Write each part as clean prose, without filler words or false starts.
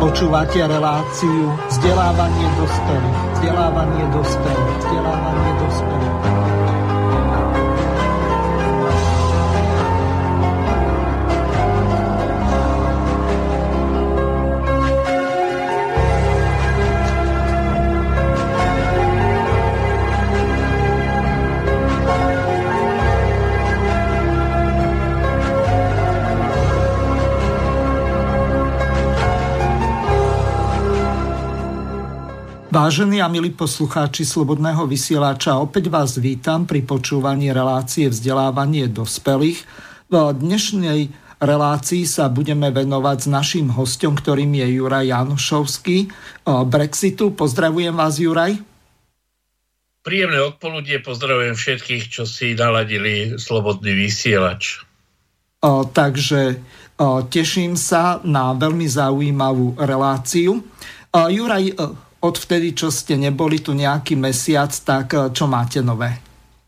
Počúvate reláciu Vzdelávanie dospelých. Vzdelávanie dospelých. Vzdelávanie dospelých. Vážení a milí poslucháči Slobodného vysielača, opäť vás vítam pri počúvaní relácie Vzdelávanie dospelých. V dnešnej relácii sa budeme venovať s naším hostom, ktorým je Juraj Janušovský, Brexitu. Pozdravujem vás, Juraj. Príjemné odpoludnie, pozdravujem všetkých, čo si naladili Slobodný vysielač. Takže teším sa na veľmi zaujímavú reláciu. Juraj, odvtedy, čo ste neboli tu nejaký mesiac, tak čo máte nové?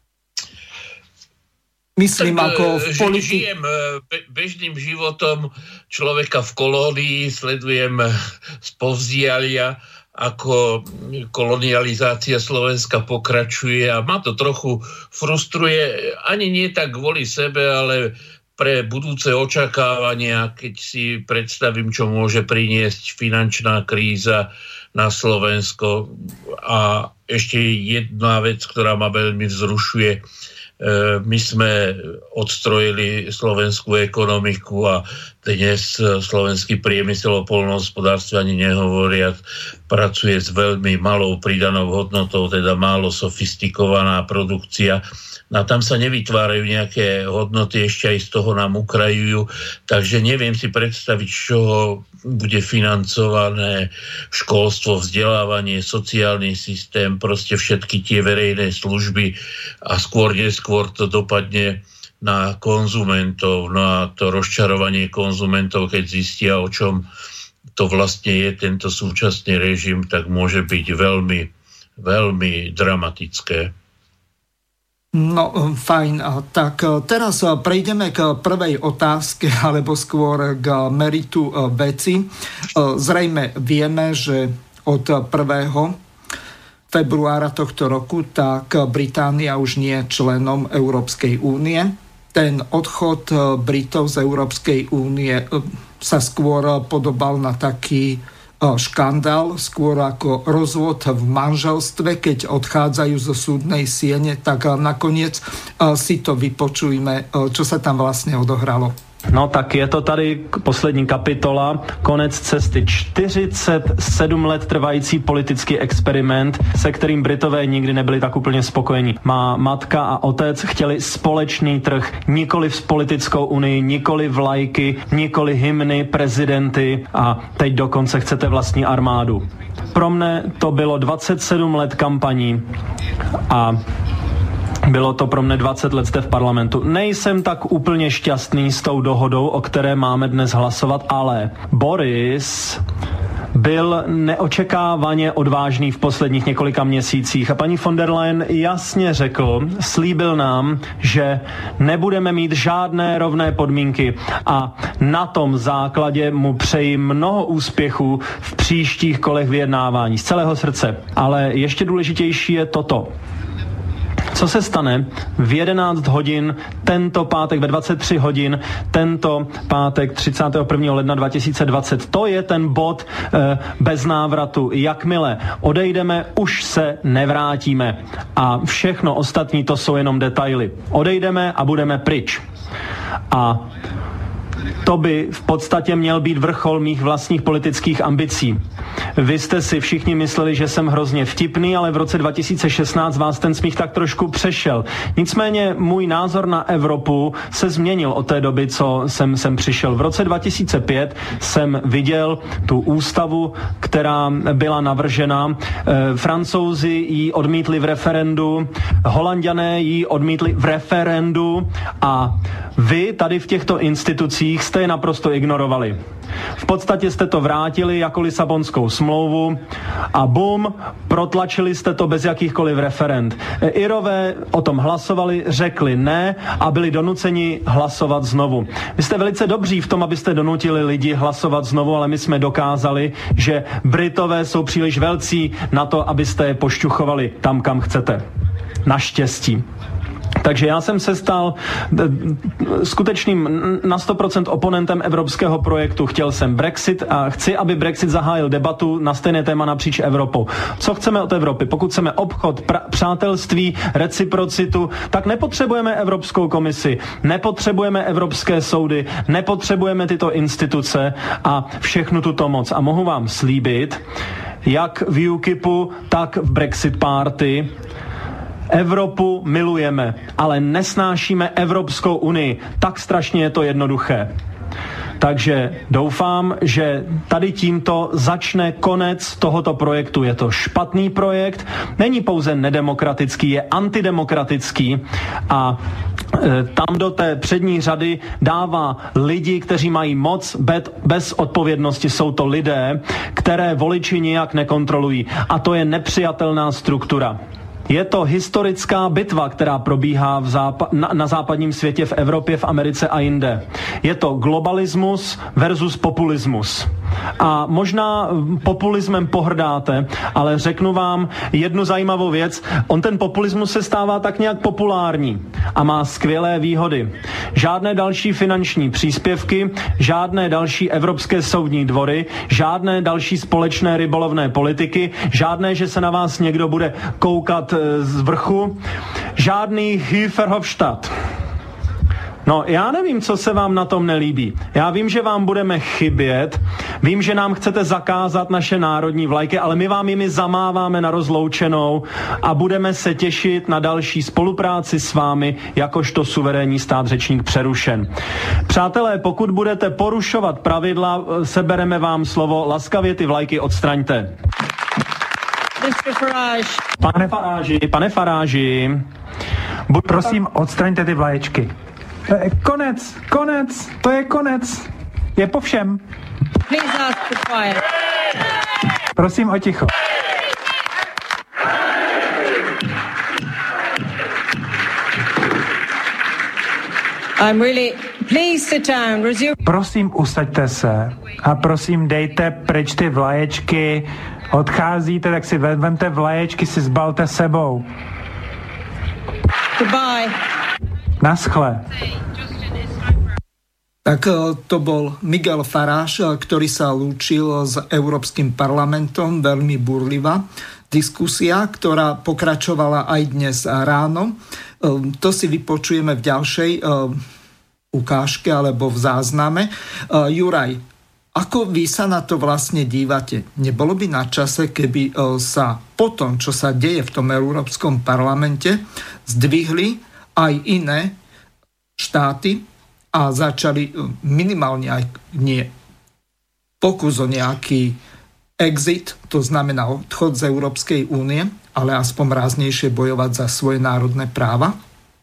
Myslím, tak, ako v žijem bežným životom človeka v kolónii, sledujem spovzdialia, ako kolonializácia Slovenska pokračuje a ma to trochu frustruje, ani nie tak kvôli sebe, ale pre budúce očakávania, keď si predstavím, čo môže priniesť finančná kríza na Slovensko. A ešte jedna vec, ktorá ma veľmi vzrušuje. My sme odstrojili slovenskú ekonomiku a dnes slovenský priemysel o poľnohospodárstve ani nehovoriac pracuje s veľmi malou pridanou hodnotou, teda málo sofistikovaná produkcia. A tam sa nevytvárajú nejaké hodnoty, ešte aj z toho nám ukrajujú. Takže neviem si predstaviť, z čoho bude financované školstvo, vzdelávanie, sociálny systém, proste všetky tie verejné služby a skôr neskôr to dopadne na konzumentov. No a to rozčarovanie konzumentov, keď zistia, o čom to vlastne je tento súčasný režim, tak môže byť veľmi, veľmi dramatické. No, fajn. Tak teraz prejdeme k prvej otázke, alebo skôr k meritu veci. Zrejme vieme, že od 1. februára tohto roku tak Británia už nie je členom Európskej únie. Ten odchod Britov z Európskej únie sa skôr podobal na taký škandál, skôr ako rozvod v manželstve, keď odchádzajú zo súdnej siene, tak nakoniec si to vypočujme, čo sa tam vlastne odohralo. No tak je to tady poslední kapitola, konec cesty. 47 let trvající politický experiment, se kterým Britové nikdy nebyli tak úplně spokojení. Má matka a otec chtěli společný trh, nikoli v politickou unii, nikoli vlajky, nikoli hymny, prezidenty a teď dokonce chcete vlastní armádu. Pro mne to bylo 27 let kampaní a bylo to pro mne 20 let zde v parlamentu. Nejsem tak úplně šťastný s tou dohodou, o které máme dnes hlasovat, ale Boris byl neočekávaně odvážný v posledních několika měsících a paní von der Leyen jasně řekl, slíbil nám, že nebudeme mít žádné rovné podmínky a na tom základě mu přeji mnoho úspěchů v příštích kolech vyjednávání z celého srdce. Ale ještě důležitější je toto. Co se stane v 11 hodin tento pátek, ve 23 hodin tento pátek 31. ledna 2020? To je ten bod bez návratu. Jakmile odejdeme, už se nevrátíme. A všechno ostatní to jsou jenom detaily. Odejdeme a budeme pryč. A to by v podstatě měl být vrchol mých vlastních politických ambicí. Vy jste si všichni mysleli, že jsem hrozně vtipný, ale v roce 2016 vás ten smích tak trošku přešel. Nicméně můj názor na Evropu se změnil od té doby, co jsem sem přišel. V roce 2005 jsem viděl tu ústavu, která byla navržena. Francouzi ji odmítli v referendu, Holanďané ji odmítli v referendu a vy tady v těchto institucích voličích jste je naprosto ignorovali. V podstatě jste to vrátili jako Lisabonskou smlouvu a bum, protlačili jste to bez jakýchkoliv referend. Irové o tom hlasovali, řekli ne a byli donuceni hlasovat znovu. Vy jste velice dobří v tom, abyste donutili lidi hlasovat znovu, ale my jsme dokázali, že Britové jsou příliš velcí na to, abyste je pošťuchovali tam, kam chcete. Naštěstí. Takže já jsem se stal skutečným na 100% oponentem evropského projektu. Chtěl jsem Brexit a chci, aby Brexit zahájil debatu na stejné téma napříč Evropou. Co chceme od Evropy? Pokud chceme obchod, přátelství, reciprocitu, tak nepotřebujeme Evropskou komisi, nepotřebujeme evropské soudy, nepotřebujeme tyto instituce a všechnu tuto moc. A mohu vám slíbit, jak v UKIPu, tak v Brexit Party, Evropu milujeme, ale nesnášíme Evropskou unii. Tak strašně je to jednoduché. Takže doufám, že tady tímto začne konec tohoto projektu. Je to špatný projekt, není pouze nedemokratický, je antidemokratický a tam do té přední řady dává lidi, kteří mají moc bez odpovědnosti. Jsou to lidé, které voliči nijak nekontrolují. A to je nepřijatelná struktura. Je to historická bitva, která probíhá na západním světě, v Evropě, v Americe a jinde. Je to globalismus versus populismus. A možná populismem pohrdáte, ale řeknu vám jednu zajímavou věc. On ten populismus se stává tak nějak populární a má skvělé výhody. Žádné další finanční příspěvky, žádné další evropské soudní dvory, žádné další společné rybolovné politiky, žádné, že se na vás někdo bude koukat z vrchu, žádný Hüferhofstadt. No, já nevím, co se vám na tom nelíbí. Já vím, že vám budeme chybět, vím, že nám chcete zakázat naše národní vlajky, ale my vám jimi zamáváme na rozloučenou a budeme se těšit na další spolupráci s vámi, jakožto suverénní stát. Řečník přerušen. Přátelé, pokud budete porušovat pravidla, sebereme vám slovo, laskavě ty vlajky odstraňte. Pane Faráži. Prosím, odstraňte ty vlaječky. Konec, to je konec. Je po všem. Prosím o ticho. Prosím, usaďte se a prosím, dejte pryč ty vlaječky. Odcházíte, tak si vemte vlaječky, si zbalte sebou. Goodbye. Naschle. Tak to bol Miguel Farage, ktorý sa lúčil s Európskym parlamentom, veľmi burlivá diskusia, ktorá pokračovala aj dnes ráno. To si vypočujeme v ďalšej ukážke alebo v zázname. Juraj, ako vy sa na to vlastne dívate? Nebolo by na čase, keby sa po tom, čo sa deje v tom Európskom parlamente, zdvihli aj iné štáty a začali minimálne aj nie pokus o nejaký exit, to znamená odchod z Európskej únie, ale aspoň ráznejšie bojovať za svoje národné práva?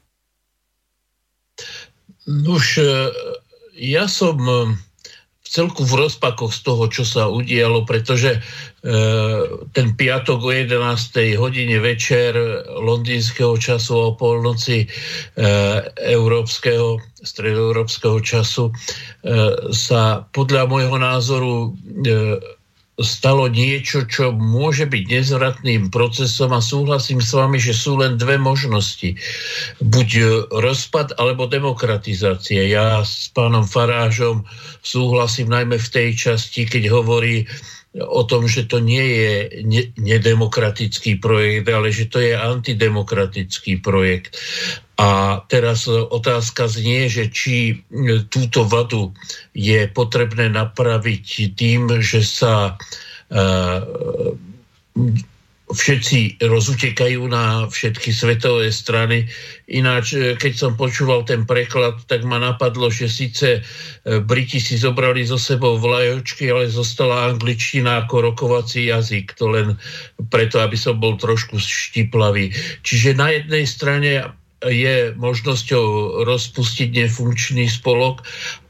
Už ja som v celku v rozpakoch z toho, čo sa udialo, pretože ten piatok o 11. hodine večer londýnskeho času o polnoci stredoeurópskeho času sa podľa môjho názoru stalo niečo, čo môže byť nezvratným procesom a súhlasím s vami, že sú len dve možnosti. Buď rozpad, alebo demokratizácia. Ja s pánom Farážom súhlasím najmä v tej časti, keď hovorí o tom, že to nie je nedemokratický projekt, ale že to je antidemokratický projekt. A teraz otázka znie, že či túto vadu je potrebné napraviť tým, že sa všetci rozutekajú na všetky svetové strany. Ináč, keď som počúval ten preklad, tak ma napadlo, že síce Briti si zobrali so sebou vlajočky, ale zostala angličtina ako rokovací jazyk. To len preto, aby som bol trošku štiplavý. Čiže na jednej strane je možnosťou rozpustiť nefunkčný spolok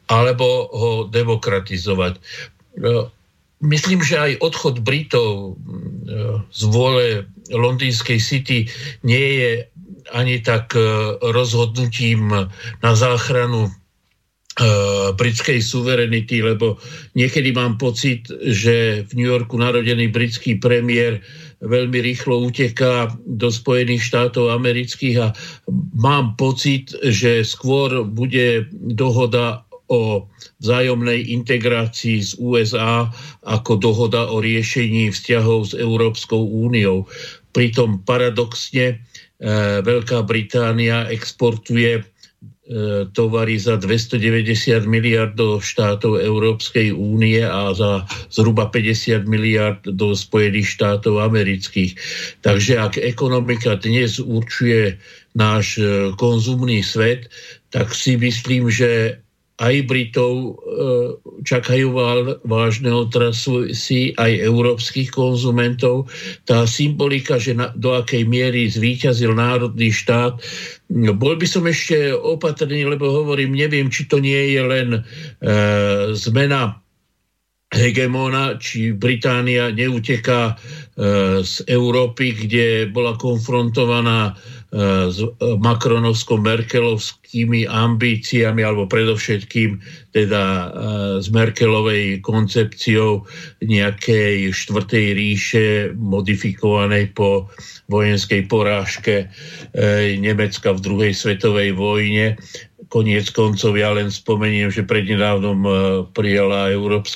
alebo ho demokratizovať. Myslím, že aj odchod Britov z vôle londýnskej City nie je ani tak rozhodnutím na záchranu britskej suverenity, lebo niekedy mám pocit, že v New Yorku narodený britský premiér veľmi rýchlo uteká do Spojených štátov amerických a mám pocit, že skôr bude dohoda o vzájomnej integrácii z USA ako dohoda o riešení vzťahov s Európskou úniou. Pritom paradoxne Veľká Británia exportuje tovary za 290 miliard do štátov Európskej únie a za zhruba 50 miliard do Spojených štátov amerických. Takže ak ekonomika dnes určuje náš konzumný svet, tak si myslím, že aj Britov čakajú vážne otrasy, aj európskych konzumentov. Tá symbolika, že do akej miery zvíťazil národný štát, bol by som ešte opatrný, lebo hovorím, neviem, či to nie je len zmena hegemóna, či Británia neuteká z Európy, kde bola konfrontovaná s makronovsko-merkelovskými ambíciami, alebo predovšetkým teda s Merkelovej koncepciou nejakej štvrtej ríše modifikovanej po vojenskej porážke Nemecka v druhej svetovej vojne. Koniec koncov ja len spomeniem, že prednedávnom prijala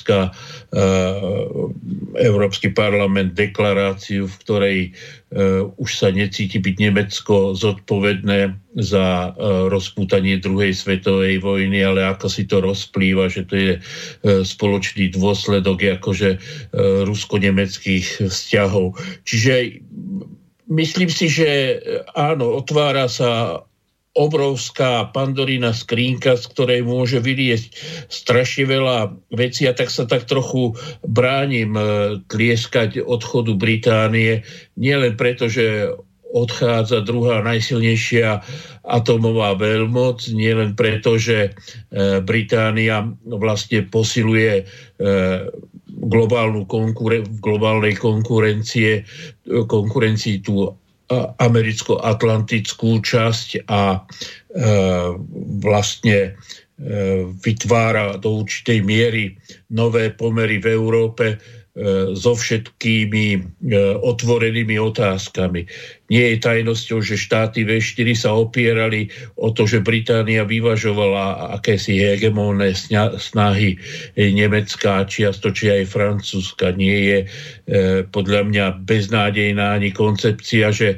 Európsky parlament deklaráciu, v ktorej už sa necíti byť Nemecko zodpovedné za rozpútanie druhej svetovej vojny, ale ako si to rozplýva, že to je spoločný dôsledok akože rusko-nemeckých vzťahov. Čiže myslím si, že áno, otvára sa obrovská pandorína skrínka, z ktorej môže vyliesť strašne veľa vecí, a tak sa tak trochu bránim tlieskať odchodu Británie. Nielen preto, že odchádza druhá najsilnejšia atomová veľmoc, nielen preto, že Británia vlastne posiluje globálnej konkurencii tú americko-atlantickú časť a vlastne vytvára do určitej miery nové pomery v Európe so všetkými otvorenými otázkami. Nie je tajnosťou, že štáty V4 sa opierali o to, že Británia vyvažovala akési hegemónne snahy Nemecka, čiastočne aj Francúzska. Nie je podľa mňa beznádejná ani koncepcia, že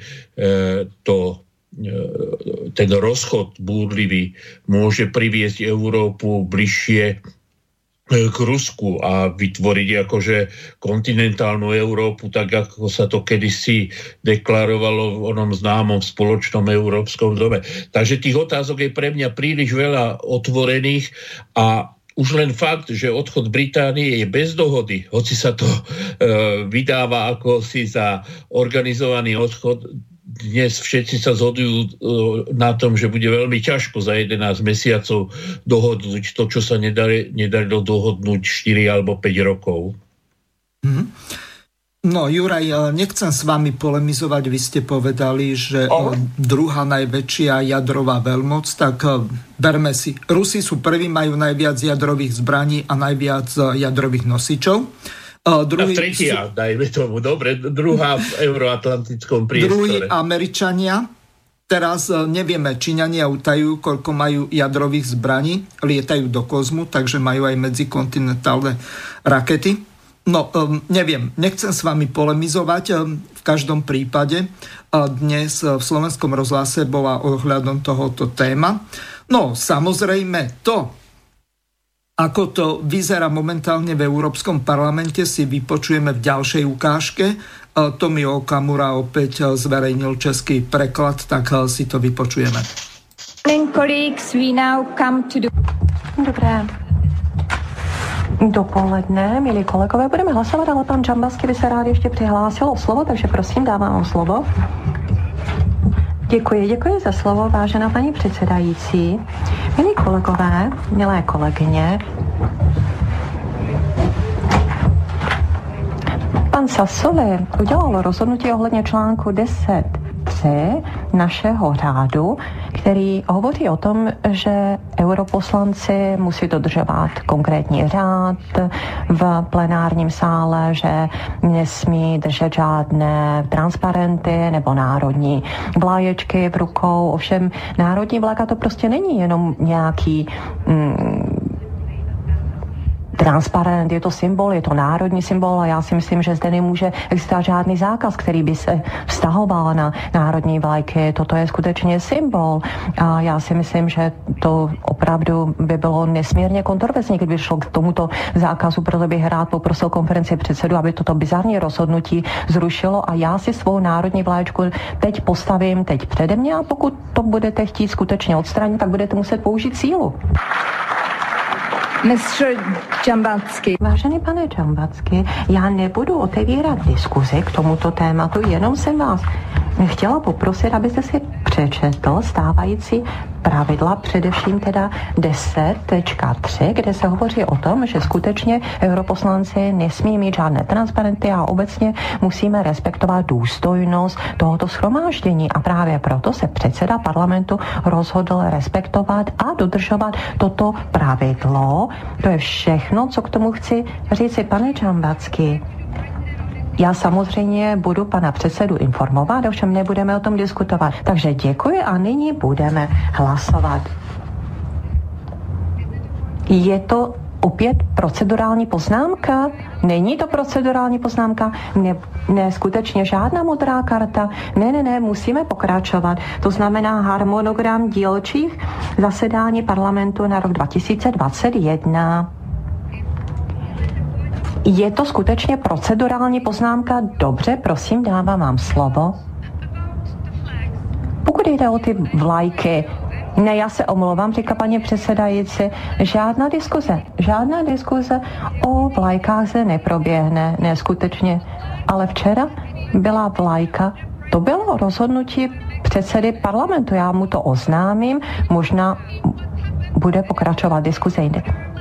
ten rozchod búrlivý môže priviesť Európu bližšie k Rusku a vytvoriť akože kontinentálnu Európu, tak ako sa to kedysi deklarovalo v onom známom spoločnom európskom dome. Takže tých otázok je pre mňa príliš veľa otvorených a už len fakt, že odchod Británie je bez dohody, hoci sa to vydáva ako si za organizovaný odchod, dnes všetci sa zhodujú na tom, že bude veľmi ťažko za 11 mesiacov dohodnúť to, čo sa nedarilo dohodnúť 4 alebo 5 rokov. No, Juraj, nechcem s vami polemizovať. Vy ste povedali, že druhá najväčšia jadrová veľmoc, tak berme si. Rusi sú prví, majú najviac jadrových zbraní a najviac jadrových nosičov. Tretia, dajme tomu, dobre, druhá v euroatlantickom priestore. Druhí Američania, teraz nevieme, Číňania utajujú, koľko majú jadrových zbraní, lietajú do kozmu, takže majú aj medzikontinentálne rakety. No, neviem, nechcem s vami polemizovať, v každom prípade dnes v Slovenskom rozhlase bola ohľadom tohoto téma. No, samozrejme to, ako to vyzerá momentálne v Európskom parlamente, si vypočujeme v ďalšej ukážke. Tomio Okamura opäť zverejnil český preklad, tak si to vypočujeme. Dobré dopoledne, milí kolegové. Budeme hlasovat, ale pan Džambasky by se rád ještě přihlásil o slovo, takže prosím, dávám vám slovo. Děkuji za slovo, vážená paní předsedající. Milí kolegové, milé kolegyně, pan Sassoli udělal rozhodnutí ohledně článku 10.3 našeho řádu, který hovoří o tom, že europoslanci musí dodržovat konkrétní řád v plenárním sále, že nesmí držet žádné transparenty nebo národní vlaječky v rukou. Ovšem národní vlajka to prostě není jenom nějaký transparent, je to symbol, je to národní symbol a já si myslím, že zde nemůže existovat žádný zákaz, který by se vztahoval na národní vlajky. Toto je skutečně symbol a já si myslím, že to opravdu by bylo nesmírně kontroverzní, kdyby šlo k tomuto zákazu, proto bych rád poprosil konferenci předsedu, aby toto bizarní rozhodnutí zrušilo a já si svou národní vlaječku teď postavím teď přede mě a pokud to budete chtít skutečně odstranit, tak budete muset použít sílu. Mr. Jambatsky. Vážený pane Jambatsky, já nebudu otevírat diskuzi k tomuto tématu, jenom jsem vás chtěla poprosit, abyste si přečetl stávající pravidla, především teda 10.3, kde se hovoří o tom, že skutečně europoslanci nesmí mít žádné transparenty a obecně musíme respektovat důstojnost tohoto shromáždění a právě proto se předseda parlamentu rozhodl respektovat a dodržovat toto pravidlo. To je všechno, co k tomu chci říci, pane Jambatsky. Já samozřejmě budu pana předsedu informovat, ovšem nebudeme o tom diskutovat. Takže děkuji a nyní budeme hlasovat. Je to opět procedurální poznámka? Není to procedurální poznámka? Ne, skutečně žádná modrá karta. Ne, musíme pokračovat. To znamená harmonogram dílčích zasedání parlamentu na rok 2021. Je to skutečně procedurální poznámka? Dobře, prosím, dávám vám slovo. Pokud jde o ty vlajky, ne, já se omlouvám, říká paní předsedající, žádná diskuze o vlajkách se neproběhne, ne, skutečně. Ale včera byla vlajka, to bylo rozhodnutí předsedy parlamentu, já mu to oznámím, možná bude pokračovat diskuze jinde.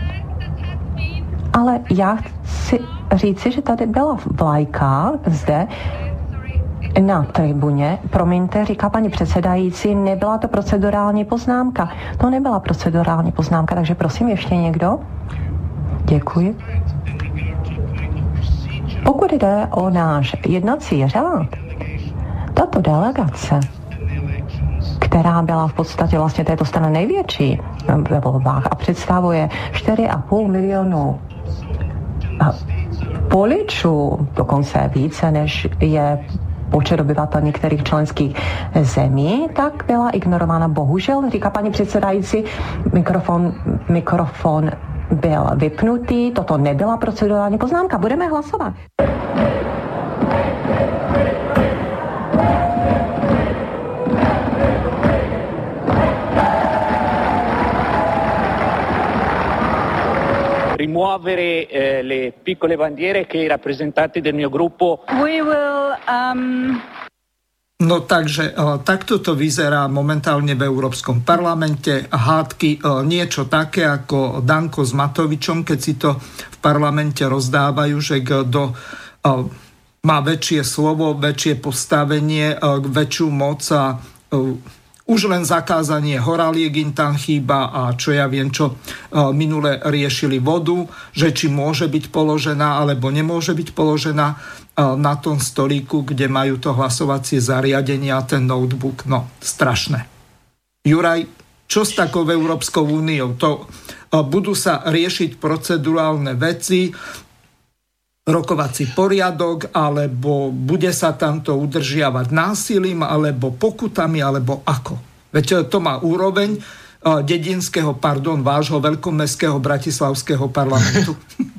Ale já chci říci, že tady byla vlajka zde na tribuně. Promiňte, říká paní předsedající, nebyla to procedurální poznámka. To nebyla procedurální poznámka, takže prosím ještě někdo. Děkuji. Pokud jde o náš jednací řád, tato delegace, která byla v podstatě vlastně této strany největší ve volbách a představuje 4,5 milionu voličů, dokonce více, než je počet obyvatel některých členských zemí, tak byla ignorována. Bohužel, říká paní předsedající, mikrofon byl vypnutý, toto nebyla procedurální poznámka. Budeme hlasovat. Rimuovere le piccole bandiere che i rappresentanti del mio gruppo. We will No takže takto to vyzerá momentálne v Európskom parlamente. Hádky niečo také ako Danko s Matovičom, keď si to v parlamente rozdávajú, že kto má väčšie slovo, väčšie postavenie, väčšiu moc a už len zakázanie horáliek im tam chýba a čo ja viem, čo minule riešili vodu, že či môže byť položená alebo nemôže byť položená na tom stolíku, kde majú to hlasovacie zariadenie a ten notebook. No, strašné. Juraj, čo s takou Európskou úniou? To budú sa riešiť procedurálne veci, rokovací poriadok, alebo bude sa tamto udržiavať násilím, alebo pokutami, alebo ako? Veď to má úroveň vášho veľkomestského bratislavského parlamentu.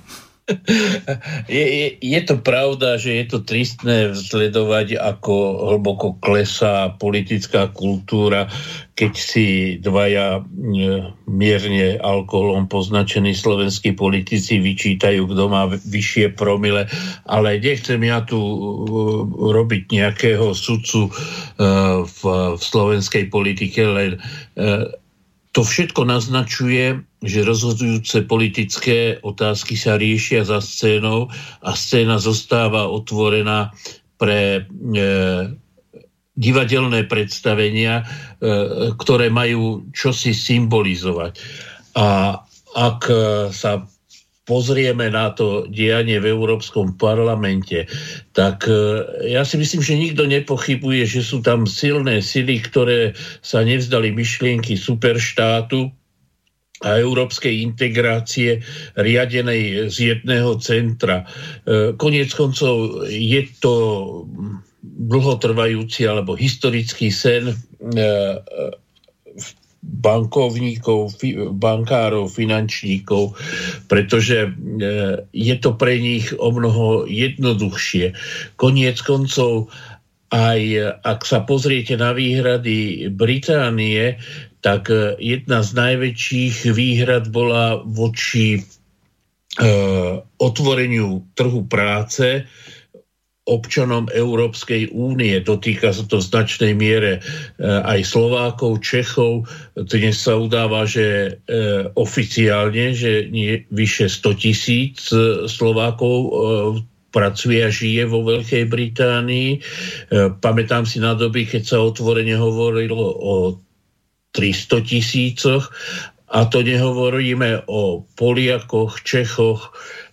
Je to pravda, že je to tristné sledovať, ako hlboko klesá politická kultúra, keď si dvaja mierne alkoholom poznačení slovenskí politici vyčítajú, kto má vyššie promile, ale nechcem ja tu robiť nejakého sudcu v slovenskej politike, len to všetko naznačuje, že rozhodujúce politické otázky sa riešia za scénou a scéna zostáva otvorená pre divadelné predstavenia, ktoré majú čosi symbolizovať. A ak sa pozrieme na to dianie v Európskom parlamente, tak ja si myslím, že nikto nepochybuje, že sú tam silné sily, ktoré sa nevzdali myšlienky superštátu a európskej integrácie riadenej z jedného centra. Koniec koncov je to dlhotrvajúci alebo historický sen bankovníkov, bankárov, finančníkov, pretože je to pre nich o mnoho jednoduchšie. Koniec koncov, aj ak sa pozriete na výhrady Británie, tak jedna z najväčších výhrad bola voči otvoreniu trhu práce občanom Európskej únie. Dotýka sa to v značnej miere aj Slovákov, Čechov. Dnes sa udáva, že oficiálne, že vyše 100 000 Slovákov pracuje a žije vo Veľkej Británii. Pamätám si na doby, keď sa otvorene hovorilo o 300 000, a to nehovoríme o Poliakoch, Čechoch.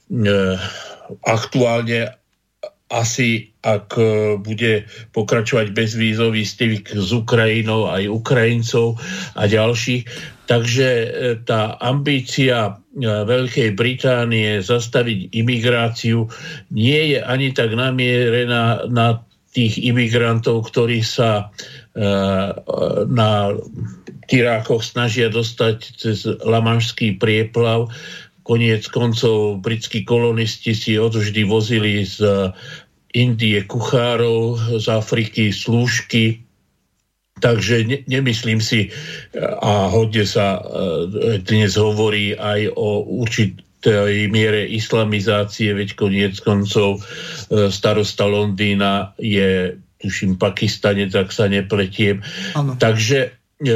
Aktuálne asi, ak bude pokračovať bezvízový styk s Ukrajinou, aj Ukrajincov a ďalších. Takže tá ambícia Veľkej Británie zastaviť imigráciu nie je ani tak namierená na tých imigrantov, ktorí sa na Tirákoch snažia dostať cez Lamanšský prieplav. Koniec koncov britskí kolonisti si odvždy vozili z Indie kuchárov, z Afriky slúžky. Takže nemyslím si, a hodne sa dnes hovorí aj o určitej miere islamizácie, veď koniec koncov starosta Londýna je, tuším, Pakistanec, ak sa nepletiem. Ano. Takže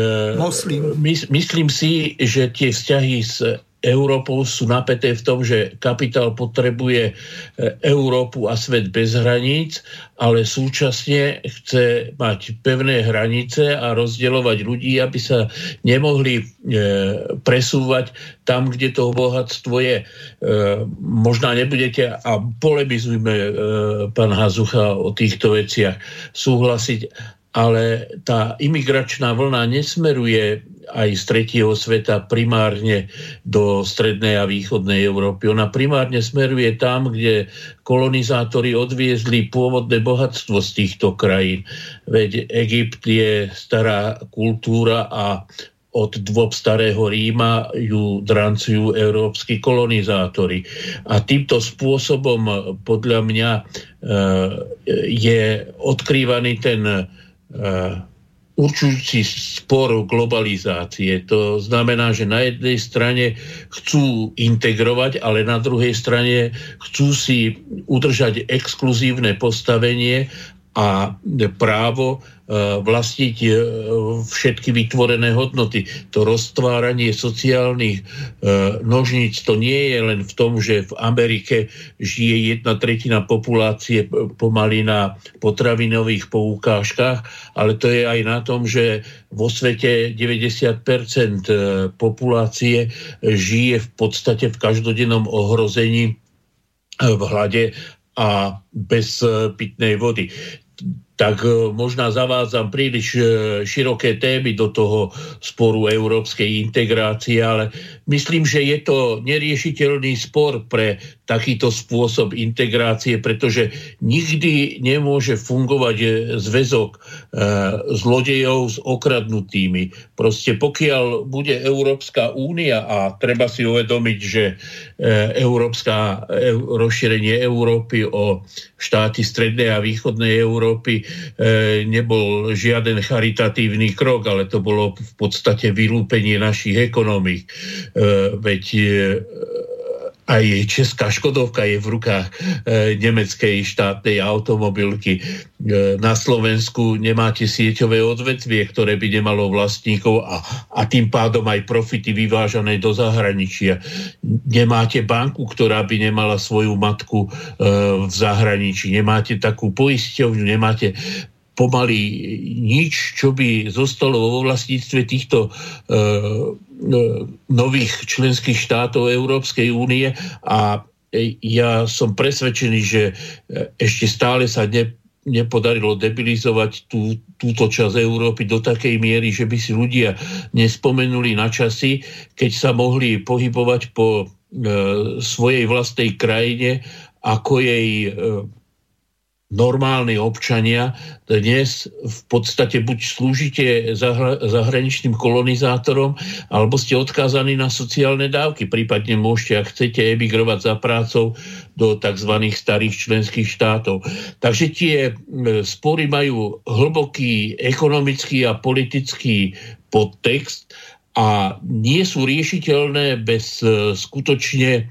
myslím si, že tie vzťahy s Európou sú napäté v tom, že kapitál potrebuje Európu a svet bez hraníc, ale súčasne chce mať pevné hranice a rozdeľovať ľudí, aby sa nemohli presúvať tam, kde to bohatstvo je. Možná nebudete, a polemizujme, pán Hazucha, o týchto veciach súhlasiť, ale tá imigračná vlna nesmeruje aj z tretieho sveta primárne do strednej a východnej Európy. Ona primárne smeruje tam, kde kolonizátori odviezli pôvodné bohatstvo z týchto krajín. Veď Egypt je stará kultúra a od dôb starého Ríma ju drancujú európski kolonizátori. A týmto spôsobom podľa mňa je odkrývaný ten určujúci spor globalizácie. To znamená, že na jednej strane chcú integrovať, ale na druhej strane chcú si udržať exkluzívne postavenie a právo vlastniť všetky vytvorené hodnoty. To roztváranie sociálnych nožníc, to nie je len v tom, že v Amerike žije 1/3 populácie pomaly na potravinových poukážkach, ale to je aj na tom, že vo svete 90% populácie žije v podstate v každodennom ohrození, v hlade a bez pitnej vody. tak možno zavádzam príliš široké témy do toho sporu európskej integrácie, ale myslím, že je to neriešiteľný spor pre takýto spôsob integrácie, pretože nikdy nemôže fungovať zväzok zlodejov s okradnutými. Proste pokiaľ bude Európska únia, a treba si uvedomiť, že rozšírenie Európy o štáty strednej a východnej Európy nebol žiaden charitatívny krok, ale to bolo v podstate vylúpenie našich ekonomík. Veď aj česká Škodovka je v rukách nemeckej štátnej automobilky. Na Slovensku nemáte sieťové odvetvie, ktoré by nemalo vlastníkov a tým pádom aj profity vyvážané do zahraničia. Nemáte banku, ktorá by nemala svoju matku v zahraničí. Nemáte takú poisťovňu, nemáte pomaly nič, čo by zostalo vo vlastníctve týchto nových členských štátov Európskej únie a ja som presvedčený, že ešte stále sa nepodarilo debilizovať túto časť Európy do takej miery, že by si ľudia nespomenuli na časy, keď sa mohli pohybovať po svojej vlastnej krajine, ako jej normálni občania. Dnes v podstate buď slúžite zahraničným kolonizátorom, alebo ste odkázaní na sociálne dávky. Prípadne môžete, ak chcete, emigrovať za prácou do tzv. Starých členských štátov. Takže tie spory majú hlboký ekonomický a politický podtext a nie sú riešiteľné bez skutočne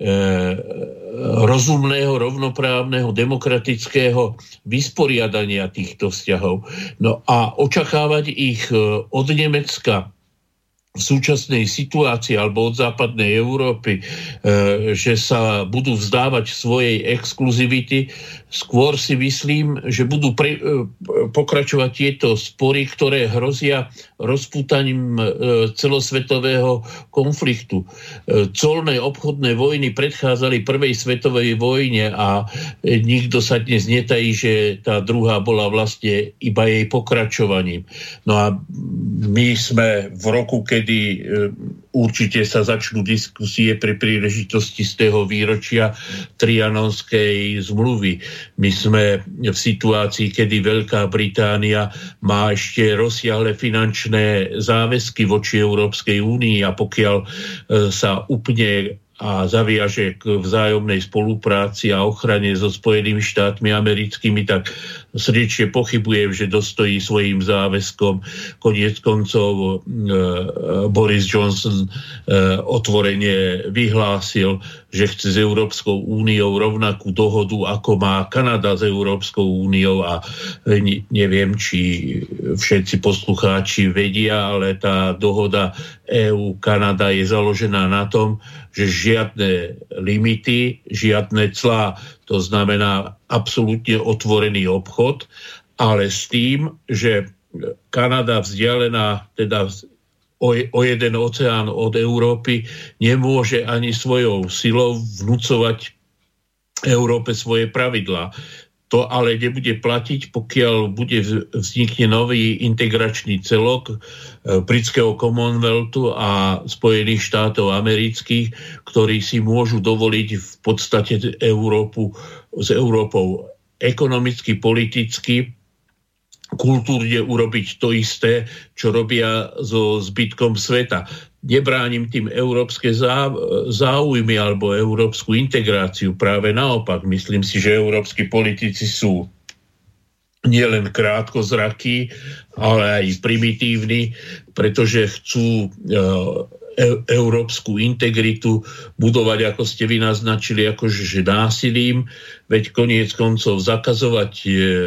rozumného, rovnoprávneho, demokratického vysporiadania týchto vzťahov. No a očakávať ich od Nemecka v súčasnej situácii alebo od západnej Európy, že sa budú vzdávať svojej exkluzivity, skôr si myslím, že budú pokračovať tieto spory, ktoré hrozia rozpútaním celosvetového konfliktu. Colné obchodné vojny predchádzali prvej svetovej vojne a nikto sa dnes netají, že tá druhá bola vlastne iba jej pokračovaním. No a my sme v roku, kedy určite sa začnú diskusie pri príležitosti z toho výročia Trianonskej zmluvy. My sme v situácii, kedy Veľká Británia má ešte rozsiahle finančné záväzky voči Európskej únii a pokiaľ sa upne a zaviaže k vzájomnej spolupráci a ochrane so Spojenými štátmi americkými, tak srdečne pochybujem, že dostojí svojím záväzkom. Koniec koncov Boris Johnson otvorene vyhlásil, že chce s Európskou úniou rovnakú dohodu, ako má Kanada s Európskou úniou a neviem, či všetci poslucháči vedia, ale tá dohoda EU-Kanada je založená na tom, že žiadne limity, žiadne clá, to znamená absolútne otvorený obchod, ale s tým, že Kanada vzdialená teda o jeden oceán od Európy nemôže ani svojou silou vnúcovať Európe svoje pravidlá. To ale nebude platiť, pokiaľ vznikne nový integračný celok britského Commonwealthu a Spojených štátov amerických, ktorí si môžu dovoliť v podstate s Európou ekonomicky, politicky, kultúrne urobiť to isté, čo robia so zbytkom sveta. Nebránim tým európske záujmy alebo európsku integráciu. Práve naopak, myslím si, že európski politici sú nielen krátkozrakí, ale aj primitívni, pretože chcú európsku integritu budovať, ako ste vy naznačili, akože násilím, veď koniec koncov zakazovať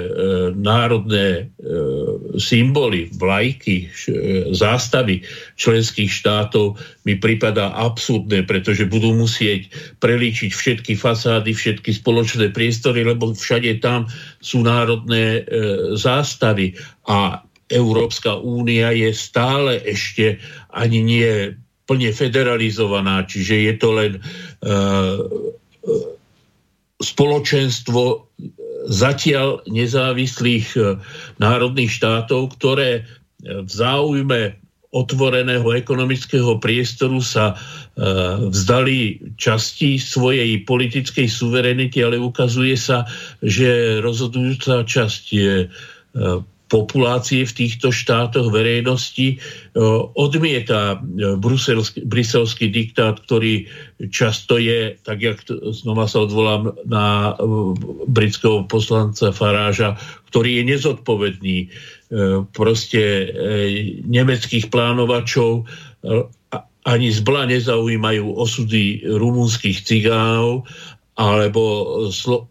národné symboly, vlajky, zástavy členských štátov mi pripadá absurdné, pretože budú musieť prelíčiť všetky fasády, všetky spoločné priestory, lebo všade tam sú národné zástavy a Európska únia je stále ešte ani nie plne federalizovaná, čiže je to len spoločenstvo zatiaľ nezávislých národných štátov, ktoré v záujme otvoreného ekonomického priestoru sa vzdali časti svojej politickej suverenity, ale ukazuje sa, že rozhodujúca časť populácie v týchto štátoch verejnosti odmieta bruselský diktát, ktorý často je, tak jak znova sa odvolám na britského poslanca Faráža, ktorý je nezodpovedný. Proste nemeckých plánovačov ani zbla nezaujímajú osudy rumunských cigánov alebo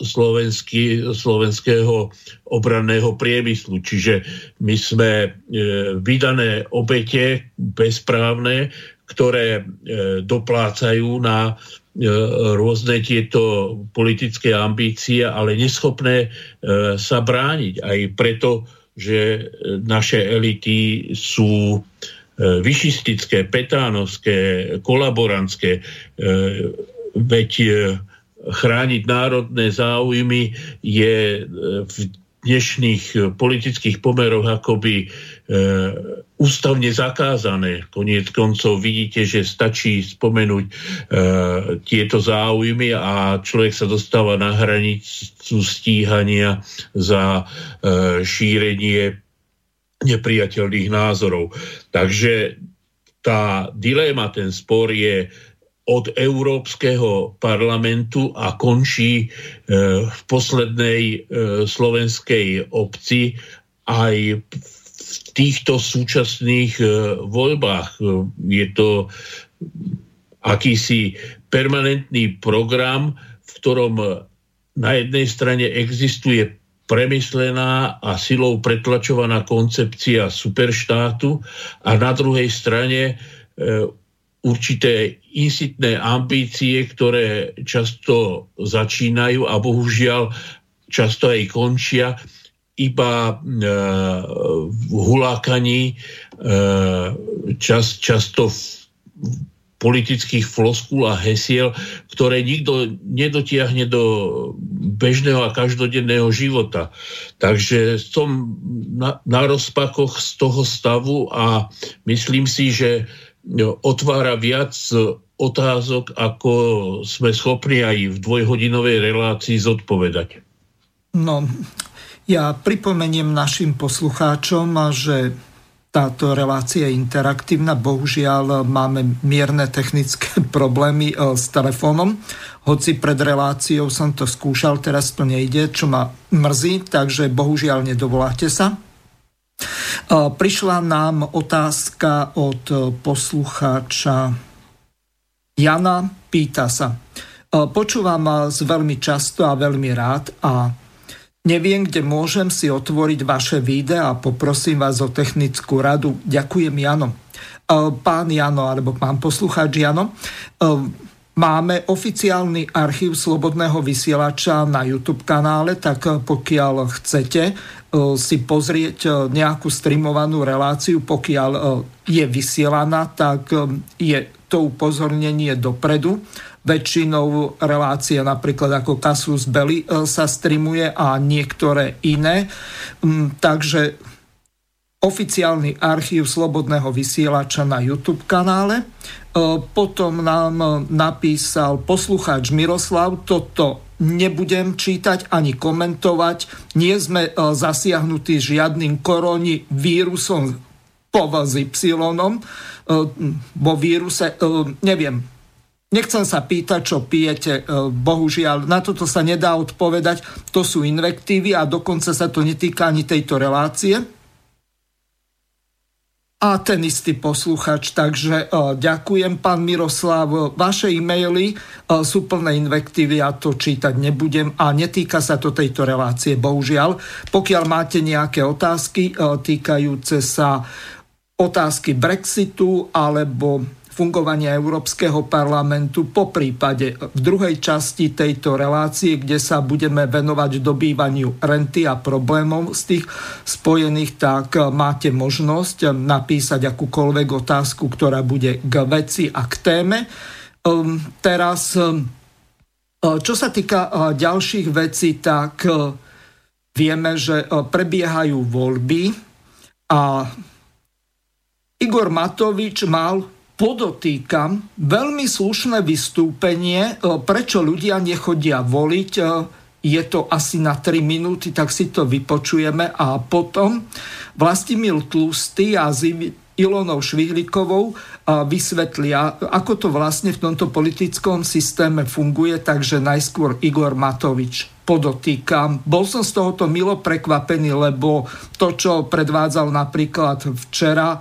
slovenského obranného priemyslu. Čiže my sme vydané obete bezprávne, ktoré doplácajú na rôzne tieto politické ambície, ale neschopné sa brániť. Aj preto, že naše elity sú vyšistické, petánovské, kolaborantské, veď chrániť národné záujmy je v dnešných politických pomeroch akoby ústavne zakázané. Koniec koncov vidíte, že stačí spomenúť tieto záujmy a človek sa dostáva na hranicu stíhania za šírenie nepriateľných názorov. Takže tá dilema, ten spor je od Európskeho parlamentu a končí v poslednej slovenskej obci aj v týchto súčasných voľbách. Je to akýsi permanentný program, v ktorom na jednej strane existuje premyslená a silou pretlačovaná koncepcia superštátu a na druhej strane určité insitné ambície, ktoré často začínajú a bohužiaľ často aj končia iba v hulákaní, často v politických floskúl a hesiel, ktoré nikto nedotiahne do bežného a každodenného života. Takže som na rozpakoch z toho stavu a myslím si, že otvára viac otázok, ako sme schopní aj v dvojhodinovej relácii zodpovedať. No, ja pripomeniem našim poslucháčom, že táto relácia je interaktívna. Bohužiaľ máme mierne technické problémy s telefónom. Hoci pred reláciou som to skúšal, teraz to nejde, čo ma mrzí, takže bohužiaľ nedovoláte sa. Prišla nám otázka od poslucháča Jana, pýta sa. Počúvam vás veľmi často a veľmi rád a neviem, kde môžem si otvoriť vaše videa a poprosím vás o technickú radu. Ďakujem, Jano. Pán Jano, alebo pán poslucháč Jano, máme oficiálny archív Slobodného vysielača na YouTube kanále, tak pokiaľ chcete si pozrieť nejakú streamovanú reláciu, pokiaľ je vysielaná, tak je to upozornenie dopredu. Väčšinou relácia napríklad ako Casus Belli sa streamuje a niektoré iné. Takže oficiálny archív Slobodného vysielača na YouTube kanále. Potom nám napísal poslucháč Miroslav, toto nebudem čítať ani komentovať. Nie sme zasiahnutí žiadnym koronavírusom s Y. Vo víruse, neviem, nechcem sa pýtať, čo pijete. Bohužiaľ, na toto sa nedá odpovedať. To sú invektívy a dokonca sa to netýka ani tejto relácie. A ten istý posluchač, takže ďakujem, pán Miroslav. Vaše e-maily sú plné invектívy, ja to čítať nebudem a netýka sa to tejto relácie, bohužiaľ. Pokiaľ máte nejaké otázky týkajúce sa otázky Brexitu alebo fungovania Európskeho parlamentu, po prípade v druhej časti tejto relácie, kde sa budeme venovať dobývaniu renty a problémov z tých spojených, tak máte možnosť napísať akúkoľvek otázku, ktorá bude k veci a k téme. Teraz, čo sa týka ďalších vecí, tak vieme, že prebiehajú voľby a Igor Matovič mal, podotýkam, veľmi slušné vystúpenie, prečo ľudia nechodia voliť. Je to asi na 3 minúty, tak si to vypočujeme a potom Vlastimil Tlustý a s Ilonou Švihlikovou vysvetlia, ako to vlastne v tomto politickom systéme funguje, takže najskôr Igor Matovič. Podotýkam. Bol som z tohoto milo prekvapený, lebo to, čo predvádzal napríklad včera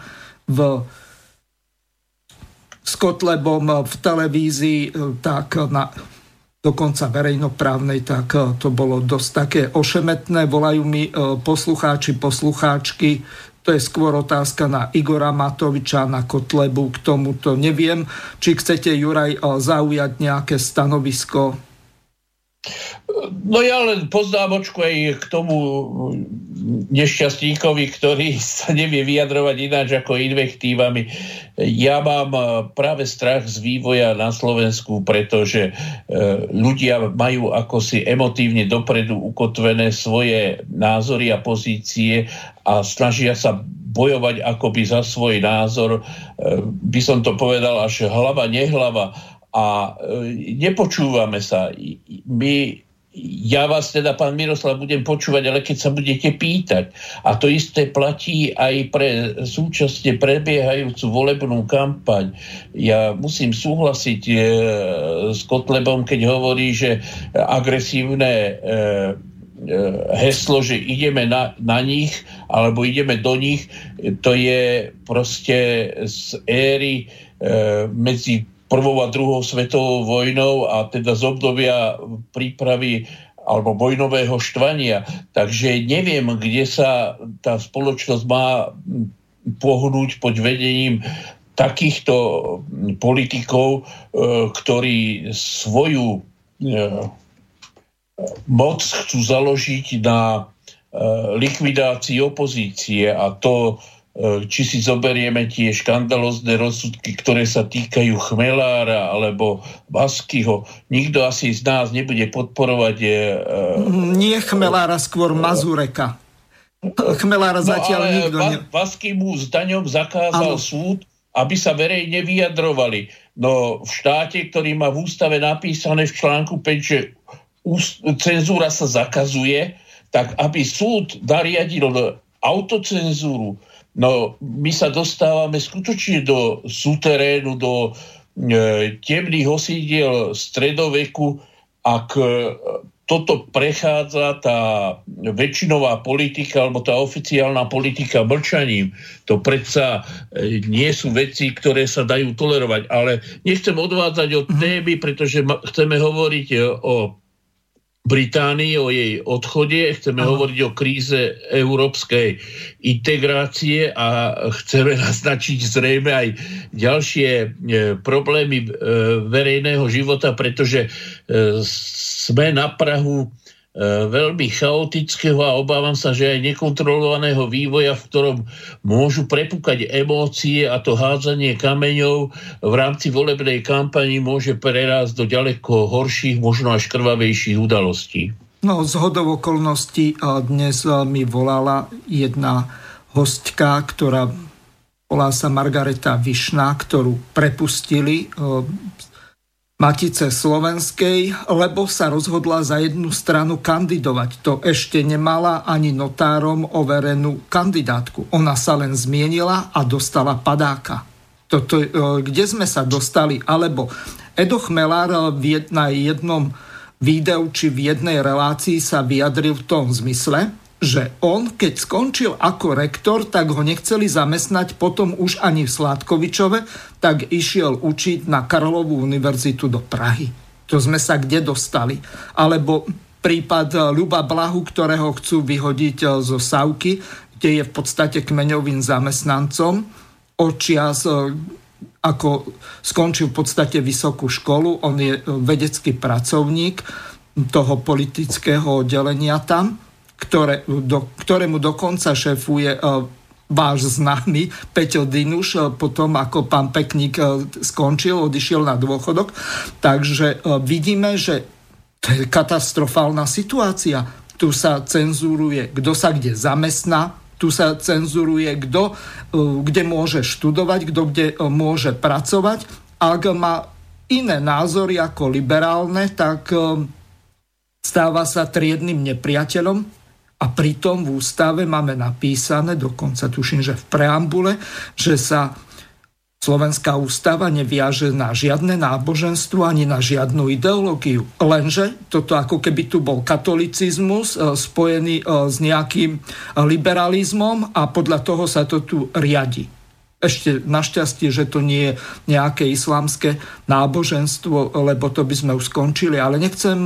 s Kotlebom v televízii, tak dokonca verejnoprávnej, tak to bolo dosť také ošemetné. Volajú mi poslucháči, poslucháčky. To je skôr otázka na Igora Matoviča, na Kotlebu. K tomuto neviem. Či chcete, Juraj, zaujať nejaké stanovisko? No ja len poznámočku aj k tomu nešťastníkovi, ktorý sa nevie vyjadrovať ináč ako invektívami. Ja mám práve strach z vývoja na Slovensku, pretože ľudia majú akosi emotívne dopredu ukotvené svoje názory a pozície a snažia sa bojovať akoby za svoj názor. By som to povedal až hlava, nehlava. A nepočúvame sa. Ja vás teda, pán Miroslav, budem počúvať, ale keď sa budete pýtať. A to isté platí aj pre súčasne prebiehajúcu volebnú kampaň. Ja musím súhlasiť s Kotlebom, keď hovorí, že agresívne heslo, že ideme na nich, alebo ideme do nich, to je proste z éry medzi prvou a druhou svetovou vojnou a teda z obdobia prípravy alebo vojnového štvania. Takže neviem, kde sa tá spoločnosť má pohnúť pod vedením takýchto politikov, ktorí svoju moc chcú založiť na likvidácii opozície, a to či si zoberieme tie škandalózne rozsudky, ktoré sa týkajú Chmelára alebo Baskyho. Nikto asi z nás nebude podporovať... Nie Chmelára, skôr Mazureka. Chmelára zatiaľ nikto... Basky mu s daňom zakázal súd, aby sa verejne vyjadrovali. No v štáte, ktorý má v ústave napísané v článku 5, že cenzúra sa zakazuje, tak aby súd nariadil autocenzúru. No, my sa dostávame skutočne do súterénu, do temných osídiel stredoveku. Ak toto prechádza tá väčšinová politika alebo tá oficiálna politika mlčaním, to predsa nie sú veci, ktoré sa dajú tolerovať. Ale nechcem odvádzať od témy, pretože chceme hovoriť o Británii, o jej odchode, chceme hovoriť o kríze európskej integrácie a chceme naznačiť zrejme aj ďalšie problémy verejného života, pretože sme na prahu veľmi chaotického a obávam sa, že aj nekontrolovaného vývoja, v ktorom môžu prepúkať emócie, a to hádzanie kameňov v rámci volebnej kampani môže prerásť do ďaleko horších, možno až krvavejších udalostí. No, zhodou okolností dnes mi volala jedna hostka, ktorá volá sa Margareta Višná, ktorú prepustili Matice slovenskej, lebo sa rozhodla za jednu stranu kandidovať. To ešte nemala ani notárom overenú kandidátku. Ona sa len zmienila a dostala padáka. Toto, kde sme sa dostali? Alebo Edo Chmelár na jednom videu či v jednej relácii sa vyjadril v tom zmysle, že on, keď skončil ako rektor, tak ho nechceli zamestnať potom už ani v Sládkovičove, tak išiel učiť na Karlovú univerzitu do Prahy. To sme sa kde dostali. Alebo prípad Ľuba Blahu, ktorého chcú vyhodiť zo Savky, kde je v podstate kmeňovým zamestnancom. Odčias, ako skončil v podstate vysokú školu, on je vedecký pracovník toho politického oddelenia tam, ktorému dokonca šéfuje váš známy Peťo Dinuš, potom ako pán Pekník skončil, odišiel na dôchodok. Takže vidíme, že to je katastrofálna situácia. tu sa cenzuruje, kto sa kde zamestná, tu sa cenzuruje, kto kde môže študovať, kto kde môže pracovať. Ak má iné názory ako liberálne, tak stáva sa triednym nepriateľom a pritom v ústave máme napísané, dokonca tuším, že v preambule, že sa Slovenská ústava neviaže na žiadne náboženstvo ani na žiadnu ideológiu. Lenže toto ako keby tu bol katolicizmus spojený s nejakým liberalizmom a podľa toho sa to tu riadi. Ešte našťastie, že to nie je nejaké islamské náboženstvo, lebo to by sme už skončili. Ale nechcem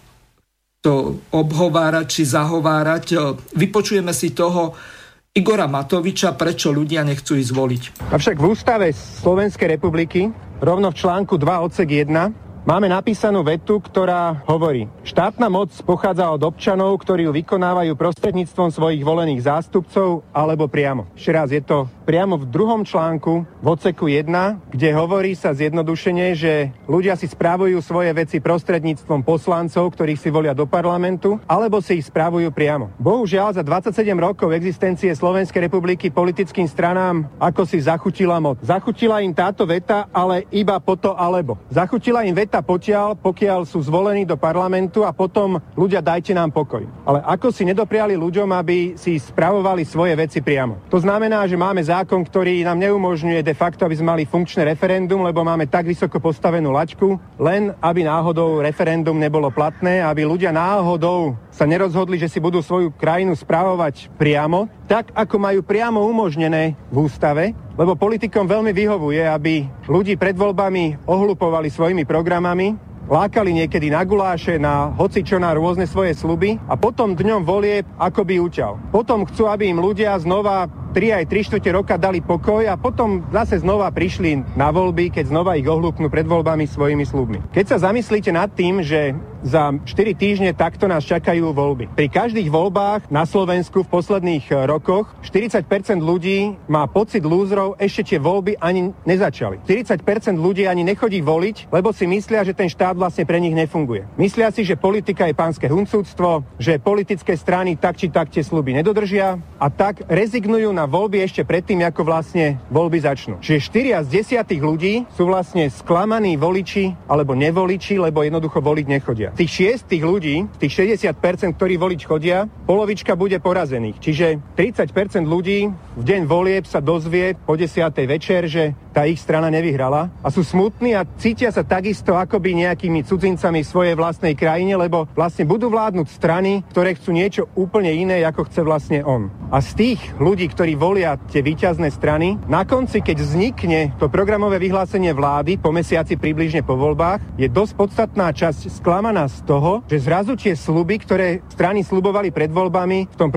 to obhovárať či zahovárať. Vypočujeme si toho Igora Matoviča, prečo ľudia nechcú ísť voliť. Avšak v ústave Slovenskej republiky, rovno v článku 2 odsek 1, máme napísanú vetu, ktorá hovorí: štátna moc pochádza od občanov, ktorí ju vykonávajú prostredníctvom svojich volených zástupcov alebo priamo. Ešte raz, je to priamo v 2. článku v odseku 1, kde hovorí sa zjednodušene, že ľudia si správujú svoje veci prostredníctvom poslancov, ktorých si volia do parlamentu, alebo si ich správujú priamo. Bohužiaľ, za 27 rokov existencie Slovenskej republiky politickým stranám ako si zachutila moc. Zachutila im táto veta, ale iba po to alebo. Zachutila im veta pokiaľ sú zvolení do parlamentu a potom ľudia dajte nám pokoj. Ale ako si nedopriali ľuďom, aby si spravovali svoje veci priamo. To znamená, že máme zákon, ktorý nám neumožňuje de facto, aby sme mali funkčné referendum, lebo máme tak vysoko postavenú laťku, len aby náhodou referendum nebolo platné, aby ľudia náhodou sa nerozhodli, že si budú svoju krajinu správovať priamo, tak ako majú priamo umožnené v ústave, lebo politikom veľmi vyhovuje, aby ľudí pred voľbami ohlupovali svojimi programami, lákali niekedy na guláše, na hocičo, na rôzne svoje sľuby a potom dňom volieb akoby uťal. Potom chcú, aby im ľudia znova 3 aj 3/4 roka dali pokoj a potom zase znova prišli na voľby, keď znova ich ohlúpnú pred voľbami svojimi sľubmi. Keď sa zamyslíte nad tým, že za 4 týždne takto nás čakajú voľby. Pri každých voľbách na Slovensku v posledných rokoch 40% ľudí má pocit lúzrov, ešte tie voľby ani nezačali. 40% ľudí ani nechodí voliť, lebo si myslia, že ten štát vlastne pre nich nefunguje. Myslia si, že politika je pánske huncúctvo, že politické strany tak či tak tie sľuby nedodržia a tak rezignujú na voľby ešte predtým, ako vlastne voľby začnú. Čiže 4 z 10 ľudí sú vlastne sklamaní voliči alebo nevoliči, lebo jednoducho voliť nechodia. Tých 6 ľudí, tých 60%, ktorí voliť chodia, polovička bude porazených. Čiže 30% ľudí v deň volieb sa dozvie po 10. večer, že tá ich strana nevyhrala a sú smutní a cítia sa takisto akoby nejakými cudzincami v svojej vlastnej krajine, lebo vlastne budú vládnuť strany, ktoré chcú niečo úplne iné, ako chce vlastne on. A z tých ľudí, ktorí volia tie víťazné strany, na konci, keď vznikne to programové vyhlásenie vlády po mesiaci približne po voľbách, je dosť podstatná časť sklamaná z toho, že zrazu tie sľuby, ktoré strany sľubovali pred voľbami, v tom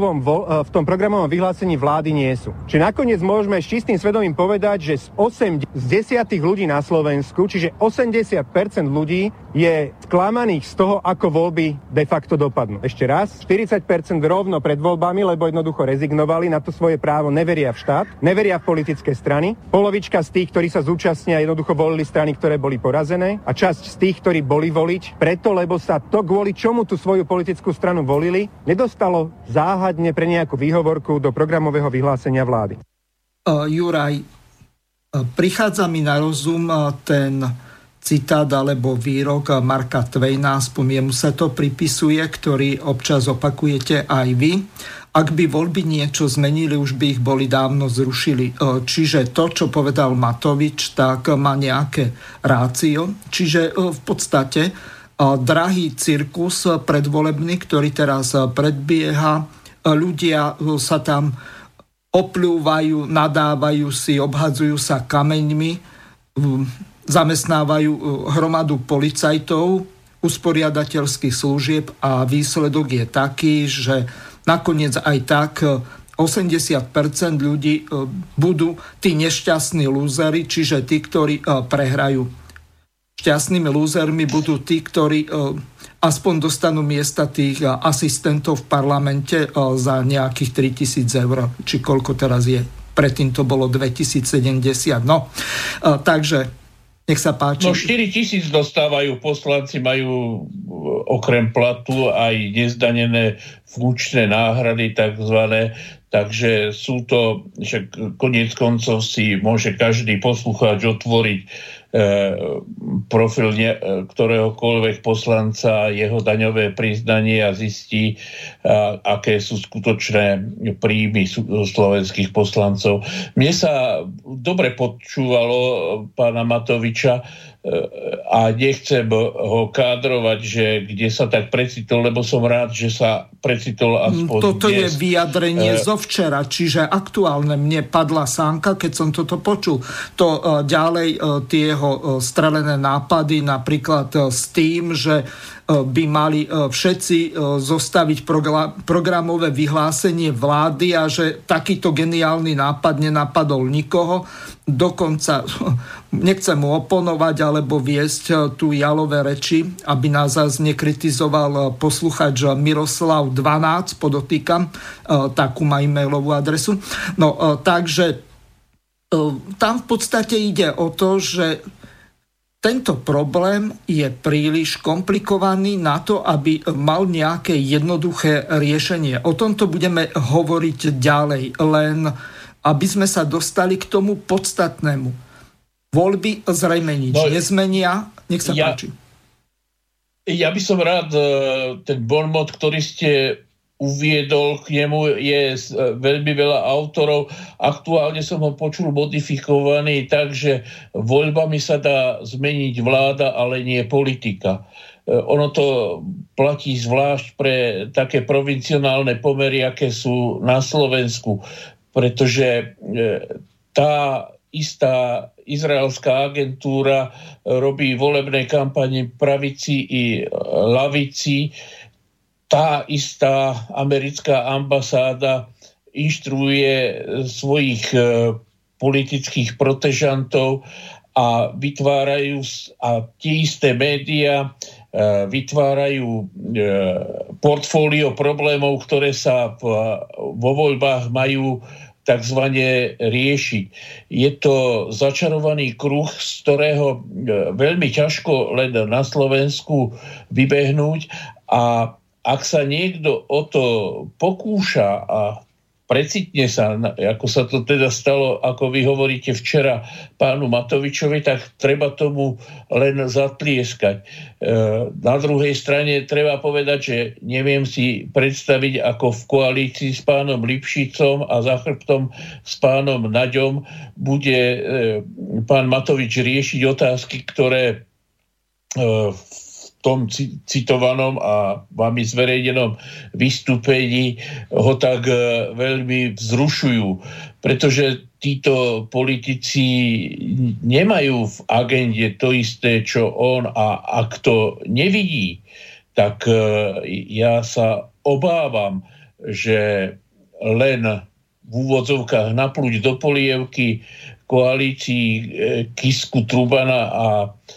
programovom vyhlásení vlády nie sú. Čiže nakoniec môžeme s čistým svedomím povedať, že 8 z 10 ľudí na Slovensku, čiže 80% ľudí je sklamaných z toho, ako voľby de facto dopadnú. Ešte raz, 40% rovno pred voľbami, lebo jednoducho rezignovali na to svoje právo, neveria v štát, neveria v politické strany. Polovička z tých, ktorí sa zúčastnia, jednoducho volili strany, ktoré boli porazené a časť z tých, ktorí boli voliť, preto, lebo sa to, kvôli čomu tú svoju politickú stranu volili, nedostalo záhadne pre nejakú výhovorku do programového vyhlásenia vlády. Juraj, prichádza mi na rozum ten citát alebo výrok Marka Twaina, aspoň jemu sa to pripisuje, ktorý občas opakujete aj vy. Ak by voľby niečo zmenili, už by ich boli dávno zrušili. Čiže to, čo povedal Matovič, tak má nejaké rácio. Čiže v podstate drahý cirkus predvolebný, ktorý teraz predbieha, ľudia sa tam opľúvajú, nadávajú si, obhadzujú sa kameňmi, zamestnávajú hromadu policajtov, usporiadateľských služieb a výsledok je taký, že nakoniec aj tak 80% ľudí budú tí nešťastní lúzeri, čiže tí, ktorí prehrajú. Šťastnými lúzermi budú tí, ktorí aspoň dostanú miesta tých asistentov v parlamente za nejakých 3 000 eur, či koľko teraz je. Predtým to bolo 2070. No, takže Nech sa páči. No 4 000 dostávajú poslanci, majú okrem platu aj nezdanené funkčné náhrady takzvané, takže sú to, že koniec koncov si môže každý poslucháč otvoriť profil ktoréhokoľvek poslanca, jeho daňové priznanie a zistí, aké sú skutočné príjmy slovenských poslancov. Mne sa dobre počúvalo pána Matoviča a nechcem ho kádrovať, že kde sa tak precitol, lebo som rád, že sa precitol aspoň Toto dnes. je vyjadrenie zo včera, čiže aktuálne mne padla sánka, keď som toto počul. To ďalej tie jeho strelené nápady, napríklad s tým, že by mali všetci zostaviť programové vyhlásenie vlády a že takýto geniálny nápad nenapadol nikoho. Dokonca nechcem mu oponovať alebo viesť tu jalové reči, aby nás zase nekritizoval posluchač Miroslav 12, podotýkam, takú má e-mailovú adresu. No, takže tam v podstate ide o to, že tento problém je príliš komplikovaný na to, aby mal nejaké jednoduché riešenie. O tomto budeme hovoriť ďalej, len aby sme sa dostali k tomu podstatnému. Voľby zrejme nič nezmenia. Nech sa páči. Ja by som rád ten bonmot, ktorý ste uviedol, k nemu je veľmi veľa autorov. Aktuálne som ho počul modifikovaný tak, že voľbami sa dá zmeniť vláda, ale nie politika. Ono to platí zvlášť pre také provincionálne pomery, aké sú na Slovensku, pretože tá istá izraelská agentúra robí volebné kampane pravici i lavici. Tá istá americká ambasáda inštruuje svojich politických protežantov a vytvárajú a tie isté médiá vytvárajú portfólio problémov, ktoré sa vo voľbách majú takzvané riešiť. Je to začarovaný kruh, z ktorého veľmi ťažko len na Slovensku vybehnúť, a ak sa niekto o to pokúša a precitne sa, ako sa to teda stalo, ako vy hovoríte včera pánu Matovičovi, tak treba tomu len zatlieskať. Na druhej strane treba povedať, že neviem si predstaviť, ako v koalícii s pánom Lipšicom a za chrbtom s pánom Naďom bude pán Matovič riešiť otázky, ktoré v tom citovanom a vami zverejnenom vystúpení ho tak veľmi vzrušujú. Pretože títo politici nemajú v agende to isté, čo on, a ak to nevidí, tak ja sa obávam, že len v úvodzovkách naplúť do polievky koalícii Kisku, Trubana a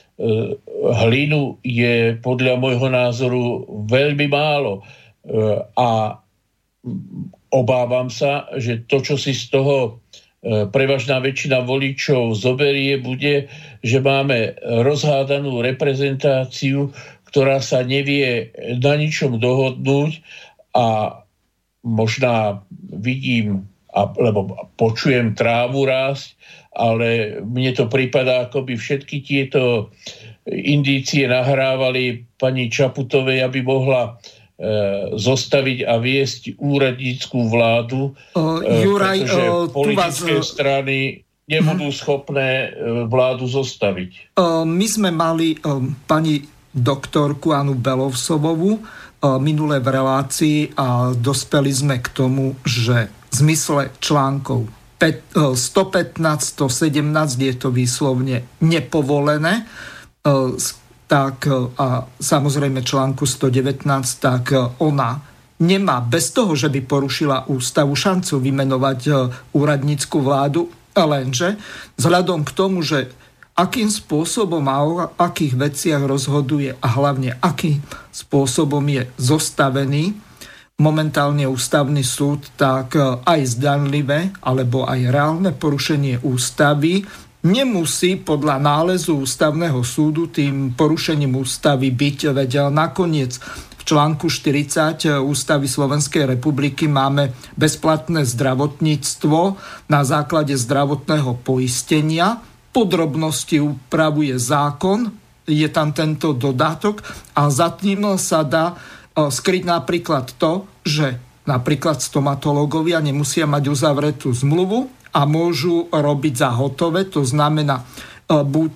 Hlinu je podľa môjho názoru veľmi málo. A obávam sa, že to, čo si z toho prevažná väčšina voličov zoberie, bude, že máme rozhádanú reprezentáciu, ktorá sa nevie na ničom dohodnúť, a možná vidím lebo počujem trávu rásť, ale mne to prípada, ako by všetky tieto indície nahrávali pani Čaputovej, aby mohla zostaviť a viesť úradníckú vládu, pretože politické strany nebudú schopné vládu zostaviť. My sme mali pani doktorku Anu Belousovovú minulé v relácii a dospeli sme k tomu, že v zmysle článkov 115, 117 je to výslovne nepovolené, tak a samozrejme článku 119, tak ona nemá bez toho, že by porušila ústavu, šancu vymenovať úradnícku vládu, lenže vzhľadom k tomu, že akým spôsobom a o akých veciach rozhoduje a hlavne akým spôsobom je zostavený momentálne ústavný súd, tak aj zdanlivé alebo aj reálne porušenie ústavy nemusí podľa nálezu ústavného súdu tým porušením ústavy byť. Veď nakoniec v článku 40 Ústavy Slovenskej republiky máme bezplatné zdravotníctvo na základe zdravotného poistenia. Podrobnosti upravuje zákon, je tam tento dodatok a za tým sa dá skryť napríklad to, že napríklad stomatológovia nemusia mať uzavretú zmluvu a môžu robiť za hotové, to znamená buď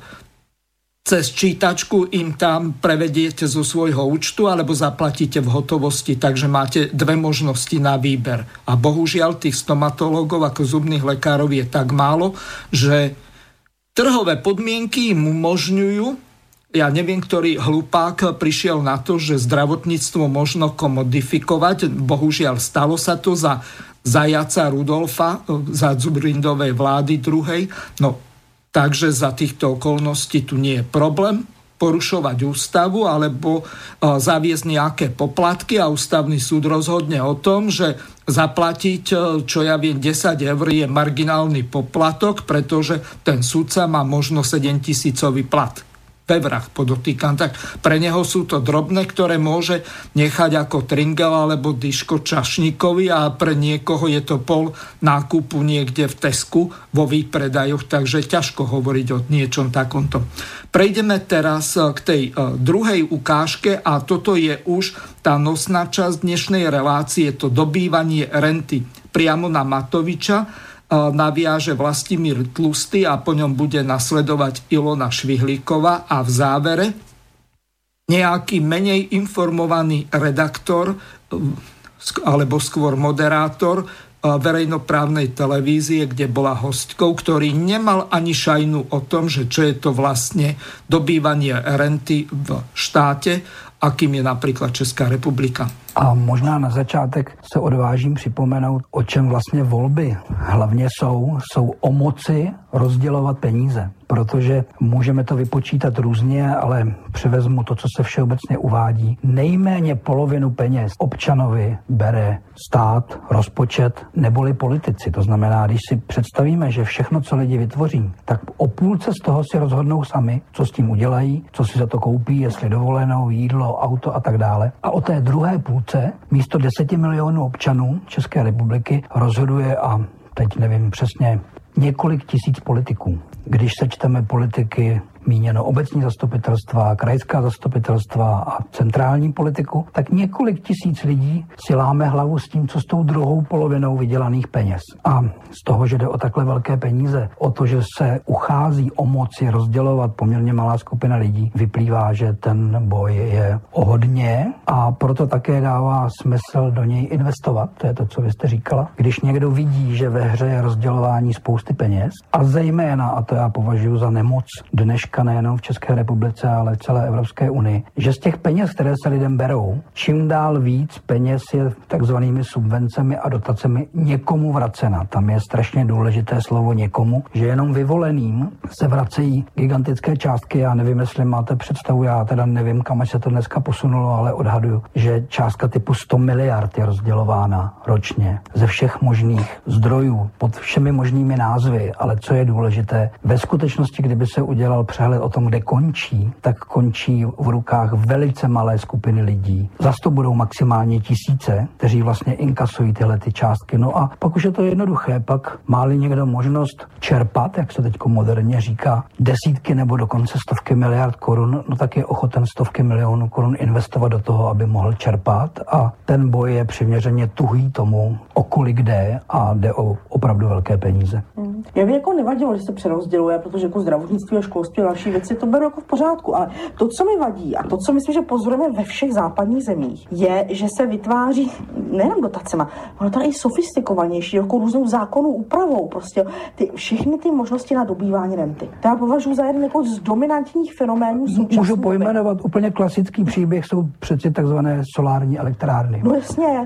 cez čítačku im tam prevediete zo svojho účtu alebo zaplatíte v hotovosti, takže máte dve možnosti na výber. A bohužiaľ tých stomatológov ako zubných lekárov je tak málo, že trhové podmienky im umožňujú, ja neviem, ktorý hlupák prišiel na to, že zdravotníctvo možno komodifikovať. Bohužiaľ, stalo sa to za Zajaca Rudolfa, za Dzurindovej vlády druhej. No, takže za týchto okolností tu nie je problém porušovať ústavu alebo zaviesť nejaké poplatky a ústavný súd rozhodne o tom, že zaplatiť, čo ja viem, 10 eur je marginálny poplatok, pretože ten sudca má možno 7 000 plat. V eurách podotýkam, tak pre neho sú to drobné, ktoré môže nechať ako tringel alebo dyško čašníkovi a pre niekoho je to pol nákupu niekde v Tesku vo výpredajoch, takže ťažko hovoriť o niečom takomto. Prejdeme teraz k tej druhej ukážke a toto je už tá nosná časť dnešnej relácie, to dobývanie renty priamo na Matoviča. Naviaže Vlastimír Tlustý a po ňom bude nasledovať Ilona Švihlíková a v závere nejaký menej informovaný redaktor alebo skôr moderátor verejnoprávnej televízie, kde bola hostkou, ktorý nemal ani šajnu o tom, že čo je to vlastne dobývanie renty v štáte, akým je napríklad Česká republika. A možná na začátek se odvážím připomenout, o čem vlastně volby hlavně jsou o moci rozdělovat peníze. Protože můžeme to vypočítat různě, ale převezmu to, co se všeobecně uvádí. Nejméně polovinu peněz občanovi bere stát, rozpočet neboli politici. To znamená, když si představíme, že všechno, co lidi vytvoří, tak o půlce z toho si rozhodnou sami, co s tím udělají, co si za to koupí, jestli dovolenou, jídlo, auto a tak dále. A o té druhé půlce místo 10 milionů občanů České republiky rozhoduje, a teď nevím přesně, několik tisíc politiků. Když sečteme politiky míněno obecní zastupitelstva, krajská zastupitelstva a centrální politiku, tak několik tisíc lidí si láme hlavu s tím, co s tou druhou polovinou vydělaných peněz. A z toho, že jde o takhle velké peníze, o to, že se uchází o moci rozdělovat poměrně malá skupina lidí, vyplývá, že ten boj je o hodně a proto také dává smysl do něj investovat. To je to, co vy jste říkala. Když někdo vidí, že ve hře je rozdělování spousty peněz a zejména, a to já považuji za nemoc dneška nejenom v České republice, ale v celé Evropské unii, že z těch peněz, které se lidem berou, čím dál víc peněz je takzvanými subvencemi a dotacemi někomu vracena. Tam je strašně důležité slovo někomu, že jenom vyvoleným se vracejí gigantické částky. Já nevím, jestli máte představu, já teda nevím, kam až se to dneska posunulo, ale odhaduju, že částka typu 100 miliard je rozdělována ročně ze všech možných zdrojů, pod všemi možnými názvy, ale co je důležité, ve skutečnosti, kdyby se udělal přehled o tom, kde končí, tak končí v rukách velice malé skupiny lidí. Zas to budou maximálně tisíce, kteří vlastně inkasují tyhle ty částky. No a pak už je to jednoduché, pak má-li někdo možnost čerpat, jak se teď moderně říká, desítky nebo dokonce stovky miliard korun, no tak je ochoten stovky milionů korun investovat do toho, aby mohl čerpat a ten boj je přiměřeně tuhý tomu, o kolik jde a jde o opravdu velké peníze. Já by jako nevadilo, že se přerozděluje, protože jako zdravotnictví a školství a další věci to beru jako v pořádku, ale to, co mi vadí a to, co myslím, že pozorujeme ve všech západních zemích, je, že se vytváří nejen dotacema, ale to i sofistikovanější, jako různou zákonnou úpravou, prostě všechny ty možnosti na dobývání renty. To já považuji za jeden jako z dominantních fenoménů současné. Můžu pojmenovat úplně klasický příběh, jsou přeci takzvané solární elektrárny. No jasně,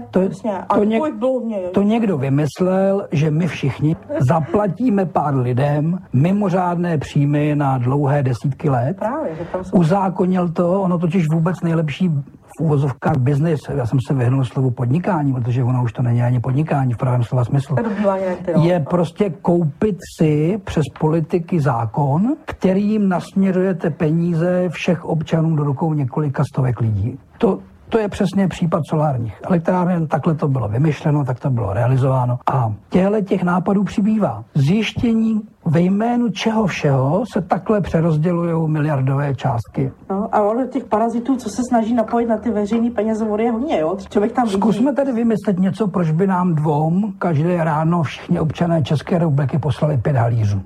to někdo vymyslel, že my všichni zaplatíme pár lidem mimořádné příjmy na dlouhé desítky let. Právě, že tam jsou... Uzákonil to, ono totiž vůbec nejlepší v úvozovkách biznis. Já jsem se vyhnul slovu podnikání, protože ono už to není ani podnikání v pravém slova smyslu. Je prostě koupit si přes politiky zákon, kterým nasměrujete peníze všech občanů do rukou několika stovek lidí. To je přesně případ solárních elektráren, takhle to bylo vymyšleno, tak to bylo realizováno a těch nápadů přibývá. Zjištění ve jménu čeho všeho se takhle přerozdělují miliardové částky. No, a ono těch parazitů, co se snaží napojit na ty veřejné penězovody, je hodně, jo? Člověk tam vidí. Zkusme tady vymyslet něco, proč by nám dvou každé ráno všichni občané České republiky poslali 5 halířů.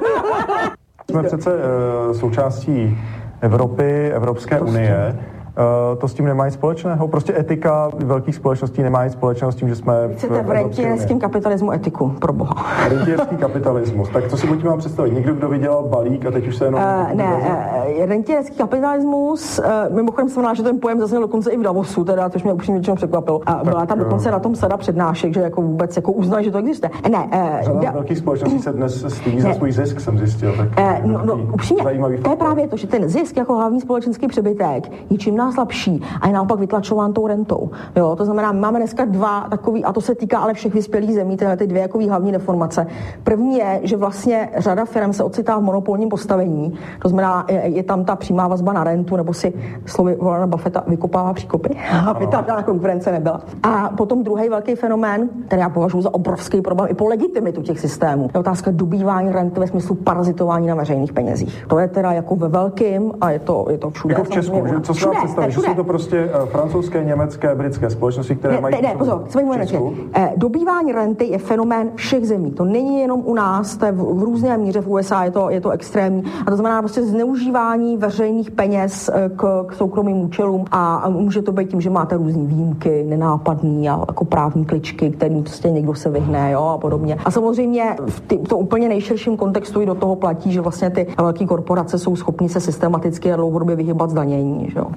Jsme přece součástí Evropy, Evropské unie. To s tím nemá nic společného. Prostě etika velkých společností nemá nic společného s tím, že jsme chcete v rentierském kapitalismu etiku, pro boha. Rentierský kapitalismus. Tak to si buď mám představit. Někdo, kdo vydělal balík a teď už se jenom... Rentierský kapitalismus, mimochodem jsem že ten pojem zazněl dokonce i v Davosu, teda, což mě upřímně většinou překvapilo. A byla tam dokonce na tom sada přednášek, že jako vůbec jako uznají, že to existuje. Řada velkých společností se dnes stýlí za svůj zisk, jsem zjistil. Tak upřímně, to je právě to, že ten zisk jako hlavní společenský přebytek je čím slabší a je naopak vytlačován tou rentou. Jo, to znamená, my máme dneska dva takový, a to se týká ale všech vyspělých zemí, ty dvě jako hlavní deformace. První je, že vlastně řada firm se ocitá v monopolním postavení, to znamená, je tam ta přímá vazba na rentu, nebo si slovy Warrena Buffetta vykopává příkopy, aby ta konkurence nebyla. A potom druhý velký fenomén, který já považuji za obrovský problém i po legitimitu těch systémů, je otázka dobývání renty ve smyslu parazitování na veřejných penězích. To je teda jako ve velkým a je to všude. Jako v Česku, co se představit, že jsou to prostě francouzské, německé, britské společnosti, které mají... Pozor, dobývání renty je fenomén všech zemí. To není jenom u nás, to je v různé míře v USA, je to extrémní. A to znamená prostě zneužívání veřejných peněz k soukromým účelům a může to být tím, že máte různý výjimky, nenápadný a jako právní kličky, kterým prostě někdo se vyhne, jo, a podobně. A samozřejmě v to úplně nejširším kontextu i do toho platí, že vlastně ty velké korporace jsou schopny se systematicky a dlouhodobě vyhybat zdanění, že jo.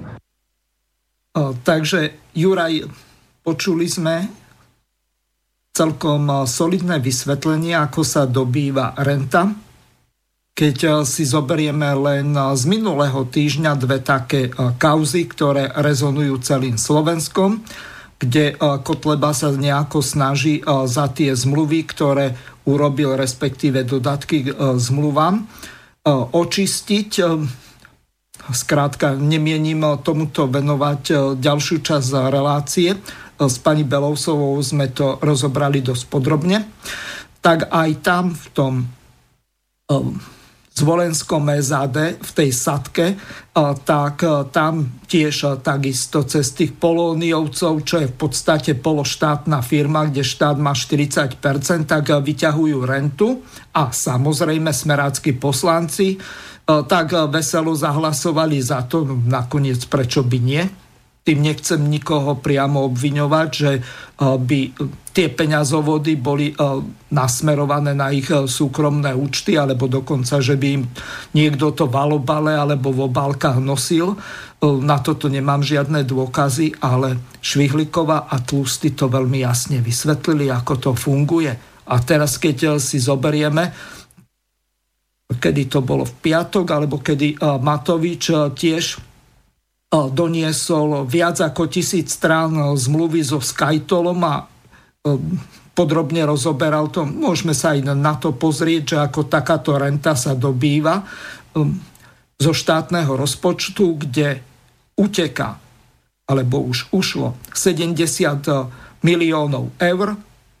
Takže Juraj, počuli sme celkom solidné vysvetlenie, ako sa dobýva renta. Keď si zoberieme len z minulého týždňa dve také kauzy, ktoré rezonujú celým Slovenskom, kde Kotleba sa nejako snaží za tie zmluvy, ktoré urobil, respektíve dodatky k zmluvám, očistiť. Skrátka, nemienim tomuto venovať ďalšiu časť relácie. S pani Belousovou sme to rozobrali dosť podrobne. Tak aj tam v tom zvolenskom SAD, v tej sadke, tak tam tiež takisto cez tých Polóniovcov, čo je v podstate pološtátna firma, kde štát má 40%, tak vyťahujú rentu a samozrejme smeráckí poslanci tak veselo zahlasovali za to, nakoniec prečo by nie. Tým nechcem nikoho priamo obviňovať, že by tie peňazovody boli nasmerované na ich súkromné účty, alebo dokonca, že by im niekto to v alobale alebo v obálkach nosil. Na toto nemám žiadne dôkazy, ale Švihlíková a Tlustý to veľmi jasne vysvetlili, ako to funguje. A teraz, keď si zoberieme, kedy to bolo v piatok, alebo kedy Matovič tiež doniesol viac ako 1000 strán zmluvy so Skytolom a podrobne rozoberal to. Môžeme sa aj na to pozrieť, že ako takáto renta sa dobýva zo štátneho rozpočtu, kde uteká, alebo už ušlo 700 miliónov eur,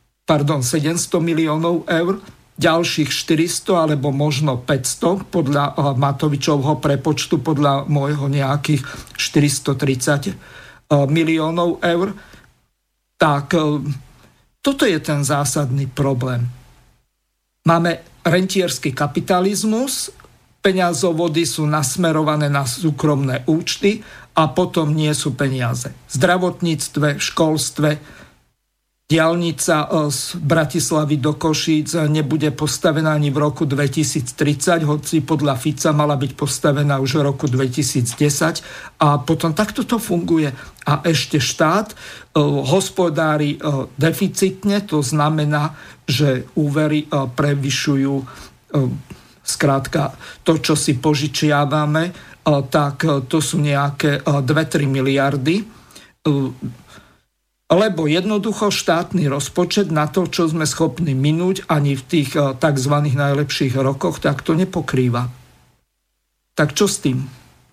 ďalších 400 alebo možno 500 podľa Matovičovho prepočtu, podľa môjho nejakých 430 miliónov eur. Tak toto je ten zásadný problém. Máme rentierský kapitalizmus, peňazovody sú nasmerované na súkromné účty a potom nie sú peniaze. V zdravotníctve, v školstve, diaľnica z Bratislavy do Košíc nebude postavená ani v roku 2030, hoci podľa Fica mala byť postavená už v roku 2010. A potom takto to funguje. A ešte štát hospodári deficitne, to znamená, že úvery prevyšujú skrátka to, čo si požičiavame, tak to sú nejaké 2-3 miliardy. Lebo jednoducho štátny rozpočet na to, čo sme schopní minúť ani v tých tzv. Najlepších rokoch, tak to nepokrýva. Tak čo s tým?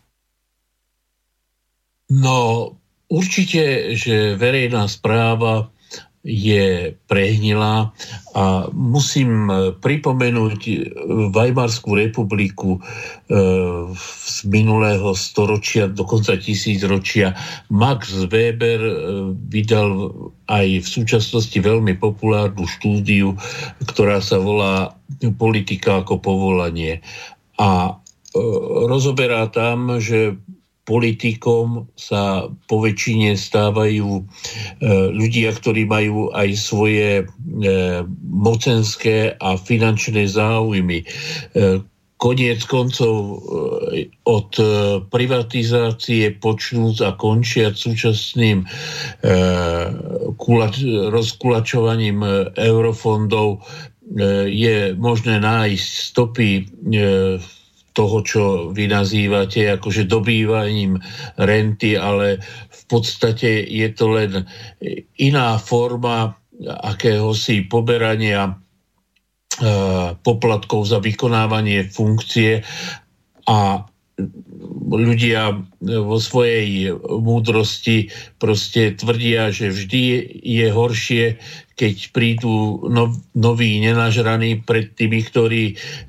No, určite, že verejná správa je prehnilá a musím pripomenúť Weimarskú republiku z minulého storočia, dokonca tisícročia. Max Weber vydal aj v súčasnosti veľmi populárnu štúdiu, ktorá sa volá Politika ako povolanie. A rozoberá tam, že politikom sa po väčšine stávajú ľudia, ktorí majú aj svoje mocenské a finančné záujmy. Koniec koncov od privatizácie počnúc a končiať súčasným rozkulačovaním eurofondov je možné nájsť stopy toho, čo vy nazývate akože dobývaním renty, ale v podstate je to len iná forma akéhosi poberania poplatkov za vykonávanie funkcie a ľudia vo svojej múdrosti proste tvrdia, že vždy je horšie, keď prídu noví nenažraní pred tými, ktorí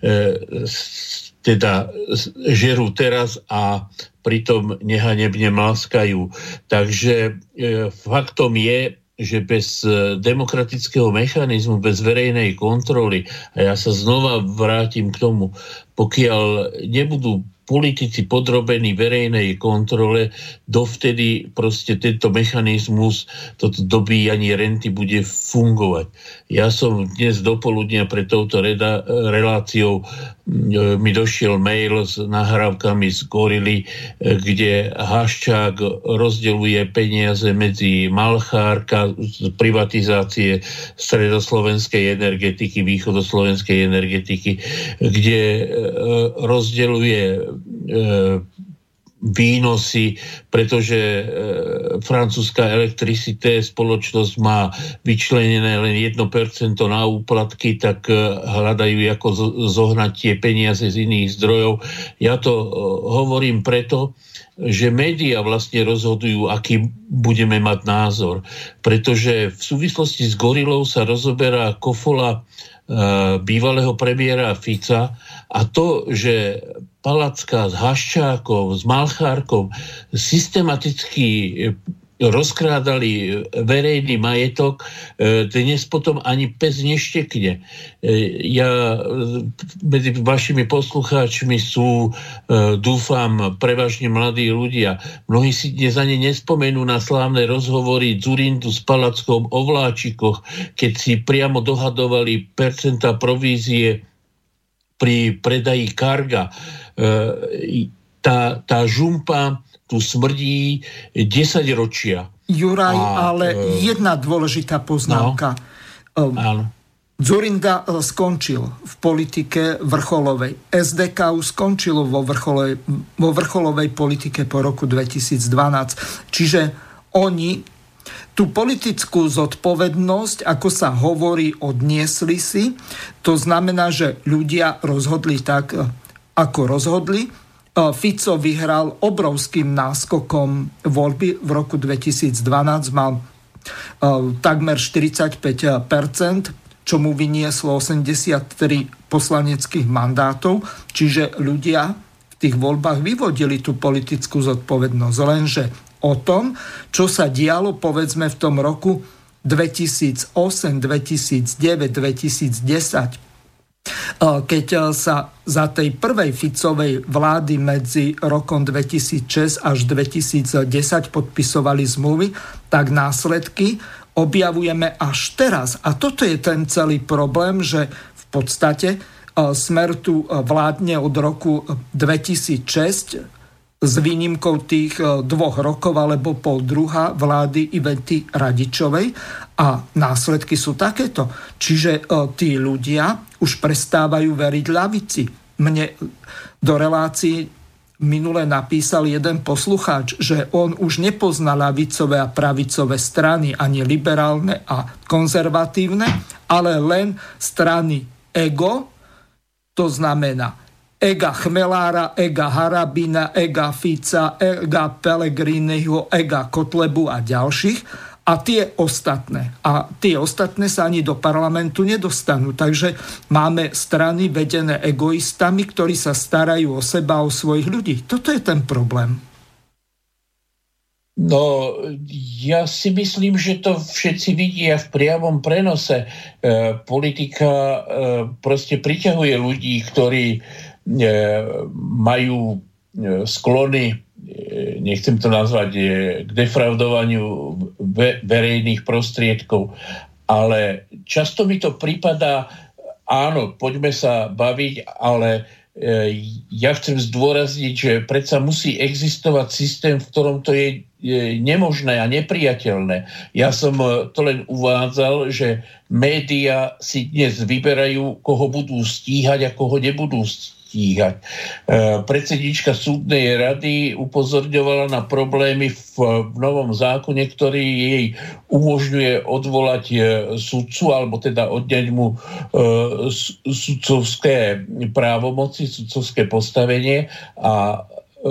teda žerú teraz a pritom nehanebne mlaskajú. Takže faktom je, že bez demokratického mechanizmu, bez verejnej kontroly, a ja sa znova vrátim k tomu, pokiaľ nebudú politici podrobení verejnej kontrole, dovtedy proste tento mechanizmus, toto dobíjanie renty bude fungovať. Ja som dnes dopoludnia pred touto reláciou mi došiel mail s nahrávkami z Gorily, kde Haščák rozdeľuje peniaze medzi Malchárka z privatizácie stredoslovenskej energetiky, východoslovenskej energetiky, kde rozdeľuje výnosy, pretože francúzska Electricité spoločnosť má vyčlenené len 1% na úplatky, tak hľadajú, ako zohnať tie peniaze z iných zdrojov. Ja to hovorím preto, že médiá vlastne rozhodujú, aký budeme mať názor. Pretože v súvislosti s Gorilou sa rozoberá kofola bývalého premiéra Fica a to, že Palacka s Haščákom, s Malchárkom systematicky rozkrádali verejný majetok, dnes potom ani pes neštekne. Ja medzi vašimi poslucháčmi sú, dúfam, prevažne mladí ľudia. Mnohí si dnes ani nespomenú na slávne rozhovory Dzurindu s Palackom o vláčikoch, keď si priamo dohadovali percentá provízie pri predaji karga. Tá žumpa tu smrdí 10 ročia. Juraj, ale jedna dôležitá poznámka. Áno. Dzurinda skončil v politike vrcholovej. SDK skončilo vo vrcholovej politike po roku 2012. Čiže oni tú politickú zodpovednosť, ako sa hovorí, odniesli si. To znamená, že ľudia rozhodli tak, ako rozhodli. Fico vyhral obrovským náskokom voľby v roku 2012, mal takmer 45%, čo mu vynieslo 83 poslaneckých mandátov, čiže ľudia v tých voľbách vyvodili tú politickú zodpovednosť. Lenže o tom, čo sa dialo povedzme v tom roku 2008, 2009, 2010, keď sa za tej prvej Ficovej vlády medzi rokom 2006 až 2010 podpisovali zmluvy, tak následky objavujeme až teraz. A toto je ten celý problém, že v podstate Smer tu vládne od roku 2006 s výnimkou tých 2 rokov alebo pol druhá vlády Ivety Radičovej a následky sú takéto. Čiže tí ľudia už prestávajú veriť ľavici. Mne do relácií minule napísal jeden poslucháč, že on už nepozná ľavicové a pravicové strany, ani liberálne a konzervatívne, ale len strany ego, to znamená ega Chmelára, ega Harabina, ega Fica, ega Pellegriniho, ega Kotlebu a ďalších, a tie ostatné. A tie ostatné sa ani do parlamentu nedostanú. Takže máme strany vedené egoistami, ktorí sa starajú o seba, o svojich ľudí. Toto je ten problém. No, ja si myslím, že to všetci vidia v priamom prenose. Politika proste priťahuje ľudí, ktorí majú sklony, nechcem to nazvať, k defraudovaniu verejných prostriedkov, ale často mi to prípada, áno, poďme sa baviť, ale ja chcem zdôrazniť, že predsa musí existovať systém, v ktorom to je nemožné a nepriateľné. Ja som to len uvádzal, že médiá si dnes vyberajú, koho budú stíhať a koho nebudú stíhať. Predsednička súdnej rady upozorňovala na problémy v novom zákone, ktorý jej umožňuje odvolať sudcu, alebo teda odňať mu sudcovské právomoci, sudcovské postavenie, a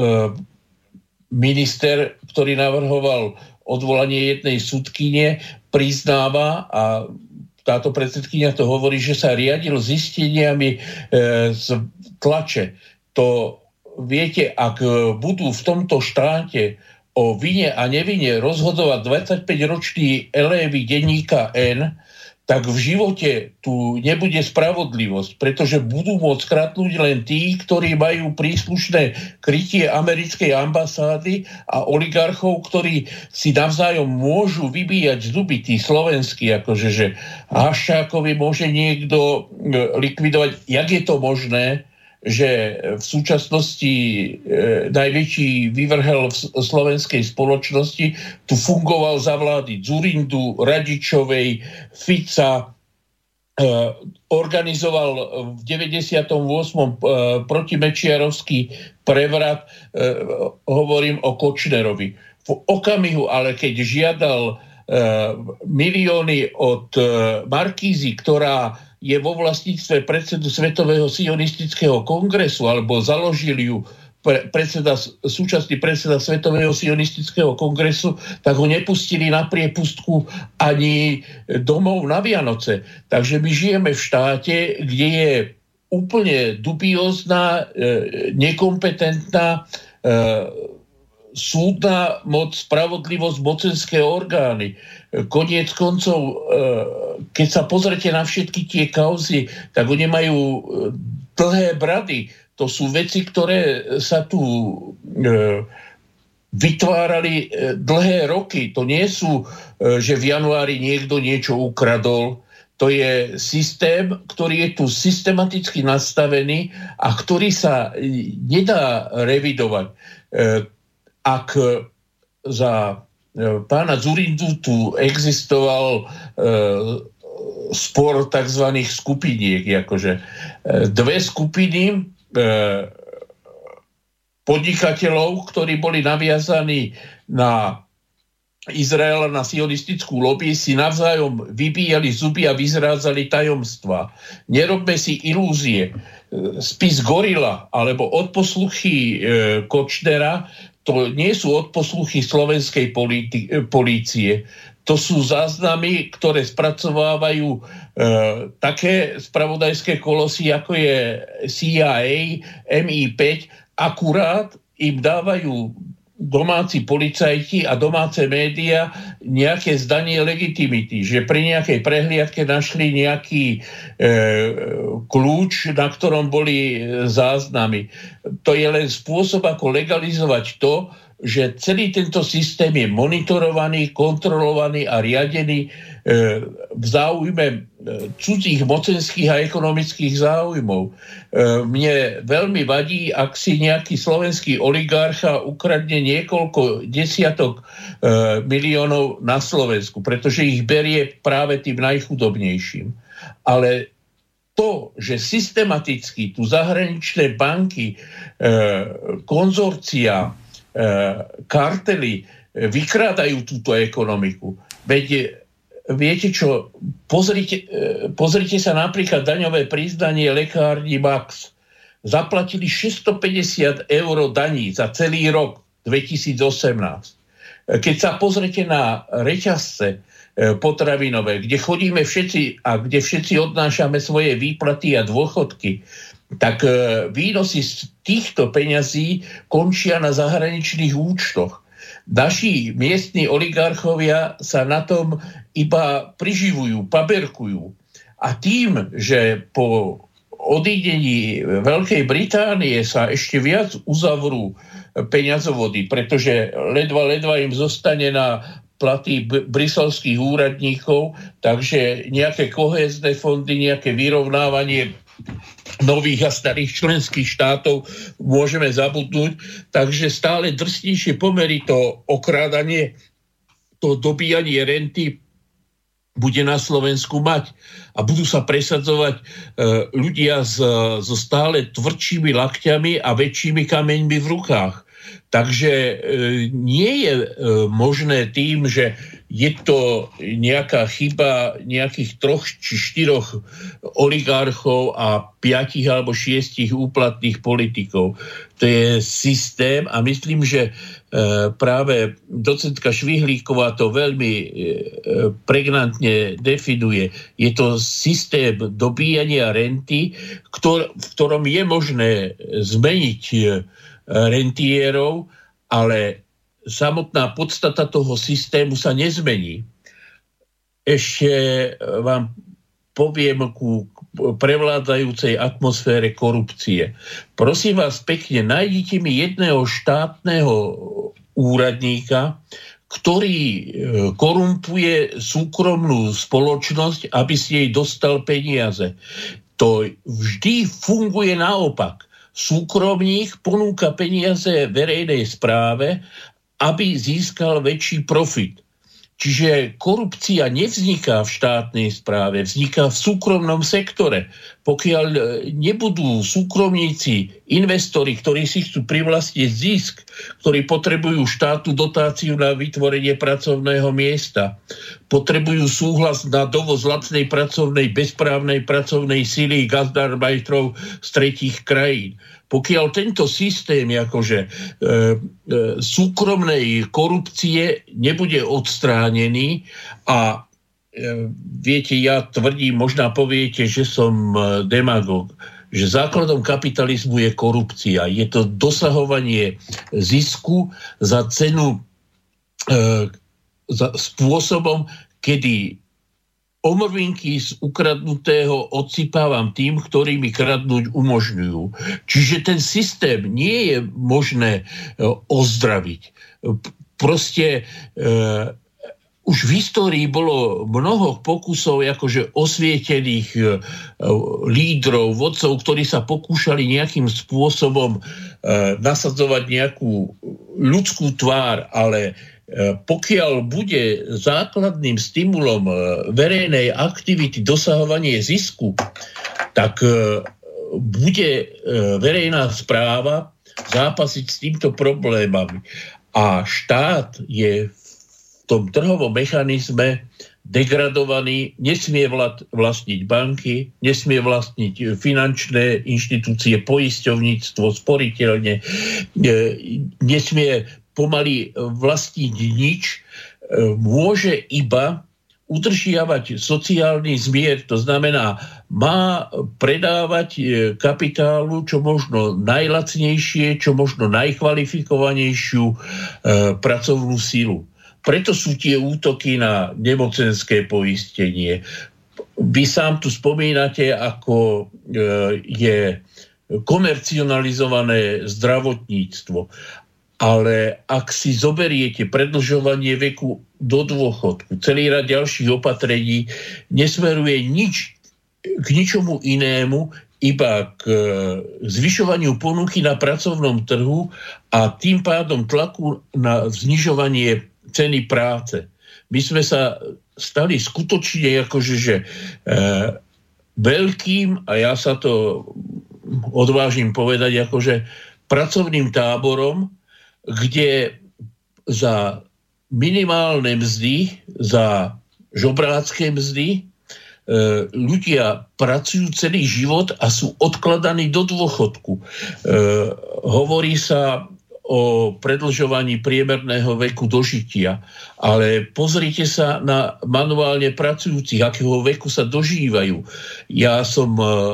minister, ktorý navrhoval odvolanie jednej sudkyne, priznáva, a táto predsedkyňa to hovorí, že sa riadil zisteniami z tlače. To viete, ak budú v tomto štáte o vine a nevine rozhodovať 25-roční elévy denníka N, tak v živote tu nebude spravodlivosť, pretože budú môcť kradnúť len tí, ktorí majú príslušné krytie americkej ambasády a oligarchov, ktorí si navzájom môžu vybíjať zuby, tí slovenskí, akože, že Haščákovi môže niekto likvidovať. Jak je to možné, že v súčasnosti najväčší vyvrhel v slovenskej spoločnosti tu fungoval za vlády Dzurindu, Radičovej, Fica, organizoval v 98. protimečiarovský prevrat, hovorím o Kočnerovi. V okamihu, ale keď žiadal milióny od Markízy, ktorá je vo vlastníctve predsedu Svetového sionistického kongresu, alebo založil ju súčasný predseda Svetového sionistického kongresu, tak ho nepustili na priepustku ani domov na Vianoce. Takže my žijeme v štáte, kde je úplne dubiózna, nekompetentná súdna moc, spravodlivosť, mocenské orgány. Koniec koncov, keď sa pozrete na všetky tie kauzy, tak oni majú dlhé brady. To sú veci, ktoré sa tu vytvárali dlhé roky. To nie sú, že v januári niekto niečo ukradol. To je systém, ktorý je tu systematicky nastavený a ktorý sa nedá revidovať. Ak za pána Dzurindu tu existoval spor tzv. Skupiniek, akože dve skupiny podnikateľov, ktorí boli naviazaní na Izrael a na sionistickú lobby, si navzájom vybíjali zuby a vyzrádzali tajomstvá. Nerobme si ilúzie. Spis Gorila alebo odposluchy Kočnera, to nie sú odposluchy slovenskej polície. To sú záznamy, ktoré spracovávajú také spravodajské kolosy, ako je CIA, MI5, akurát im dávajú domáci policajti a domáce médiá nejaké zdanie legitimity, že pri nejakej prehliadke našli nejaký kľúč, na ktorom boli záznamy. To je len spôsob, ako legalizovať to, že celý tento systém je monitorovaný, kontrolovaný a riadený v záujme cudzích mocenských a ekonomických záujmov. Mne veľmi vadí, ak si nejaký slovenský oligarcha ukradne niekoľko desiatok miliónov na Slovensku, pretože ich berie práve tým najchudobnejším. Ale to, že systematicky tu zahraničné banky, konzorcia, kartely vykrádajú túto ekonomiku. Veď viete čo, pozrite sa napríklad daňové priznanie lekárni Max. Zaplatili 650 eur daní za celý rok 2018. Keď sa pozrite na reťazce potravinové, kde chodíme všetci a kde všetci odnášame svoje výplaty a dôchodky, tak výnosy z týchto peňazí končia na zahraničných účtoch. Naši miestni oligarchovia sa na tom iba priživujú, paberkujú. A tým, že po odídení Veľkej Británie sa ešte viac uzavrú peňazovody, pretože ledva im zostane na platy bruselských úradníkov, takže nejaké kohézne fondy, nejaké vyrovnávanie nových a starých členských štátov môžeme zabudnúť. Takže stále drsnejšie pomery to okrádanie, to dobíjanie renty bude na Slovensku mať. A budú sa presadzovať ľudia so stále tvrdšími lakťami a väčšími kameňmi v rukách. Takže nie je možné tým, že je to nejaká chyba nejakých 3 či 4 oligarchov a 5 alebo 6 úplatných politikov. To je systém a myslím, že práve docentka Švihlíková to veľmi pregnantne definuje. Je to systém dobíjania renty, v ktorom je možné zmeniť rentierov, ale samotná podstata toho systému sa nezmení. Ešte vám poviem ku prevládajúcej atmosfére korupcie. Prosím vás pekne, nájdite mi jedného štátneho úradníka, ktorý korumpuje súkromnú spoločnosť, aby si jej dostal peniaze. To vždy funguje naopak. Súkromník ponúka peniaze verejnej správe, aby získal väčší profit. Čiže korupcia nevzniká v štátnej správe, vzniká v súkromnom sektore. Pokiaľ nebudú súkromníci, investori, ktorí si chcú privlastniť zisk, ktorí potrebujú štátnu dotáciu na vytvorenie pracovného miesta, potrebujú súhlas na dovoz lacnej pracovnej, bezprávnej pracovnej sily gastarbeiterov z tretích krajín. Pokiaľ tento systém súkromnej korupcie nebude odstránený a viete, ja tvrdím, možná poviete, že som demagóg, že základom kapitalizmu je korupcia. Je to dosahovanie zisku za cenu spôsobom, kedy omrvinky z ukradnutého odsypávam tým, ktorí mi kradnúť umožňujú. Čiže ten systém nie je možné ozdraviť. Proste už v histórii bolo mnoho pokusov osvietených lídrov, vodcov, ktorí sa pokúšali nejakým spôsobom nasadzovať nejakú ľudskú tvár, ale pokiaľ bude základným stimulom verejnej aktivity dosahovanie zisku, tak bude verejná správa zápasiť s týmto problémami. A štát je v tom trhovom mechanizme degradovaný, nesmie vlastniť banky, nesmie vlastniť finančné inštitúcie, poisťovníctvo, sporiteľne, nesmie pomaly vlastniť nič, môže iba udržiavať sociálny zmier, to znamená, má predávať kapitálu čo možno najlacnejšie, čo možno najkvalifikovanejšiu pracovnú silu. Preto sú tie útoky na nemocenské poistenie. Vy sám tu spomínate, ako je komercionalizované zdravotníctvo. Ale ak si zoberiete predĺžovanie veku do dôchodku, celý rad ďalších opatrení nesmeruje k ničomu inému, iba k zvyšovaniu ponuky na pracovnom trhu a tým pádom tlaku na znižovanie ceny práce. My sme sa stali skutočne veľkým, a ja sa to odvážim povedať, akože pracovným táborom, kde za minimálne mzdy, za žobrácké mzdy ľudia pracujú celý život a sú odkladaní do dôchodku. Hovorí sa o predĺžovaní priemerného veku dožitia, ale pozrite sa na manuálne pracujúcich, akého veku sa dožívajú. Ja som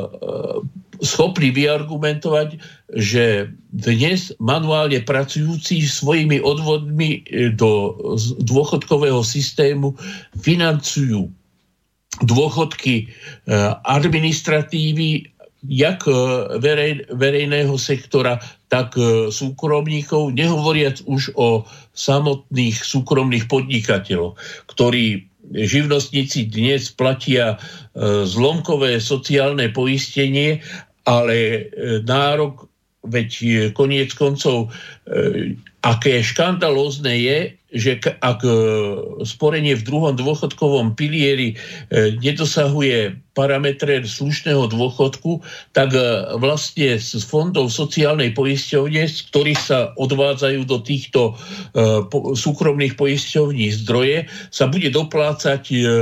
schopný vyargumentovať, že dnes manuálne pracujúci svojimi odvodmi do dôchodkového systému financujú dôchodky administratívy jak verejného sektora, tak súkromníkov, nehovoriac už o samotných súkromných podnikateľov, ktorí živnostníci dnes platia zlomkové sociálne poistenie, ale nárok, veď koniec koncov, aké škandalózne je, že ak sporenie v druhom dôchodkovom pilieri nedosahuje parametre slušného dôchodku, tak vlastne z fondov sociálnej poisťovne, z ktorých sa odvádzajú do týchto súkromných poisťovní zdroje, sa bude doplácať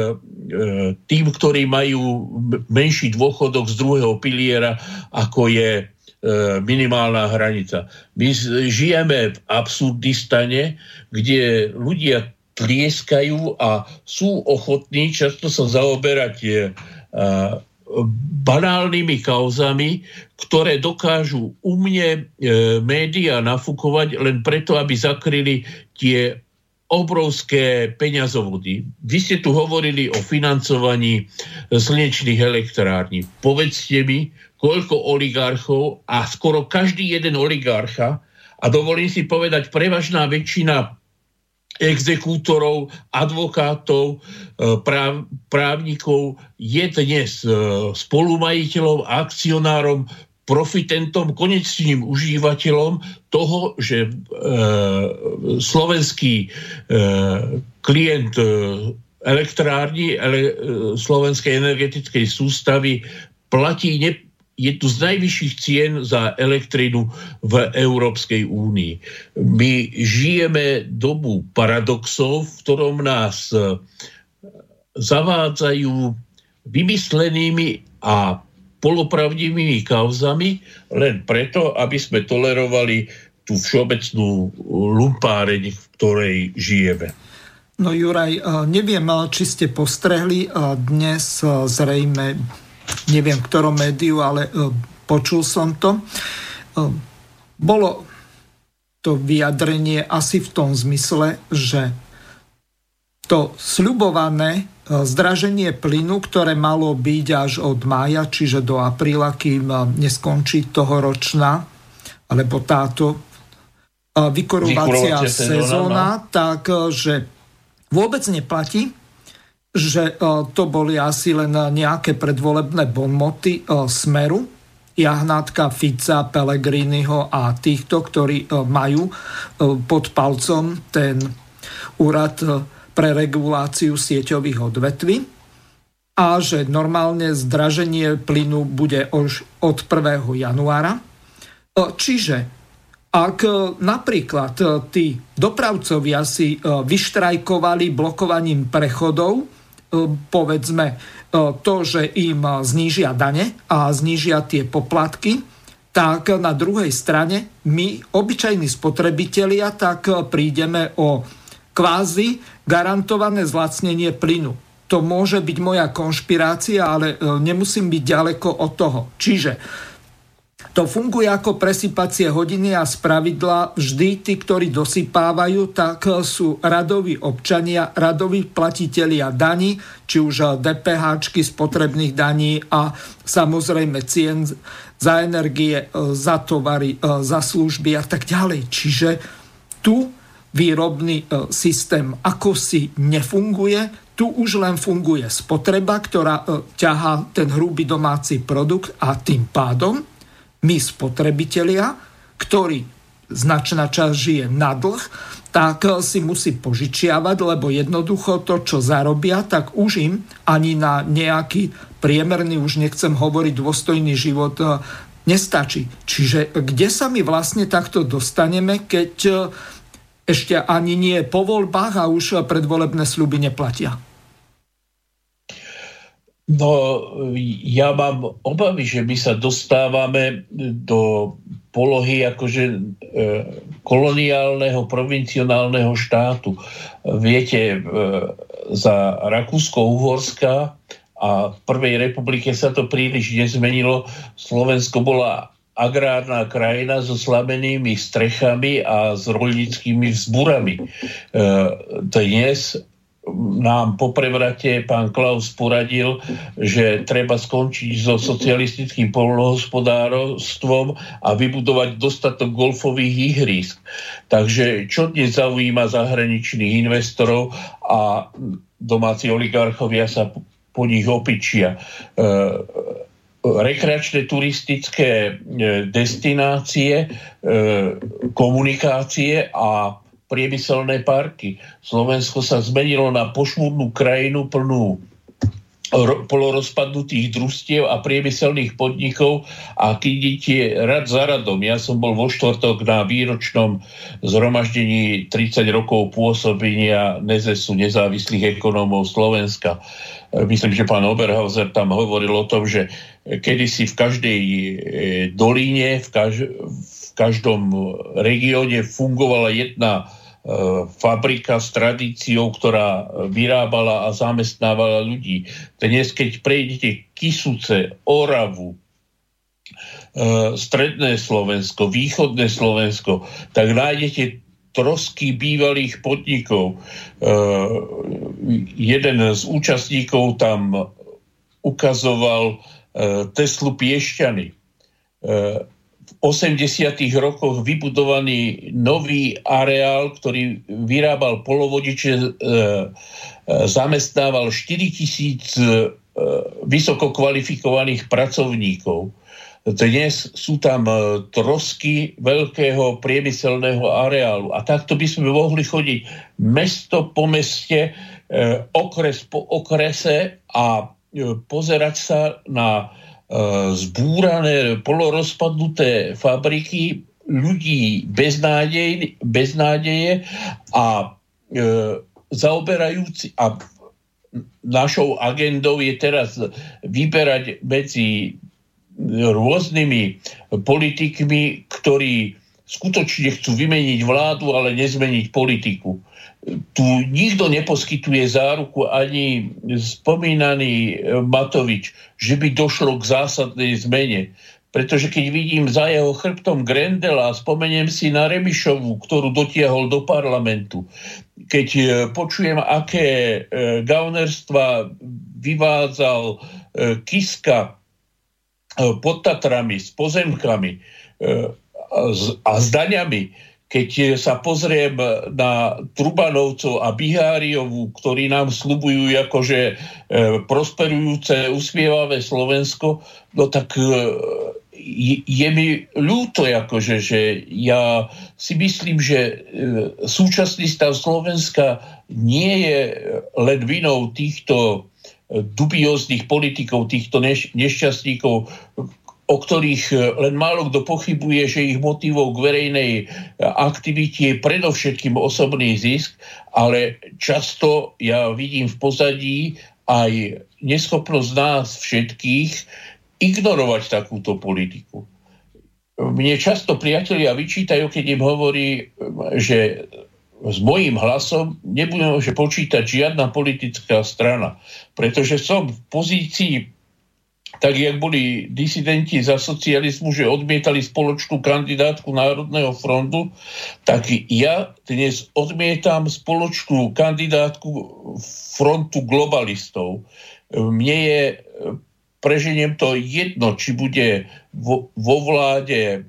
tým, ktorí majú menší dôchodok z druhého piliera, ako je minimálna hranica. My žijeme v absurdistane, kde ľudia tlieskajú a sú ochotní často sa zaoberať banálnymi kauzami, ktoré dokážu umne médiá nafúkovať len preto, aby zakryli tie obrovské peňazovody. Vy ste tu hovorili o financovaní slnečných elektrární. Povedzte mi, koľko oligarchov, a skoro každý jeden oligarcha, a dovolím si povedať, prevažná väčšina exekútorov, advokátov, právnikov je dnes spolumajiteľom, akcionárom, profitentom, konečným užívateľom toho, že slovenský klient elektrárny slovenskej energetickej sústavy platí jednu z najvyšších cien za elektrinu v Európskej únii. My žijeme dobu paradoxov, v ktorom nás zavádzajú vymyslenými a polopravdivými kauzami len preto, aby sme tolerovali tú všeobecnú lumpáreň, v ktorej žijeme. No Juraj, neviem, či ste postrehli dnes zrejme, neviem v ktorom médiu, ale počul som to. Bolo to vyjadrenie asi v tom zmysle, že to sľubované zdraženie plynu, ktoré malo byť až od mája, čiže do apríla, kým neskončí tohoročná, alebo táto vykurovacia sezóna, takže vôbec neplatí, že to boli asi len nejaké predvolebné bonmoty Smeru, Jahnátka, Fica, Pellegriniho a týchto, ktorí majú pod palcom ten úrad pre reguláciu sieťových odvetví a že normálne zdraženie plynu bude už od 1. januára. Čiže ak napríklad tí dopravcovia si vyštrajkovali blokovaním prechodov, povedzme to, že im znížia dane a znížia tie poplatky, tak na druhej strane my, obyčajní spotrebitelia, tak prídeme o kvázi garantované zlacnenie plynu. To môže byť moja konšpirácia, ale nemusím byť ďaleko od toho. Čiže to funguje ako presypacie hodiny a spravidla vždy tí, ktorí dosypávajú, tak sú radoví občania, radoví platitelia daní, či už DPH, spotrebných daní a samozrejme cien za energie, za tovary, za služby a tak ďalej. Čiže tu výrobný systém ako si nefunguje, tu už len funguje spotreba, ktorá ťahá ten hrubý domáci produkt a tým pádom my spotrebitelia, ktorí značná časť žije na dlh, tak si musí požičiavať, lebo jednoducho to, čo zarobia, tak už im ani na nejaký priemerný, už nechcem hovoriť dôstojný život, nestačí. Čiže kde sa my vlastne takto dostaneme, keď ešte ani nie po voľbách a už predvolebné sľuby neplatia? No, ja mám obavy, že my sa dostávame do polohy akože koloniálneho, provincionálneho štátu. Viete, za Rakúsko-Uhorska a v Prvej republike sa to príliš nezmenilo. Slovensko bola agrárna krajina so slamenými strechami a s roľnickými vzburami. Dnes nám po prevrate pán Klaus poradil, že treba skončiť so socialistickým poľnohospodárstvom a vybudovať dostatok golfových ihrísk. Takže čo dnes zaujíma zahraničných investorov a domáci oligarchovia sa po nich opičia? Rekreačné turistické destinácie, komunikácie a priemyselné parky. Slovensko sa zmenilo na pošmúrnu krajinu plnú polorozpadnutých družstiev a priemyselných podnikov a keď idete rad za radom. Ja som bol vo štvrtok na výročnom zhromaždení 30 rokov pôsobenia NEZESu, nezávislých ekonómov Slovenska. Myslím, že pán Oberhauser tam hovoril o tom, že kedysi v každej dolíne, v každom regióne fungovala jedna fabrika s tradíciou, ktorá vyrábala a zamestnávala ľudí. Dnes, keď prejdete Kysuce, Oravu, stredné Slovensko, východné Slovensko, tak nájdete trosky bývalých podnikov. Jeden z účastníkov tam ukazoval Teslu Piešťany. V 80. rokoch vybudovaný nový areál, ktorý vyrábal polovodiče, zamestnával 4000 vysoko kvalifikovaných pracovníkov. Dnes sú tam trosky veľkého priemyselného areálu. A takto by sme mohli chodiť mesto po meste, okres po okrese a pozerať sa na zbúrané, polorozpadnuté fabriky, ľudí bez nádeje a zaoberajúci. A našou agendou je teraz vyberať medzi rôznymi politikmi, ktorí skutočne chcú vymeniť vládu, ale nezmeniť politiku. Tu nikto neposkytuje záruku, ani spomínaný Matovič, že by došlo k zásadnej zmene. Pretože keď vidím za jeho chrbtom Grendela, spomeniem si na Remišovu, ktorú dotiahol do parlamentu. Keď počujem, aké gaunerstva vyvádzal Kiska pod Tatrami s pozemkami a s daňami, keď sa pozriem na Trubanovcov a Biháriovu, ktorí nám sľubujú akože prosperujúce, usmievavé Slovensko, no tak je mi ľúto, akože, že ja si myslím, že súčasný stav Slovenska nie je len vinou týchto dubióznych politikov, týchto nešťastníkov, o ktorých len málo kto pochybuje, že ich motivou k verejnej aktivite je predovšetkým osobný zisk, ale často ja vidím v pozadí aj neschopnosť nás všetkých ignorovať takúto politiku. Mne často priatelia vyčítajú, keď im hovorí, že s mojím hlasom nebudem počítať žiadna politická strana, pretože som v pozícii, tak jak boli disidenti za socializmu, že odmietali spoločnú kandidátku Národného frontu, tak ja dnes odmietam spoločnú kandidátku frontu globalistov. Mne je, preženiem to jedno, či bude vo vláde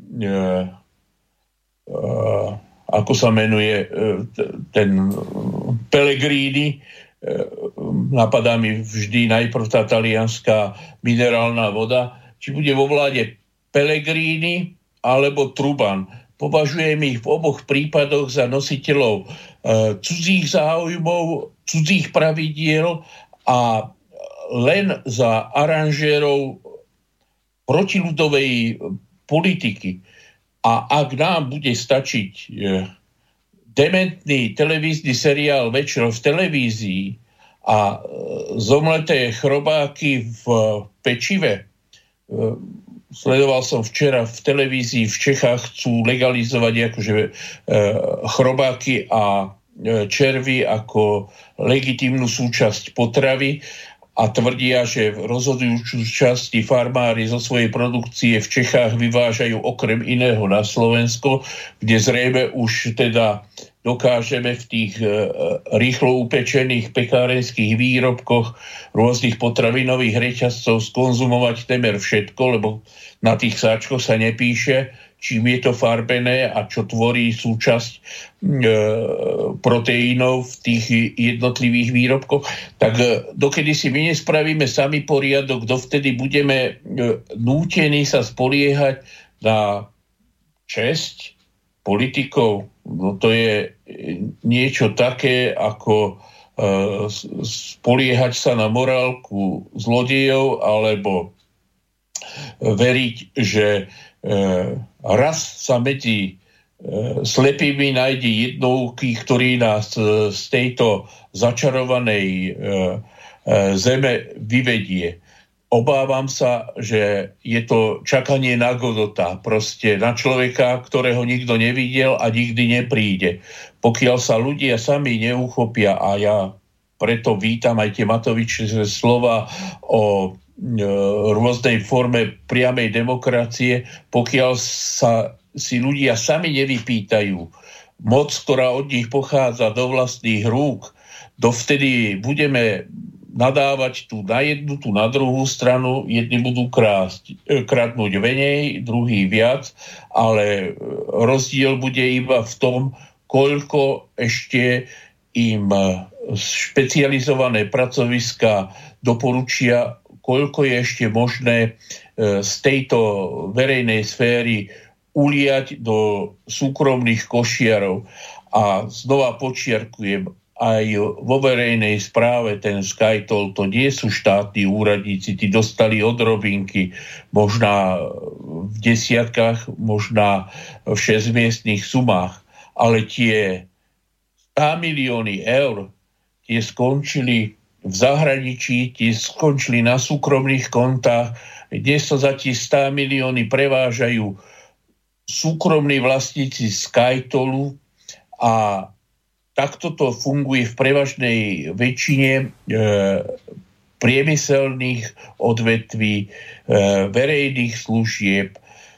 ako sa menuje ten Pellegrini, napadá mi vždy najprv tá talianská minerálna voda, či bude vo vláde Pellegrini alebo Truban. považujem ich v oboch prípadoch za nositeľov cudzích záujmov, cudzích pravidiel a len za aranžérov protiľudovej politiky. A ak nám bude stačiť dementný televízny seriál Večer v televízii a zomleté chrobáky v pečive. Sledoval som včera v televízii v Čechách chcú legalizovať akože chrobáky a červy ako legitímnu súčasť potravy a tvrdia, že v rozhodujúcu časti farmári zo svojej produkcie v Čechách vyvážajú okrem iného na Slovensko, kde zrejme už teda dokážeme v tých rýchlo upečených pekárenských výrobkoch rôznych potravinových reťazcov skonzumovať temer všetko, lebo na tých sáčkoch sa nepíše, čím je to farbené a čo tvorí súčasť proteínov v tých jednotlivých výrobkoch. Tak dokedy si my nespravíme sami poriadok, dovtedy budeme nútení sa spoliehať na česť politikov. No to je niečo také, ako spoliehať sa na morálku zlodejov alebo veriť, že raz sa medzi slepými nájde jednouký, ktorý nás z tejto začarovanej zeme vyvedie. Obávam sa, že je to čakanie na Godota, proste na človeka, ktorého nikto nevidel a nikdy nepríde. Pokiaľ sa ľudia sami neuchopia, a ja preto vítam aj tie Matovičové slova o rôznej forme priamej demokracie, pokiaľ sa si ľudia sami nevypýtajú moc, ktorá od nich pochádza do vlastných rúk, dovtedy budeme nadávať tu na jednu, tu na druhú stranu. Jedni budú kradnúť menej, druhý viac, ale rozdiel bude iba v tom, koľko ešte im špecializované pracoviská doporučia, koľko je ešte možné z tejto verejnej sféry uliať do súkromných košiarov. A znova podčiarkujem, aj vo verejnej správe ten SkyToll, to nie sú štátni úradníci, tí dostali odrobinky, možná v desiatkách, možná v 6-miestnych sumách, ale tie 100 milióny eur, tie skončili v zahraničí, tie skončili na súkromných kontách, dnes sa za tie 100 milióny prevážajú súkromní vlastníci SkyTollu a takto to funguje v prevažnej väčšine priemyselných odvetví, verejných služieb,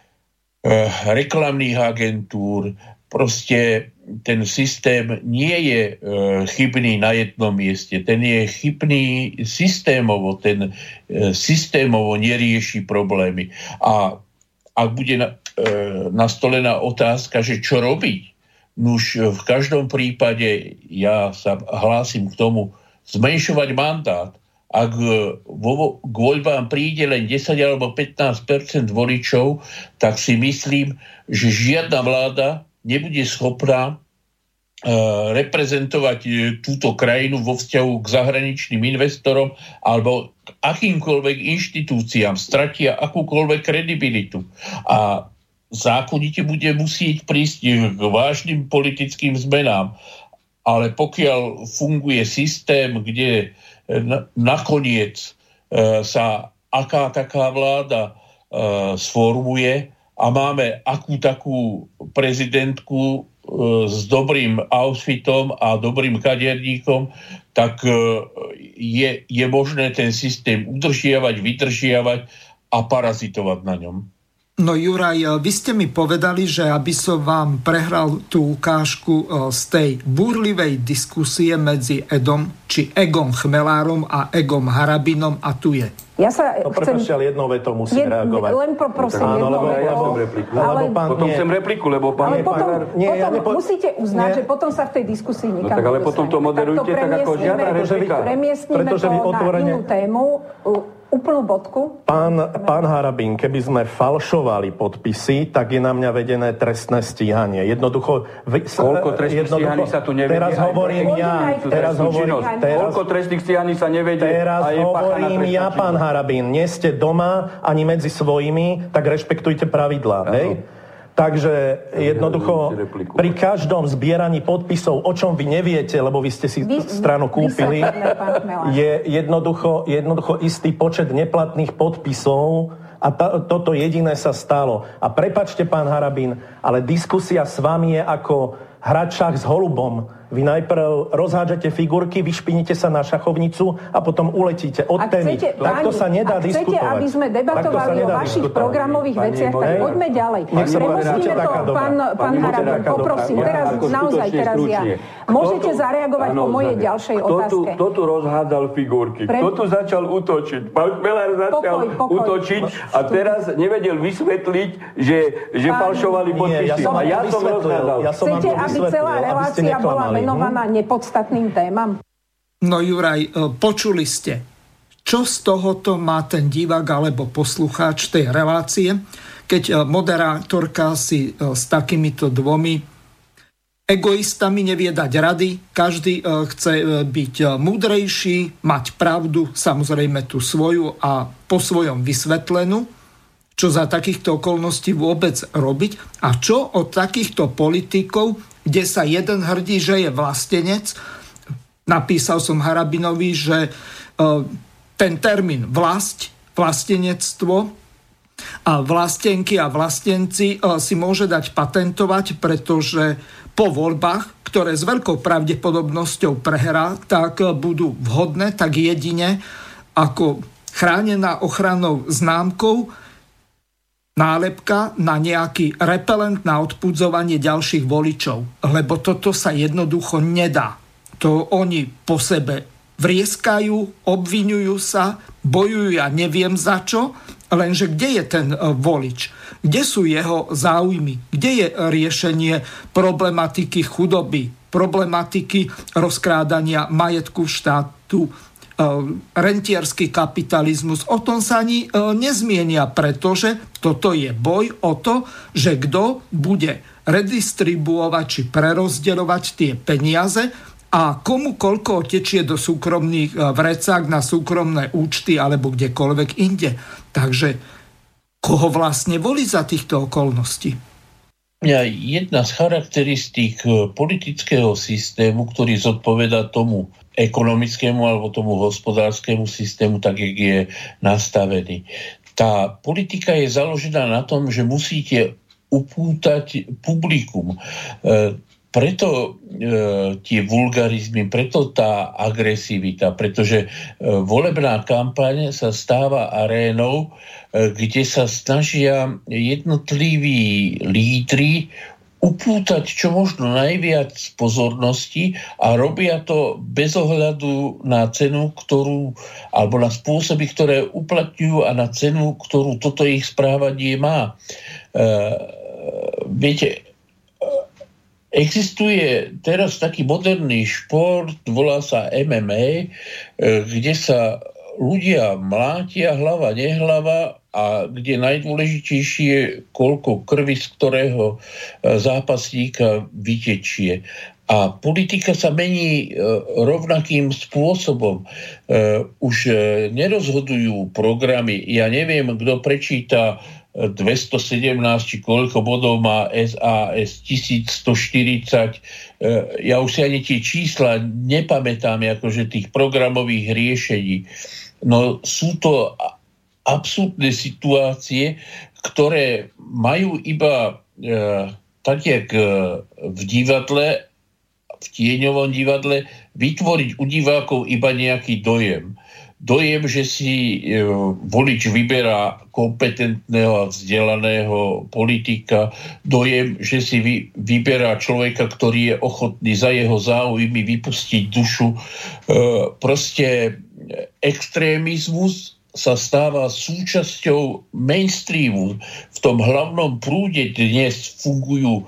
reklamných agentúr. Proste ten systém nie je chybný na jednom mieste. Ten je chybný systémovo. Ten systémovo nerieši problémy. A ak bude nastolená otázka, že čo robiť, nuž v každom prípade ja sa hlásim k tomu zmenšovať mandát. Ak k voľbám príde len 10 alebo 15% voličov, tak si myslím, že žiadna vláda nebude schopná reprezentovať túto krajinu vo vzťahu k zahraničným investorom alebo k akýmkoľvek inštitúciám, stratia akúkoľvek kredibilitu. A zákonite bude musieť prísť k vážnym politickým zmenám. Ale pokiaľ funguje systém, kde nakoniec sa aká taká vláda sformuje a máme akú takú prezidentku s dobrým outfitom a dobrým kaderníkom, tak je možné ten systém udržiavať, vydržiavať a parazitovať na ňom. No Juraj, vy ste mi povedali, že aby som vám prehral tú ukážku z tej búrlivej diskusie medzi Egom Chmelárom a Egom Harabinom a tu je. Ja sa chcem... jednou vetou musím reagovať. Len prosím, jednou vetou. Potom chcem repliku, lebo pán... Musíte uznať, že potom sa v tej diskusii nikam tak ale potom to moderujte tak ako žiadna replika. Premiestnime to na inú tému. úplnú bodku. Pán Harabín, keby sme falšovali podpisy, tak je na mňa vedené trestné stíhanie. Jednoducho... Koľko trestných stíhaní sa tu nevedie? Teraz hovorím ja. Koľko trestných stíhaní sa nevedie? Teraz hovorím ja, pán Harabín. Nie ste doma ani medzi svojimi, tak rešpektujte pravidlá. Hej? Takže jednoducho pri každom zbieraní podpisov, o čom vy neviete, lebo vy ste si stranu kúpili, je jednoducho istý počet neplatných podpisov a toto jediné sa stalo. A prepáčte, pán Harabín, ale diskusia s vami je ako hrať šach s holubom. Vy najprv rozhádžete figurky, vyšpinite sa na šachovnicu a potom uletíte od témy. Takto sa nedá diskutovať. Chcete, aby sme debatovali o vašich programových veciach, tak poďme ďalej. Premostíme to, pán Harabín, poprosím, teraz ja. Môžete zareagovať po mojej ďalšej otázke. Kto tu rozhádal figurky? Kto tu začal útočiť? Pán Smelár začal útočiť a teraz nevedel vysvetliť, že falšovali podpisy. A ja som rozhádal. Chcete, aby celá relácia bola venovaná nepodstatným témam? No Juraj, počuli ste, čo z tohoto má ten divák alebo poslucháč tej relácie, keď moderátorka si s takýmito dvomi egoistami nevie dať rady, každý chce byť múdrejší, mať pravdu, samozrejme tú svoju a po svojom vysvetlenú, čo za takýchto okolností vôbec robiť a čo od takýchto politikov, kde sa jeden hrdí, že je vlastenec. Napísal som Harabinovi, že ten termín vlastenectvo a vlastenky a vlastenci si môže dať patentovať, pretože po voľbách, ktoré s veľkou pravdepodobnosťou prehrá, tak budú vhodné, tak jedine ako chránená ochrannou známkou nálepka na nejaký repelent na odpudzovanie ďalších voličov. Lebo toto sa jednoducho nedá. To oni po sebe vrieskajú, obviňujú sa, bojujú, ja neviem za čo, lenže kde je ten volič? Kde sú jeho záujmy? Kde je riešenie problematiky chudoby, problematiky rozkrádania majetku štátu, rentierský kapitalizmus? O tom sa ani nezmienia, pretože toto je boj o to, že kto bude redistribuovať či prerozdeľovať tie peniaze a komu koľko otečie do súkromných vrecák na súkromné účty alebo kdekoľvek inde. Takže koho vlastne volí za týchto okolností? Jedna z charakteristík politického systému, ktorý zodpovedá tomu ekonomickému alebo tomu hospodárskemu systému, tak jak je nastavený. Tá politika je založená na tom, že musíte upútať publikum. Preto tie vulgarizmy, preto tá agresivita, pretože volebná kampaň sa stáva arénou, kde sa snažia jednotliví lídri upútať čo možno najviac pozornosti a robia to bez ohľadu na cenu, alebo na spôsoby, ktoré uplatňujú a na cenu, ktorú toto ich správanie má. Viete, existuje teraz taký moderný šport, volá sa MMA, kde sa ľudia mlátia hlava, nehlava a kde najdôležitejšie je, koľko krvi z ktorého zápasníka vytečie. A politika sa mení rovnakým spôsobom. Už nerozhodujú programy. Ja neviem, kto prečíta 217, či koľko bodov má SAS 1140. Ja už si ani tie čísla nepamätám, akože tých programových riešení. No sú to absurdné situácie, ktoré majú iba tak, jak v divadle, v tieňovom divadle, vytvoriť u divákov iba nejaký dojem. Dojem, že si volič vyberá kompetentného a vzdelaného politika, dojem, že si vyberá človeka, ktorý je ochotný za jeho záujmy vypustiť dušu. Proste extrémizmus sa stáva súčasťou mainstreamu. V tom hlavnom prúde dnes fungujú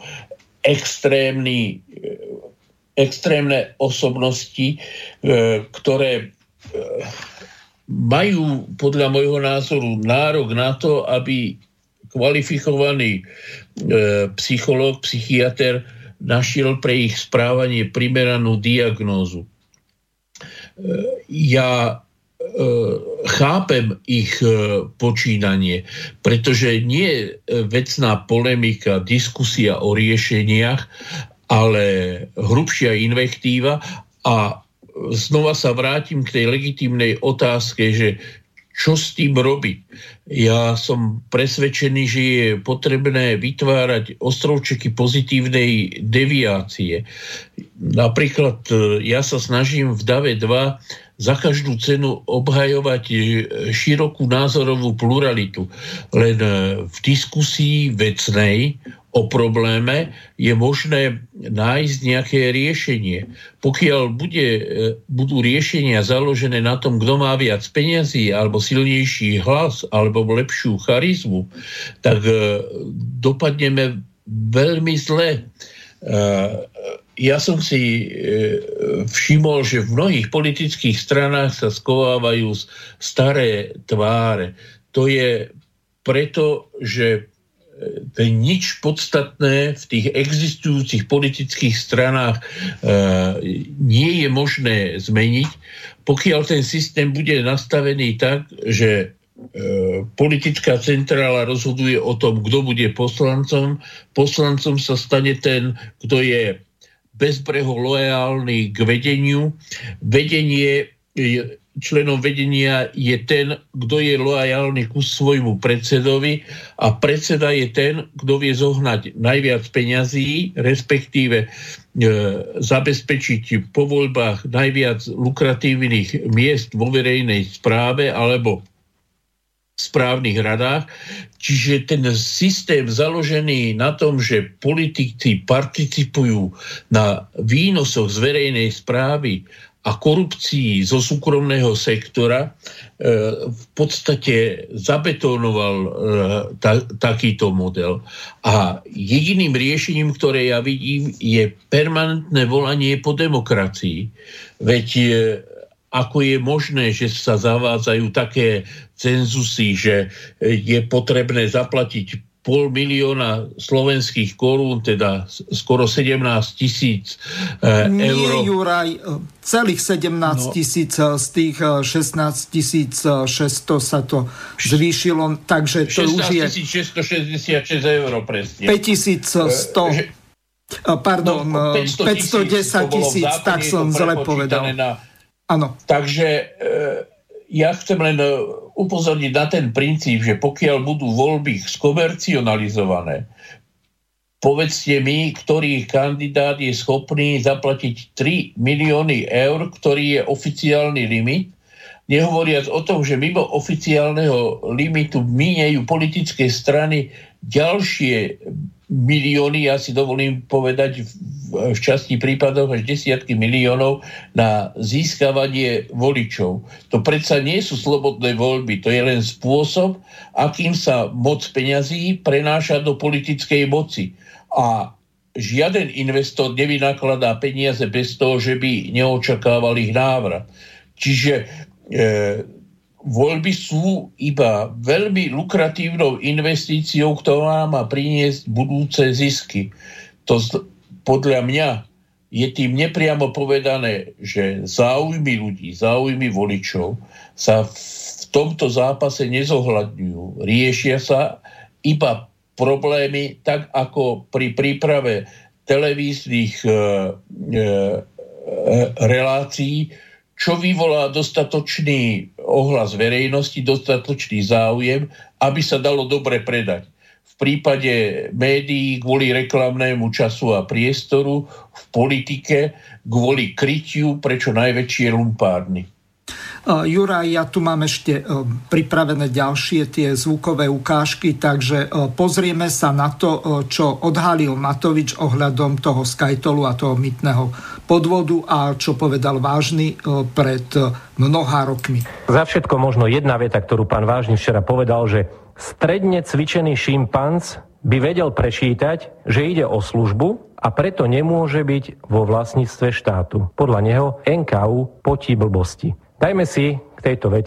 extrémne osobnosti, ktoré majú podľa môjho názoru nárok na to, aby kvalifikovaný psychológ, psychiater našiel pre ich správanie primeranú diagnózu. Ja chápem ich počínanie, pretože nie je vecná polemika, diskusia o riešeniach, ale hrubšia invektíva. A znova sa vrátim k tej legitímnej otázke, že čo s tým robiť. Ja som presvedčený, že je potrebné vytvárať ostrovčeky pozitívnej deviácie. Napríklad ja sa snažím v DAVE 2 za každú cenu obhajovať širokú názorovú pluralitu. Len v diskusii vecnej o probléme je možné nájsť nejaké riešenie. Pokiaľ budú riešenia založené na tom, kto má viac peňazí, alebo silnejší hlas, alebo lepšiu charizmu, tak dopadneme veľmi zle. Ja som si všimol, že v mnohých politických stranách sa schovávajú staré tváre. To je preto, že nič podstatné v tých existujúcich politických stranách nie je možné zmeniť, pokiaľ ten systém bude nastavený tak, že politická centrála rozhoduje o tom, kto bude poslancom. Poslancom sa stane ten, kto je bezbreho loajálny k vedeniu. Členom vedenia je ten, kto je loajálny ku svojmu predsedovi, a predseda je ten, kto vie zohnať najviac peňazí, respektíve zabezpečiť po voľbách najviac lukratívnych miest vo verejnej správe alebo v správnych radách. Čiže ten systém založený na tom, že politici participujú na výnosoch z verejnej správy a korupcii zo súkromného sektora, v podstate zabetónoval takýto model. A jediným riešením, ktoré ja vidím, je permanentné volanie po demokracii. Veď ako je možné, že sa zavádzajú také cenzusy, že je potrebné zaplatiť 500 000 slovenských korún, teda skoro 17 000 eur. Nie, Juraj, celých 17 000 z tých 16 600 sa to zvýšilo, takže to už je 16 666 eur presne. 5100, pardon, 510 000, tak som zle povedal. Áno. Takže ja chcem len upozorniť na ten princíp, že pokiaľ budú voľby skomercionalizované, povedzte mi, ktorý kandidát je schopný zaplatiť 3 milióny eur, ktorý je oficiálny limit, nehovoriac o tom, že mimo oficiálneho limitu míňajú politické strany ďalšie milióny, ja si dovolím povedať v časti prípadov až desiatky miliónov na získavanie voličov. To predsa nie sú slobodné voľby, to je len spôsob, akým sa moc peňazí prenáša do politickej moci. A žiaden investor nevynakladá peniaze bez toho, že by neočakával ich návrat. Čiže voľby sú iba veľmi lukratívnou investíciou, ktorá má priniesť budúce zisky. To podľa mňa je tým nepriamo povedané, že záujmy ľudí, záujmy voličov sa v tomto zápase nezohľadňujú. Riešia sa iba problémy, tak ako pri príprave televíznych relácií, čo vyvolá dostatočný ohlas verejnosti, dostatočný záujem, aby sa dalo dobre predať. V prípade médií kvôli reklamnému času a priestoru, v politike kvôli krytiu prečo najväčšie lumpárny. Juraj, ja tu mám ešte pripravené ďalšie tie zvukové ukážky, takže pozrieme sa na to, čo odhalil Matovič ohľadom toho Skytolu a toho mýtneho podvodu a čo povedal Vážny pred mnoha rokmi. Za všetko možno jedna veta, ktorú pán Vážny včera povedal, že stredne cvičený šimpanz by vedel prečítať, že ide o službu a preto nemôže byť vo vlastníctve štátu. Podľa neho NKÚ potí blbosti. Dajme si k tejto vete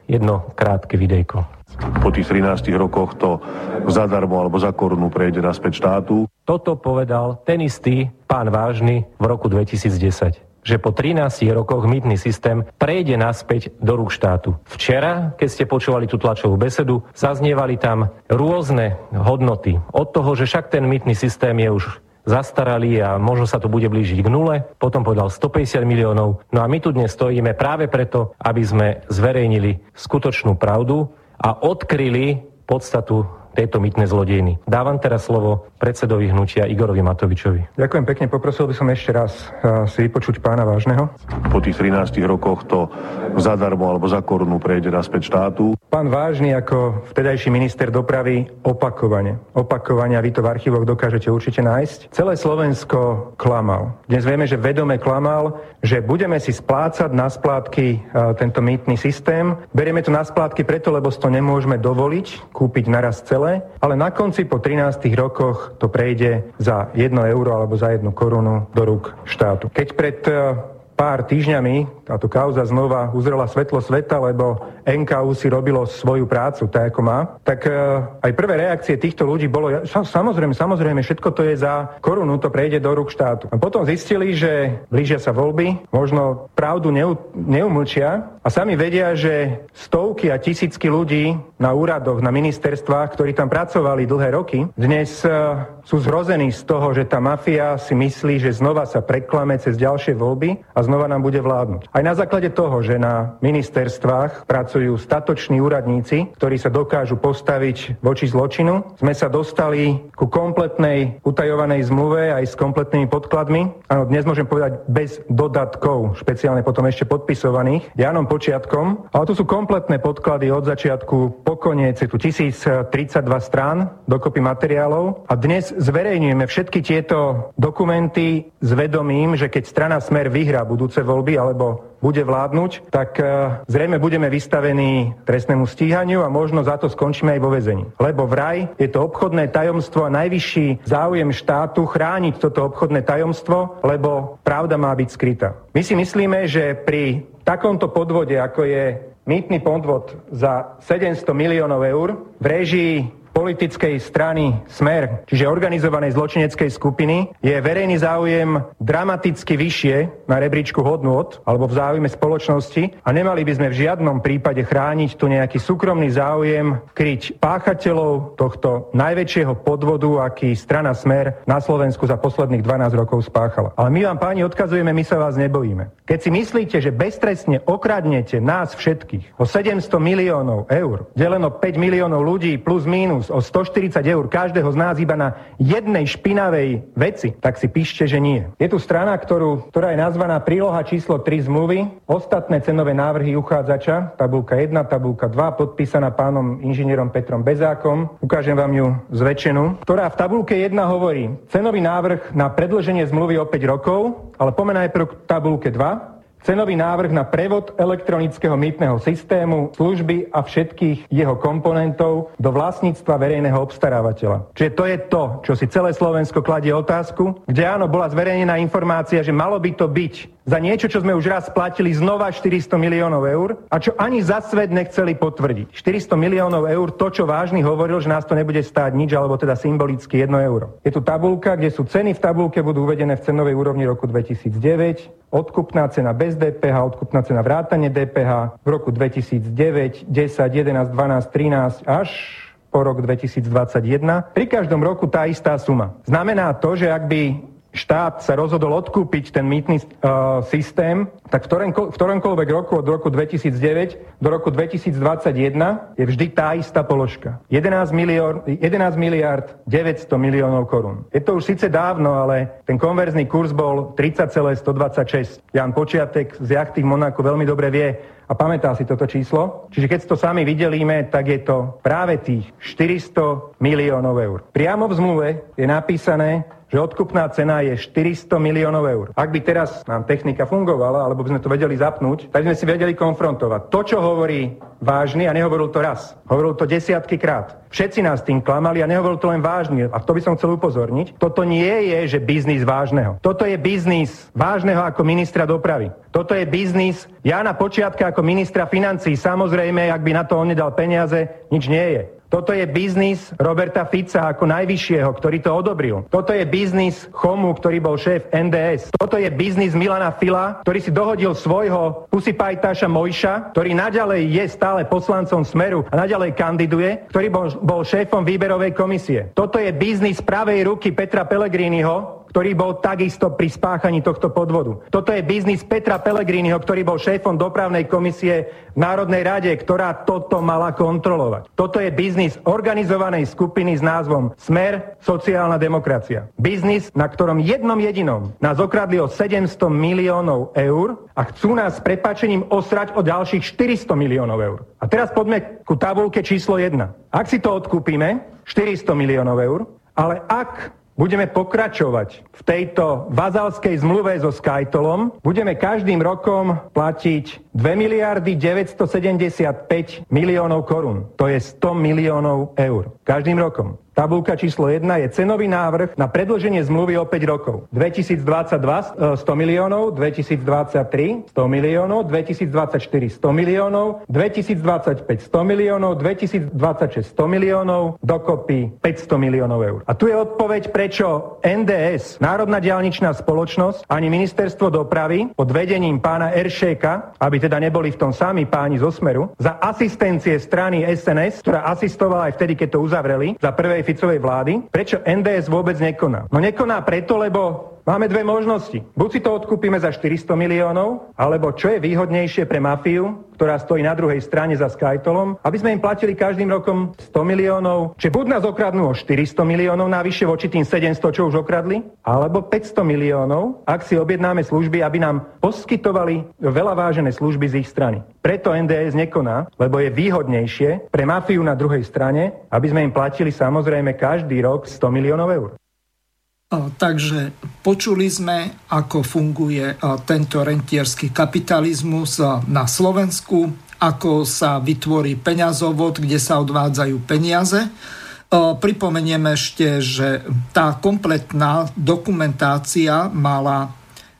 jedno krátke videjko. Po tých 13 rokoch to zadarmo alebo za korunu prejde naspäť štátu. Toto povedal ten istý pán Vážny v roku 2010. Že po 13 rokoch mýtny systém prejde naspäť do rúk štátu. Včera, keď ste počúvali tú tlačovú besedu, zaznievali tam rôzne hodnoty. Od toho, že však ten mýtny systém je už zastaralý a možno sa to bude blížiť k nule, potom povedal 150 miliónov. No a my tu dnes stojíme práve preto, aby sme zverejnili skutočnú pravdu a odkryli podstatu tejto mýtnej zlodejiny. Dávam teraz slovo predsedovi hnutia Igorovi Matovičovi. Ďakujem pekne, poprosil by som ešte raz si vypočuť pána Vážneho. Po tých 13 rokoch to zadarmo alebo za korunu prejde naspäť štátu. Pán Vážny ako vtedajší minister dopravy opakovane, a vy to v archívoch dokážete určite nájsť, celé Slovensko klamal. Dnes vieme, že vedome klamal, že budeme si splácať na splátky tento mýtny systém. Berieme to na splátky preto, lebo si to nemôžeme dovoliť kúpiť naraz celé, ale na konci po 13 rokoch to prejde za 1 euro alebo za 1 korunu do rúk štátu. Keď pred pár týždňami táto kauza znova uzrela svetlo sveta, lebo NKÚ si robilo svoju prácu tak, ako má, tak aj prvé reakcie týchto ľudí bolo, samozrejme, všetko to je za korunu, to prejde do rúk štátu. A potom zistili, že blížia sa voľby, možno pravdu neumlčia a sami vedia, že stovky a tisícky ľudí na úradoch, na ministerstvách, ktorí tam pracovali dlhé roky, dnes sú zhrození z toho, že tá mafia si myslí, že znova sa preklame cez ďalšie voľby a znova nám bude vládnuť. Aj na základe toho, že na ministerstvách pracujú statoční úradníci, ktorí sa dokážu postaviť voči zločinu, sme sa dostali ku kompletnej utajovanej zmluve aj s kompletnými podkladmi. Áno, dnes môžem povedať bez dodatkov, špeciálne potom ešte podpisovaných Jánom Počiatkom, ale tu sú kompletné podklady od začiatku po koniec, je tu 1032 strán dokopy materiálov a dnes zverejňujeme všetky tieto dokumenty s vedomím, že keď strana Smer vyhrá budúce voľby alebo bude vládnuť, tak zrejme budeme vystavení trestnému stíhaniu a možno za to skončíme aj vo väzení. Lebo vraj je to obchodné tajomstvo a najvyšší záujem štátu chrániť toto obchodné tajomstvo, lebo pravda má byť skrytá. My si myslíme, že pri takomto podvode, ako je mýtny podvod za 700 miliónov eur v réžii politickej strany Smer, čiže organizovanej zločineckej skupiny, je verejný záujem dramaticky vyššie na rebríčku hodnôt alebo v záujme spoločnosti a nemali by sme v žiadnom prípade chrániť tu nejaký súkromný záujem, kryť páchateľov tohto najväčšieho podvodu, aký strana Smer na Slovensku za posledných 12 rokov spáchala. Ale my vám, páni, odkazujeme, my sa vás nebojíme. Keď si myslíte, že beztrestne okradnete nás všetkých o 700 miliónov eur, deleno 5 miliónov ľudí plus mínus o 140 eur každého z nás iba na jednej špinavej veci, tak si píšte, že nie. Je tu strana, ktorá je nazvaná príloha číslo 3 zmluvy, ostatné cenové návrhy uchádzača, tabuľka 1, tabuľka 2, podpísaná pánom inžinierom Petrom Bezákom. Ukážem vám ju zväčšenú, ktorá v tabuľke 1 hovorí cenový návrh na predĺženie zmluvy o 5 rokov, ale pomeň najprv k tabuľke 2. Cenový návrh na prevod elektronického mýtneho systému, služby a všetkých jeho komponentov do vlastníctva verejného obstarávateľa. Čiže to je to, čo si celé Slovensko kladie otázku, kde áno, bola zverejnená informácia, že malo by to byť za niečo, čo sme už raz platili znova 400 miliónov eur a čo ani za svet nechceli potvrdiť. 400 miliónov eur, to, čo Vážny hovoril, že nás to nebude stáť nič, alebo teda symbolicky 1 euro. Je tu tabuľka, kde sú ceny v tabuľke, budú uvedené v cenovej úrovni roku 2009, odkupná cena bez DPH, odkupná cena vrátane DPH v roku 2009, 10, 11, 12, 13 až po rok 2021. Pri každom roku tá istá suma. Znamená to, že ak by štát sa rozhodol odkúpiť ten mýtny systém, tak v ktoromkoľvek roku od roku 2009 do roku 2021 je vždy tá istá položka. 11 miliard 900 miliónov korún. Je to už síce dávno, ale ten konverzný kurz bol 30,126. Jan Počiatek z jachty v Monaku veľmi dobre vie a pamätá si toto číslo. Čiže keď to sami vydelíme, tak je to práve tých 400 miliónov eur. Priamo v zmluve je napísané, že odkupná cena je 400 miliónov eur. Ak by teraz nám technika fungovala, alebo by sme to vedeli zapnúť, tak sme si vedeli konfrontovať. To, čo hovorí Vážny, a nehovoril to raz, hovoril to desiatky krát. Všetci nás tým klamali a nehovoril to len Vážny. A to by som chcel upozorniť. Toto nie je, že biznis Vážneho. Toto je biznis Vážneho ako ministra dopravy. Toto je biznis Jána Počiatka ako ministra financií. Samozrejme, ak by na to on nedal peniaze, nič nie je. Toto je biznis Roberta Fica ako najvyššieho, ktorý to odobril. Toto je biznis Chomu, ktorý bol šéf NDS. Toto je biznis Milana Fila, ktorý si dohodil svojho pusipajtáša Mojša, ktorý naďalej je stále poslancom Smeru a naďalej kandiduje, ktorý bol šéfom výberovej komisie. Toto je biznis pravej ruky Petra Pellegriniho, ktorý bol takisto pri spáchaní tohto podvodu. Toto je biznis Petra Pellegriniho, ktorý bol šéfom dopravnej komisie v Národnej rade, ktorá toto mala kontrolovať. Toto je biznis organizovanej skupiny s názvom Smer, sociálna demokracia. Biznis, na ktorom jednom jedinom nás okradli o 700 miliónov eur a chcú nás s prepáčením osrať o ďalších 400 miliónov eur. A teraz poďme ku tabuľke číslo 1. Ak si to odkúpime, 400 miliónov eur, ale ak budeme pokračovať v tejto vazalskej zmluve so Skytolom, budeme každým rokom platiť 2 miliardy 975 miliónov korún. To je 100 miliónov eur. Každým rokom. Tabulka číslo 1 je cenový návrh na predĺženie zmluvy o 5 rokov. 2022 100 miliónov, 2023 100 miliónov, 2024 100 miliónov, 2025 100 miliónov, 2026 100 miliónov, dokopy 500 miliónov eur. A tu je odpoveď, prečo NDS, Národná diaľničná spoločnosť, ani ministerstvo dopravy pod vedením pána Eršéka, aby teda neboli v tom sami páni zo Smeru, za asistencie strany SNS, ktorá asistovala aj vtedy, keď to uzavreli, za prvej Ficovej vlády, prečo NDS vôbec nekoná? No nekoná preto, lebo máme dve možnosti. Buď si to odkúpime za 400 miliónov, alebo čo je výhodnejšie pre mafiu, ktorá stojí na druhej strane za Skytolom, aby sme im platili každým rokom 100 miliónov. Čiže buď nás okradnú o 400 miliónov navyše voči tým 700, čo už okradli, alebo 500 miliónov, ak si objednáme služby, aby nám poskytovali veľa vážené služby z ich strany. Preto NDS nekoná, lebo je výhodnejšie pre mafiu na druhej strane, aby sme im platili samozrejme každý rok 100 miliónov eur. Takže počuli sme, ako funguje tento rentierský kapitalizmus na Slovensku, ako sa vytvorí peňazovod, kde sa odvádzajú peniaze. Pripomeniem ešte, že tá kompletná dokumentácia mala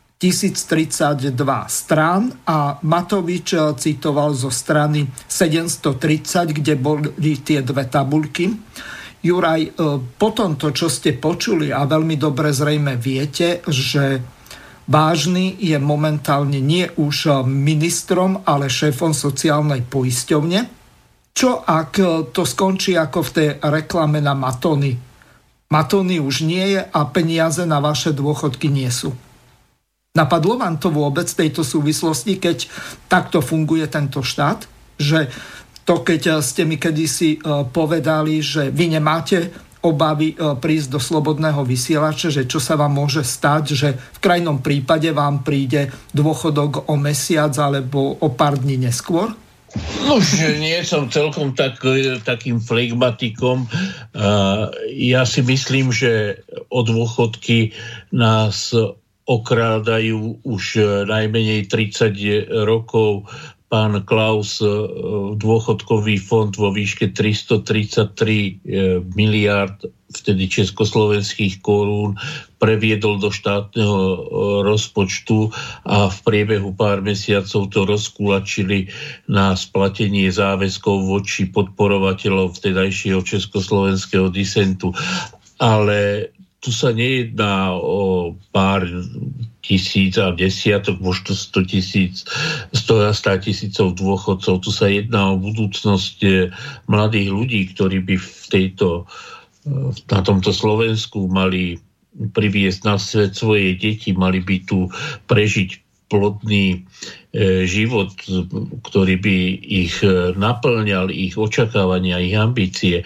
1032 strán a Matovič citoval zo strany 730, kde boli tie dve tabuľky. Juraj, po tomto, čo ste počuli a veľmi dobre zrejme viete, že Vážny je momentálne nie už ministrom, ale šéfom sociálnej poisťovne. Čo ak to skončí ako v tej reklame na Matony? Matony už nie je a peniaze na vaše dôchodky nie sú. Napadlo vám to vôbec v tejto súvislosti, keď takto funguje tento štát? Že to, keď ste mi kedysi povedali, že vy nemáte obavy prísť do slobodného vysielača, že čo sa vám môže stať, že v krajnom prípade vám príde dôchodok o mesiac alebo o pár dní neskôr? Už nie som celkom takým flegmatikom. Ja si myslím, že o dôchodky nás okrádajú už najmenej 30 rokov. Pán Klaus dôchodkový fond vo výške 333 miliárd vtedy československých korún previedol do štátneho rozpočtu a v priebehu pár mesiacov to rozkulačili na splatenie záväzkov voči podporovateľov vtedajšieho československého disentu. Ale tu sa nejedná o pár tisíc a desiatok, možno 100 a 100 tisícov dôchodcov. Tu sa jedná o budúcnosť mladých ľudí, ktorí by na tomto Slovensku mali priviesť na svet svoje deti, mali by tu prežiť plodný život, ktorý by ich naplňal, ich očakávania, ich ambície.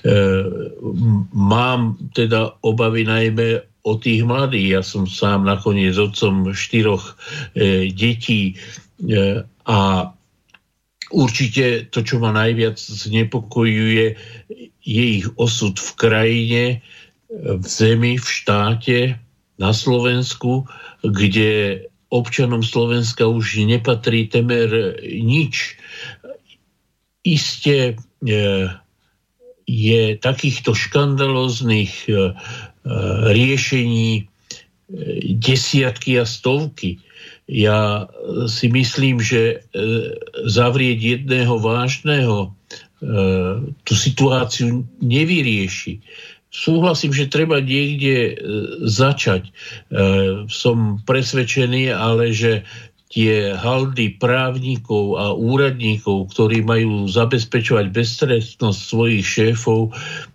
Mám teda obavy najmä o tých mladých. Ja som sám nakoniec otcom 4 detí a určite to, čo ma najviac znepokojuje, je ich osud v krajine, v zemi, v štáte, na Slovensku, kde občanom Slovenska už nepatrí temer nič. Isté je takýchto škandalóznych riešení desiatky a stovky. Ja si myslím, že zavrieť jedného vážneho tú situáciu nevyrieši. Súhlasím, že treba niekde začať. Som presvedčený, ale že tie haldy právnikov a úradníkov, ktorí majú zabezpečovať beztrestnosť svojich šéfov,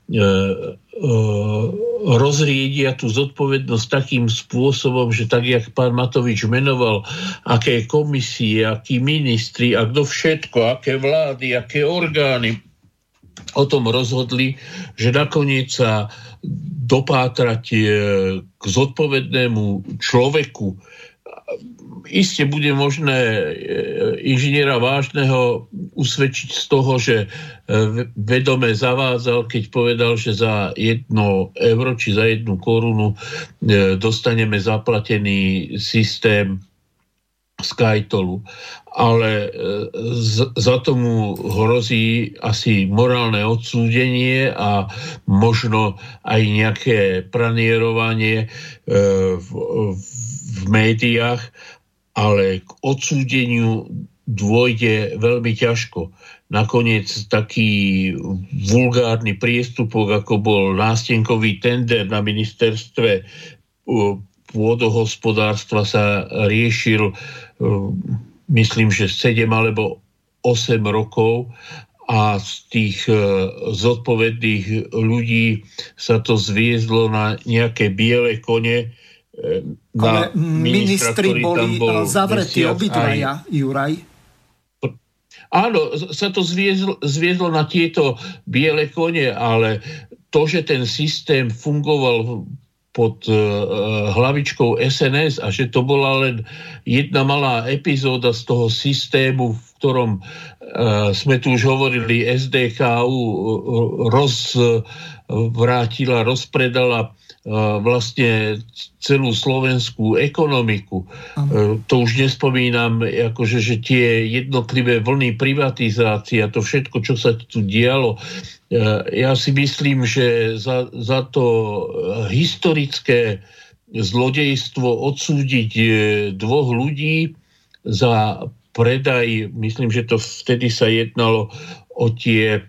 rozriedia tú zodpovednosť takým spôsobom, že tak, jak pán Matovič menoval, aké komisie, akí ministri a kto všetko, aké vlády, aké orgány o tom rozhodli, že nakoniec sa dopátrať k zodpovednému človeku. Iste bude možné inžiniera Vážneho usvedčiť z toho, že vedome zavádzal, keď povedal, že za 1 euro či za 1 korunu dostaneme zaplatený systém Skytolu. Ale za tomu hrozí asi morálne odsúdenie a možno aj nejaké pranierovanie v médiách, ale k odsúdeniu dôjde veľmi ťažko. Nakoniec taký vulgárny priestupok, ako bol nástenkový tender na ministerstve pôdohospodárstva, sa riešil myslím, že 7 alebo 8 rokov a z tých zodpovedných ľudí sa to zviezlo na nejaké biele kone. Ale ministri boli zavretí obidvaja, Juraj. Áno, sa to zviezlo na tieto biele kone, ale to, že ten systém fungoval pod hlavičkou SNS a že to bola len jedna malá epizóda z toho systému, v ktorom sme tu už hovorili, SDKU rozvrátila, rozpredala vlastne celú slovenskú ekonomiku. To už nespomínam, akože, že tie jednotlivé vlny privatizácie a to všetko, čo sa tu dialo. Ja si myslím, že za to historické zlodejstvo odsúdiť 2 ľudí za predaj, myslím, že to vtedy sa jednalo o tie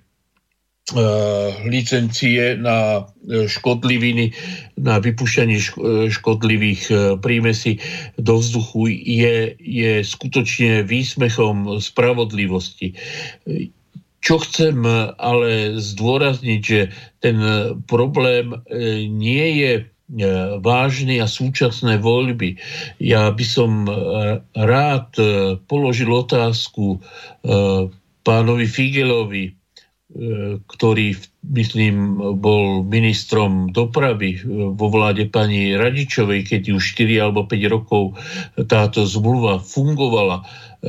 licencie na škodliviny, na vypúšťanie škodlivých prímesí do vzduchu je skutočne výsmechom spravodlivosti. Čo chcem ale zdôrazniť, že ten problém nie je vážny a súčasné voľby. Ja by som rád položil otázku pánovi Figeľovi, ktorý, myslím, bol ministrom dopravy vo vláde pani Radičovej, keď už 4 alebo 5 rokov táto zmluva fungovala.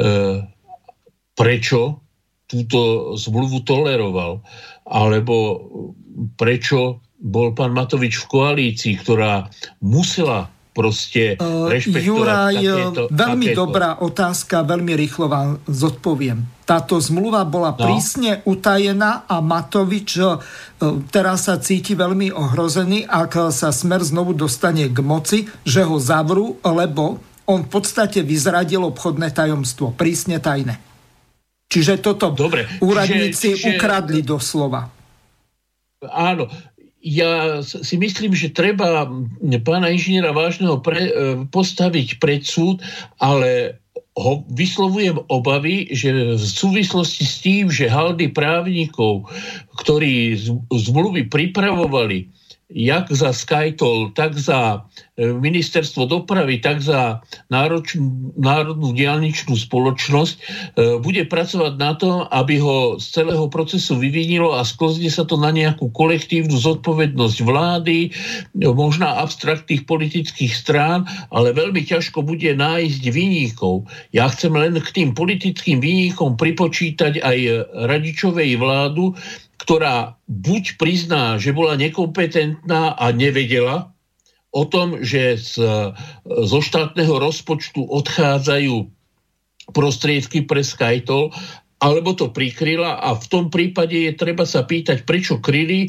Prečo túto zmluvu toleroval? Alebo prečo bol pán Matovič v koalícii, ktorá musela proste rešpektovať Juraj, veľmi dobrá otázka, veľmi rýchlo vám zodpoviem. Táto zmluva bola prísne utajená a Matovič teraz sa cíti veľmi ohrozený, ak sa Smer znovu dostane k moci, že ho zavrú, lebo on v podstate vyzradil obchodné tajomstvo, prísne tajné. Čiže toto úradníci ukradli doslova. Áno. Ja si myslím, že treba pána inžiniera Vážneho postaviť pred súd, ale ho vyslovujem obavy, že v súvislosti s tým, že haldy právnikov, ktorí zmluvy pripravovali, jak za Skytol, tak za ministerstvo dopravy, tak za národnú diaľničnú spoločnosť, bude pracovať na to, aby ho z celého procesu vyvinilo a sklzne sa to na nejakú kolektívnu zodpovednosť vlády, možná abstraktných politických strán, ale veľmi ťažko bude nájsť viníkov. Ja chcem len k tým politickým viníkom pripočítať aj Radičovej vládu, ktorá buď prizná, že bola nekompetentná a nevedela o tom, že zo štátneho rozpočtu odchádzajú prostriedky pre SkyToll, alebo to prikryla, a v tom prípade je treba sa pýtať, prečo kryli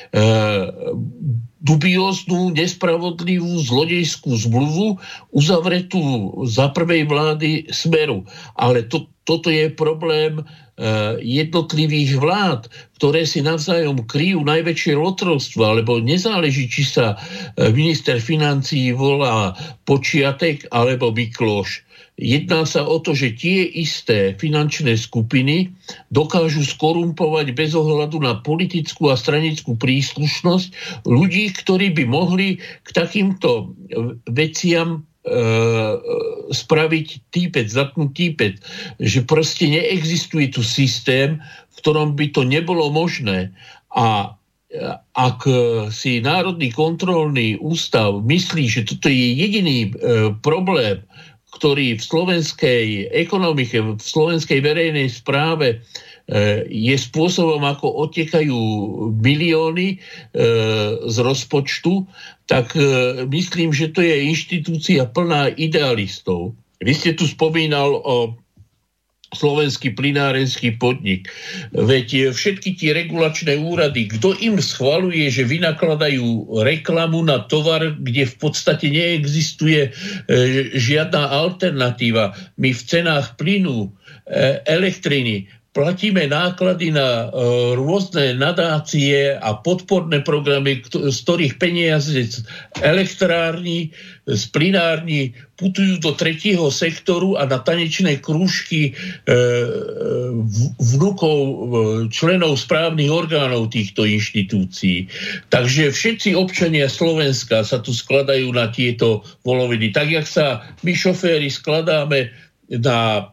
dubióznu, nespravodlivú, zlodejskú zmluvu uzavretú za prvej vlády Smeru. Ale toto je problém jednotlivých vlád, ktoré si navzájom kryjú najväčšie lotrovstva, lebo nezáleží, či sa minister financií volá Počiatek alebo Mikloš. Jedná sa o to, že tie isté finančné skupiny dokážu skorumpovať bez ohľadu na politickú a stranickú príslušnosť ľudí, ktorí by mohli k takýmto veciam spraviť zatknúť týpec. Že proste neexistuje tu systém, v ktorom by to nebolo možné. A ak si Národný kontrolný ústav myslí, že toto je jediný problém, ktorý v slovenskej ekonomike, v slovenskej verejnej správe je spôsobom, ako odtekajú milióny z rozpočtu, tak myslím, že to je inštitúcia plná idealistov. Vy ste tu spomínal o Slovenský plynárenský podnik. Veď všetky tie regulačné úrady, kto im schvaľuje, že vynakladajú reklamu na tovar, kde v podstate neexistuje žiadna alternatíva. My v cenách plynu, elektriny platíme náklady na rôzne nadácie a podporné programy, z ktorých peniaze z elektrární, z plynární putujú do tretieho sektoru a na tanečné krúžky vnukov členov správnych orgánov týchto inštitúcií. Takže všetci občania Slovenska sa tu skladajú na tieto voloviny. Tak, jak sa my šoféri skladáme na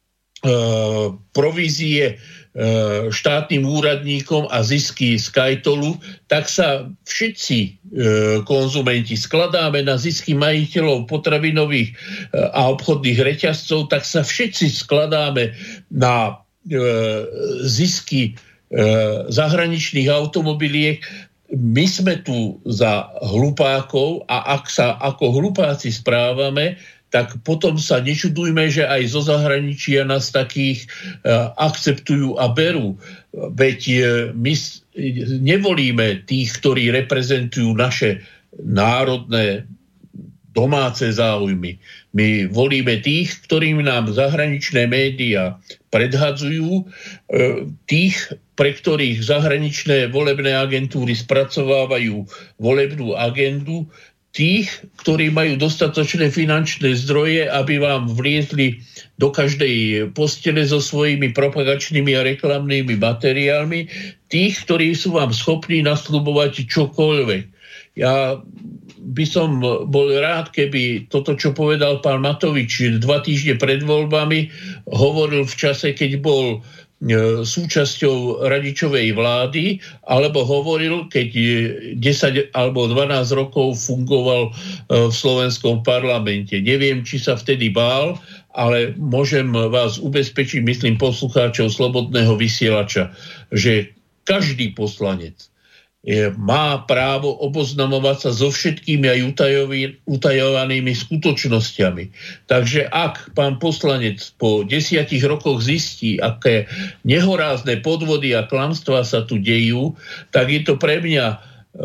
provízie štátnym úradníkom a zisky SkyTollu, tak sa všetci konzumenti skladáme na zisky majiteľov potravinových a obchodných reťazcov, tak sa všetci skladáme na zisky zahraničných automobiliek. My sme tu za hlupákov a ak sa ako hlupáci správame, tak potom sa nečudujme, že aj zo zahraničia nás takých akceptujú a berú. Veď my nevolíme tých, ktorí reprezentujú naše národné domáce záujmy. My volíme tých, ktorým nám zahraničné médiá predhadzujú, tých, pre ktorých zahraničné volebné agentúry spracovávajú volebnú agendu, tých, ktorí majú dostatočné finančné zdroje, aby vám vliezli do každej postele so svojimi propagačnými a reklamnými materiálmi, tých, ktorí sú vám schopní nasľubovať čokoľvek. Ja by som bol rád, keby toto, čo povedal pán Matovič 2 týždne pred voľbami, hovoril v čase, keď bol súčasťou Radičovej vlády, alebo hovoril, keď 10 alebo 12 rokov fungoval v slovenskom parlamente. Neviem, či sa vtedy bál, ale môžem vás ubezpečiť, myslím poslucháčov Slobodného vysielača, že každý poslanec má právo oboznamovať sa so všetkými aj utajovanými skutočnosťami. Takže ak pán poslanec po 10 rokoch zistí, aké nehorázne podvody a klamstvá sa tu dejú, tak je to pre mňa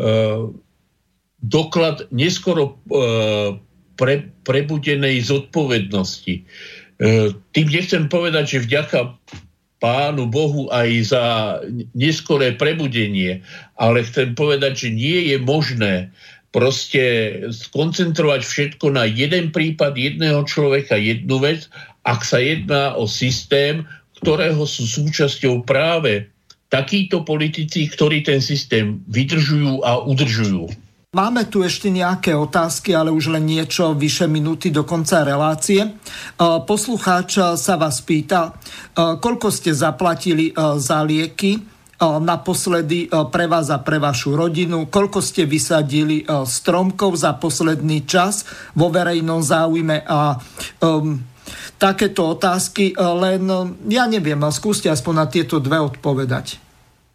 doklad neskoro prebudenej zodpovednosti. Tým nechcem povedať, že vďaka Pánu Bohu aj za neskoré prebudenie, ale chcem povedať, že nie je možné proste skoncentrovať všetko na jeden prípad jedného človeka, jednu vec, ak sa jedná o systém, ktorého sú súčasťou práve takíto politici, ktorí ten systém vydržujú a udržujú. Máme tu ešte nejaké otázky, ale už len niečo vyše minúty do konca relácie. Poslucháč sa vás pýta, koľko ste zaplatili za lieky naposledy pre vás a pre vašu rodinu, koľko ste vysadili stromkov za posledný čas vo verejnom záujme a takéto otázky, len ja neviem, skúste aspoň na tieto dve odpovedať.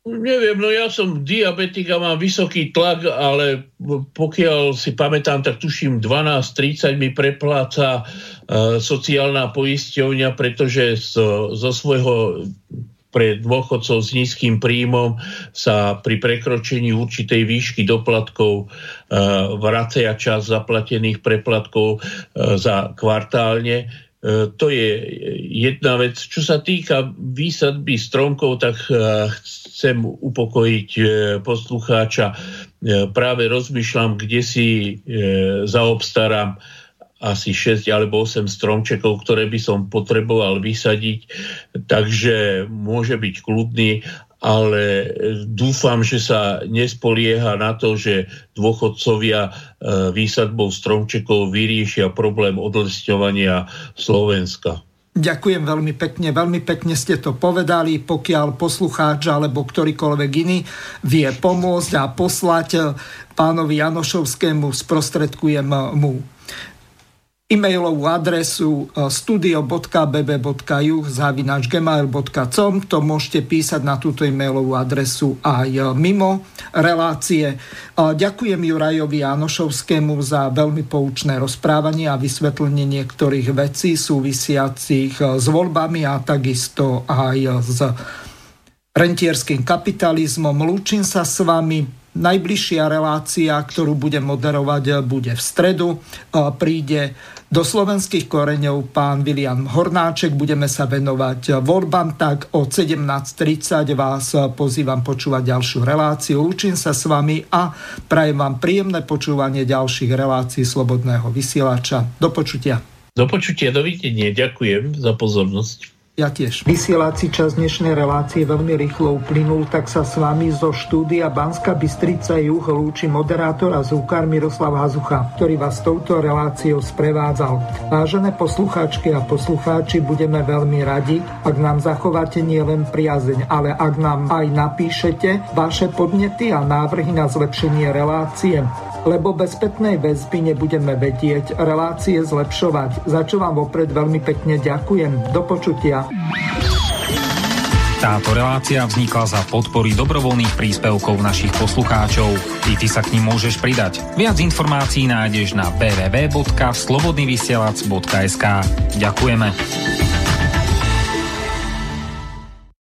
Neviem, no ja som diabetik a mám vysoký tlak, ale pokiaľ si pamätám, tak tuším 12:30 mi prepláca sociálna poisťovňa, pretože zo svojho pre dôchodcov s nízkym príjmom sa pri prekročení určitej výšky doplatkov vracia časť zaplatených preplatkov za kvartálne. To je jedna vec. Čo sa týka výsadby stromkov, tak chcem upokojiť poslucháča. Práve rozmýšľam, kde si zaobstarám asi 6 alebo 8 stromčekov, ktoré by som potreboval vysadiť. Takže môže byť kľudný, ale dúfam, že sa nespolieha na to, že dôchodcovia výsadbou stromčekov vyriešia problém odlesňovania Slovenska. Ďakujem veľmi pekne ste to povedali. Pokiaľ poslucháč alebo ktorýkoľvek iný vie pomôcť a poslať pánovi Janošovskému, sprostredkujem mu e-mailovú adresu studio.bb.juh@gmail.com. To môžete písať na túto e-mailovú adresu aj mimo relácie. Ďakujem Jurajovi Janošovskému za veľmi poučné rozprávanie a vysvetlenie niektorých vecí súvisiacich s voľbami a takisto aj s rentierským kapitalizmom. Lúčim sa s vami. Najbližšia relácia, ktorú budem moderovať, bude v stredu. Príde do Slovenských koreňov pán Viliam Hornáček. Budeme sa venovať voľbám, tak od 17:30 vás pozývam počúvať ďalšiu reláciu. Lúčim sa s vami a prajem vám príjemné počúvanie ďalších relácií Slobodného vysielača. Do počutia. Do počutia, dovidenia. Ďakujem za pozornosť. Ja tiež. Vysielací čas dnešnej relácie veľmi rýchlo uplynul, tak sa s vami zo štúdia Banská Bystrica Juh lúči moderátor a zvukár Miroslav Hazucha, ktorý vás touto reláciou sprevádzal. Vážené poslucháčky a poslucháči, budeme veľmi radi, ak nám zachováte nielen priazeň, ale ak nám aj napíšete vaše podnety a návrhy na zlepšenie relácie, lebo bez spätnej väzby nebudeme vedieť relácie zlepšovať, za čo vám vopred veľmi pekne ďakujem. Do počutia. Táto relácia vznikla za podpory dobrovoľných príspevkov našich poslucháčov. I ty sa k nim môžeš pridať. Viac informácií nájdeš na www.slobodnyvysielac.sk. Ďakujeme.